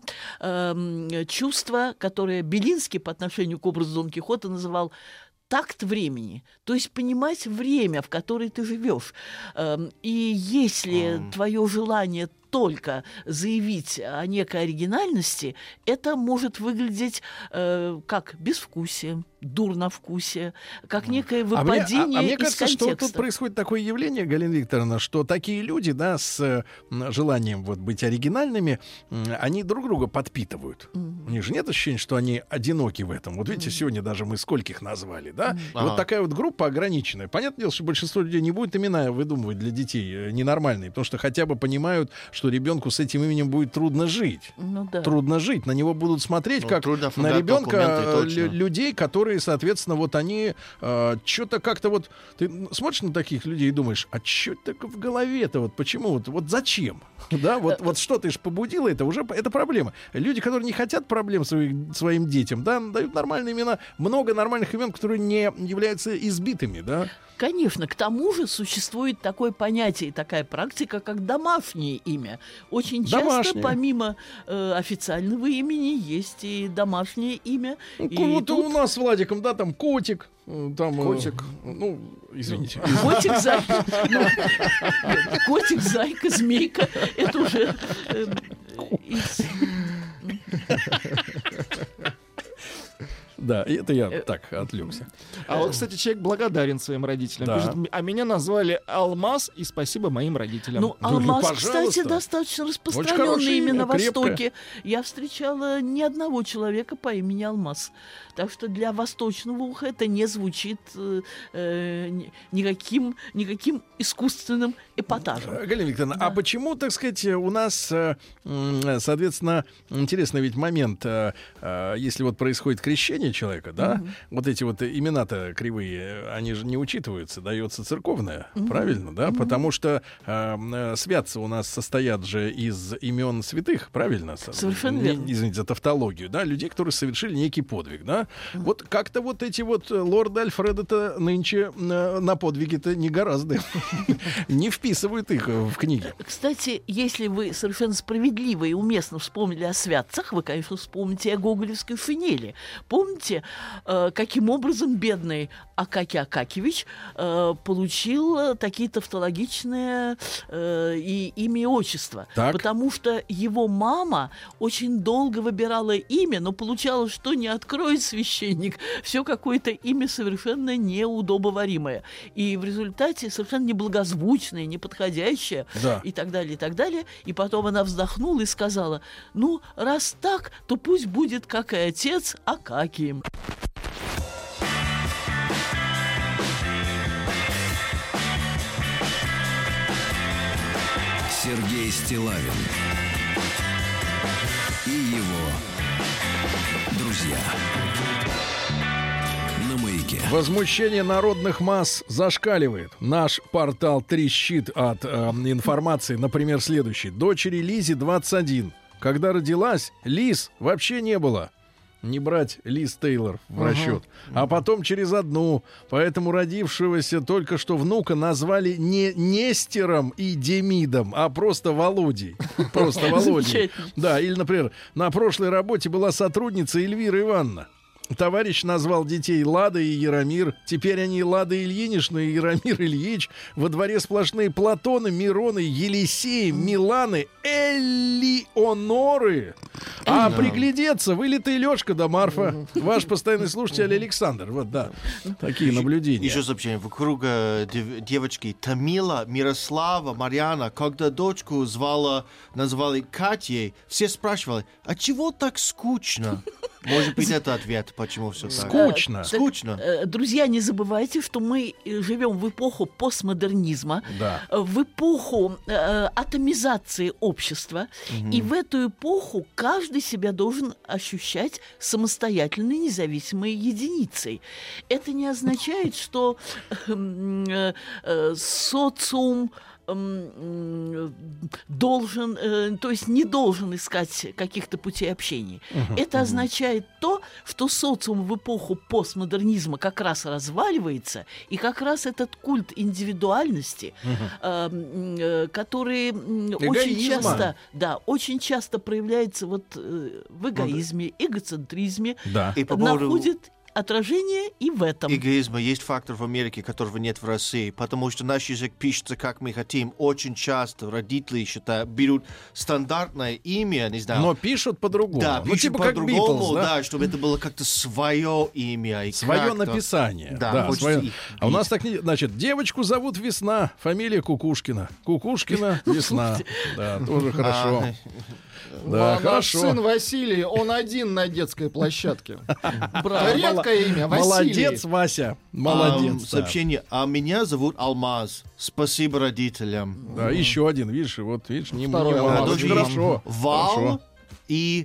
э, чувство, которое Белинский по отношению к образу Дон Кихота называл такт времени, то есть понимать время, в которое ты живешь. Эм, И если твое желание только заявить о некой оригинальности, это может выглядеть э, как безвкусие, дурновкусие, как некое А мне, а- выпадение а мне из кажется, что контекста. тут происходит такое явление, Галина Викторовна, что такие люди, да, с э, м, желанием вот быть оригинальными, м, они друг друга подпитывают. У них же нет ощущения, что они одиноки в этом. Вот видите, сегодня даже мы скольких назвали, да? И Ага. вот такая вот группа ограниченная. Понятное дело, что большинство людей не будет имена выдумывать для детей э, ненормальные, потому что хотя бы понимают, что ребенку с этим именем будет трудно жить. Ну да. Трудно жить. На него будут смотреть Ну, как трудно на оформлять ребенка документы, э, точно. лю- людей, которые, соответственно, вот они э, что-то как-то вот... Ты смотришь на таких людей и думаешь, а что так в голове-то? Вот почему? Вот, вот зачем? Да, вот, вот что ты ж побудила, это уже это проблема. Люди, которые не хотят проблем своих, своим детям, да, дают нормальные имена. Много нормальных имен, которые не являются избитыми, да. Конечно, к тому же существует такое понятие, такая практика, как домашнее имя. Очень часто, Домашнее. помимо э, официального имени, есть и домашнее имя. Ну, И вот тут у нас с Владиком, да, там котик. э, Там, э, Котик. ну, извините. Котик, зайка, ну, нет, котик, зайка, змейка, это уже э, из- Да, и это я так отвлекся. А вот, кстати, человек благодарен своим родителям. Да. Пишет, а меня назвали Алмаз, и спасибо моим родителям. Ну, Да, алмаз, пожалуйста. кстати, достаточно Очень распространенное хорошее имя на имя, крепкое. Востоке. Я встречала ни одного человека по имени Алмаз. Так что для восточного уха это не звучит э, э, ни- никаким, никаким искусственным эпатажем. Э, Галина Викторовна, а почему, так сказать, у нас, э, м, соответственно, интересный ведь момент, э, э, если вот происходит крещение человека, да, Мгм. вот эти вот имена-то кривые, они же не учитываются, дается церковное, Мгм. правильно, да, Мгм. потому что э, э, святцы у нас состоят же из имен святых, правильно? Совершенно Не- верно. Извините за тавтологию, да, людей, которые совершили некий подвиг, да. Вот как-то вот эти вот э, лорды Альфреда-то нынче э, на подвиги-то не гораздо не вписывают их в книги. Кстати, если вы совершенно справедливо и уместно вспомнили о святцах, вы, конечно, вспомните о гоголевской шинели. Помните, Помните, э, каким образом бедный Акакий Акакьевич э, получил э, такие тавтологичные э, и имя и отчество? Так. Потому что его мама очень долго выбирала имя, но получалось, что не откроет священник, все какое-то имя совершенно неудобоваримое. И в результате совершенно неблагозвучное, неподходящее, Да. и так далее, и так далее. И потом она вздохнула и сказала: ну, раз так, то пусть будет, как и отец, Акакием. Сергей Стиллавин и его друзья на Маяке. Возмущение народных масс зашкаливает. Наш портал трещит от э, информации, например, следующей. Дочери Лизе двадцать один. Когда родилась, Лиз вообще не было. Не брать Лиз Тейлор в расчет. А потом через одну. Поэтому родившегося только что внука назвали не Нестером и Демидом, а просто Володей. Просто Володей. Да, или, например, на прошлой работе была сотрудница Эльвира Ивановна. Товарищ назвал детей Лада и Яромир. Теперь они Лада Ильинична и Яромир Ильич. Во дворе сплошные Платоны, Мироны, Елисеи, Миланы, Элеоноры. А приглядеться, вылитый Лёшка да Марфа. Ваш постоянный слушатель Александр. Вот, да. Такие наблюдения. Еще сообщение. Вокруг э, дев- девочки Тамила, Мирослава, Марьяна. Когда дочку звала, назвали Катей, все спрашивали, а чего так скучно? Может быть, это ответ, почему все так. Скучно. Скучно. Э, Друзья, не забывайте, что мы э, живем в эпоху постмодернизма, Да. э, в эпоху э, атомизации общества, Мгм. и в эту эпоху каждый себя должен ощущать самостоятельной, независимой единицей. Это не означает, что э, э, социум м, должен, э, то есть не должен искать каких-то путей общения. Мгм, Это мгм. означает то, что социум в эпоху постмодернизма как раз разваливается, и как раз этот культ индивидуальности, Мгм. э, м, э, который м, очень Эгоизма. часто, да, очень часто проявляется вот э, в эгоизме, эгоцентризме, Да. И по поводу- находит отражение и в этом. Эгоизма есть фактор в Америке, которого нет в России, потому что наш язык пишется, как мы хотим. Очень часто родители считают, берут стандартное имя, не знаю. Но пишут по-другому. Да, Ну, пишут типа как по-другому, Beatles, да? да, чтобы это было как-то свое имя. И Свое как-то- написание. Да, Да, хочется свое. их А у нас бить. так не... Значит, девочку зовут Весна, фамилия Кукушкина. Кукушкина, Весна. Да, тоже хорошо. Да, А наш хорошо. сын Василий, он один на детской площадке. Браво. Редкое имя, Василий. Молодец, Вася. Молодец. Ам, да. сообщение. А меня зовут Алмаз. Спасибо родителям. Да, еще один, видишь, вот, видишь, не, не Второй мало. Алмаз. Очень Дочь хорошо. Вал Хорошо. и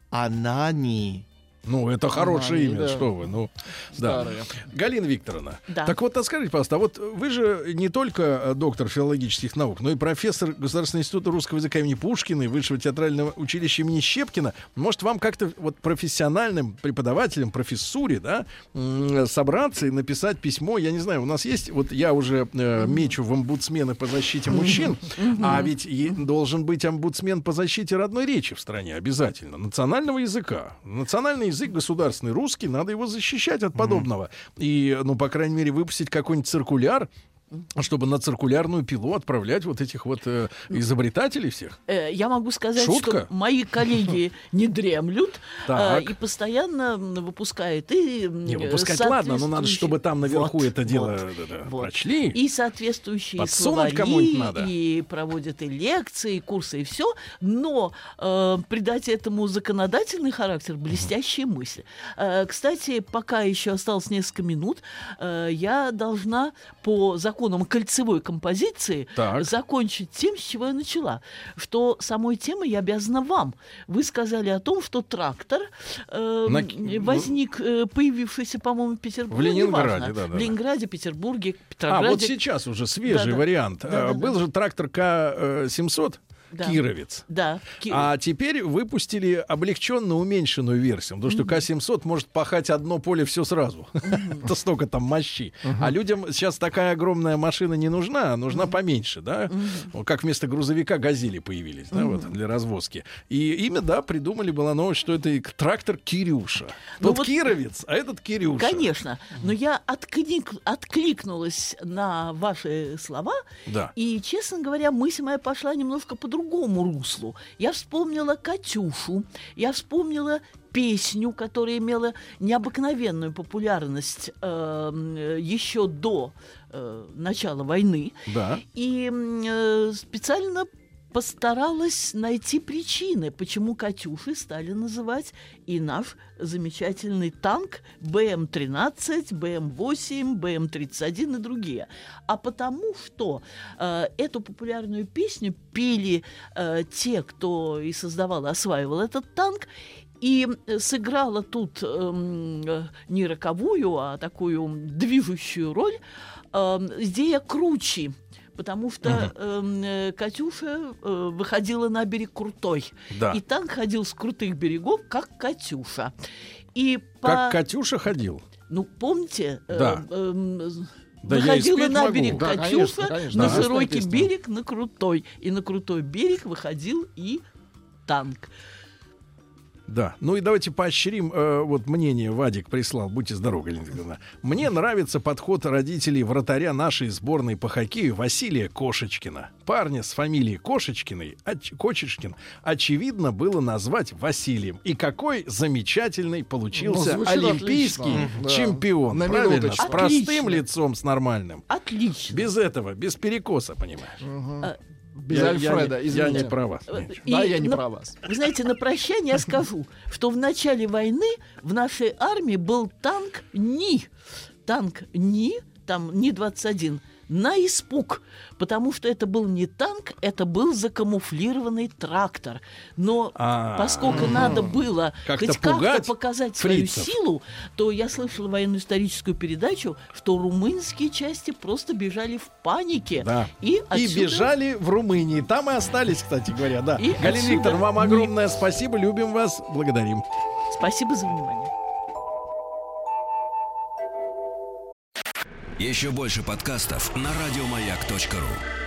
Анани. Ну, это хорошее Анани, имя, да. что вы, ну, да. Старые. Галина Викторовна, Да. так вот, а скажите, пожалуйста, а вот вы же не только э, доктор филологических наук, но и профессор Государственного института русского языка имени Пушкина и Высшего театрального училища имени Щепкина. Может, вам как-то вот профессиональным преподавателем, профессуре, да, м, собраться и написать письмо, я не знаю, у нас есть, вот я уже э, мечу в омбудсмены по защите мужчин, а ведь и должен быть омбудсмен по защите родной речи в стране обязательно, национального языка. Национальный язык государственный русский, надо его защищать от подобного. И, ну, по крайней мере, выпустить какой-нибудь циркуляр, чтобы на циркулярную пилу отправлять вот этих вот э, изобретателей всех. Э, Я могу сказать, Шутка? что мои коллеги не дремлют Так. э, и постоянно м, выпускают и м, Не, выпускать ладно, но надо, соответствующие- чтобы там наверху Вот, это дело вот, да, да, вот. прочли. И соответствующие Подсунуть словари, кому-нибудь надо. и проводят и лекции, и курсы, и все. Но э, придать этому законодательный характер — блестящая мысль. Э, кстати, пока еще осталось несколько минут, э, я должна по законам кольцевой композиции Так. закончить тем, с чего я начала. Что самой темой я обязана вам. Вы сказали о том, что трактор э, На- возник, э, появившийся, по-моему, в Петербурге. В Ленинграде, неважно. да, да, В Ленинграде, Петербурге, А, Петрограде. вот сейчас уже свежий Да-да. вариант. Да-да-да. А, Был же трактор К семьсот. Да. Кировец. Да. Ки- А теперь выпустили облегченно уменьшенную версию, потому что Мгм. К семьсот может пахать одно поле все сразу. Это столько там мощи. А людям сейчас такая огромная машина не нужна, нужна поменьше, да? Вот как вместо грузовика «Газели» появились, да, вот, для развозки. И имя, да, придумали, была новость, что это и трактор «Кирюша». Ну Тот вот- Кировец, а этот «Кирюша». Конечно, но я отклик- откликнулась на ваши слова, Да. и, честно говоря, мысль моя пошла немножко по другому руслу. Я вспомнила Катюшу, я вспомнила песню, которая имела необыкновенную популярность э, еще до э, начала войны, Да. и э, специально постаралась найти причины, почему «Катюшей» стали называть и наш замечательный танк Бэ Эм тринадцать, Бэ Эм восемь, Бэ Эм тридцать один и другие. А потому что э, эту популярную песню пели э, те, кто и создавал, и осваивал этот танк, и э, сыграла тут эм, э, не роковую, а такую движущую роль э, Зея Кручи. Потому что Мгм. э, э, Катюша э, выходила на берег крутой. Да. И танк ходил с крутых берегов, как Катюша. И по... Как Катюша ходил. Ну, помните, э, Да. э, Да я и выходила спеть на могу. берег Да, Катюша, конечно, конечно. на Да. широкий Песня. берег, на крутой. И на крутой берег выходил и танк. Да, ну и давайте поощрим, э, вот мнение Вадик прислал, будьте здоровы, Галина Николаевна. Мне нравится подход родителей вратаря нашей сборной по хоккею Василия Кошечкина. Парня с фамилией Кошечкиной, оч- Кочечкин, очевидно было назвать Василием. И какой замечательный получился Ну, звучит олимпийский отлично. Да. чемпион. На Правильно, минуточку. с простым Отлично. лицом, с нормальным. Отлично. Без этого, без перекоса, понимаешь? А, Без Я- я Альфреда, не- извините. Я не про вас. э, Миш. Да, и я не на- про вас. Вы знаете, на прощание я скажу, что в начале войны в нашей армии был танк НИ. Танк НИ, там НИ двадцать один, на испуг. Потому что это был не танк, это был закамуфлированный трактор. Но А, поскольку надо было Как-то хоть как-то пугать показать свою фрицев. силу, то я слышала военно-историческую передачу, что румынские части просто бежали в панике. Да. И, И отсюда- бежали в Румынии. Там и остались, кстати говоря, да. И Галина отсюда Викторовна, вам не- огромное спасибо. Любим вас. Благодарим. Спасибо за внимание. Еще больше подкастов на радиомаяк точка ру.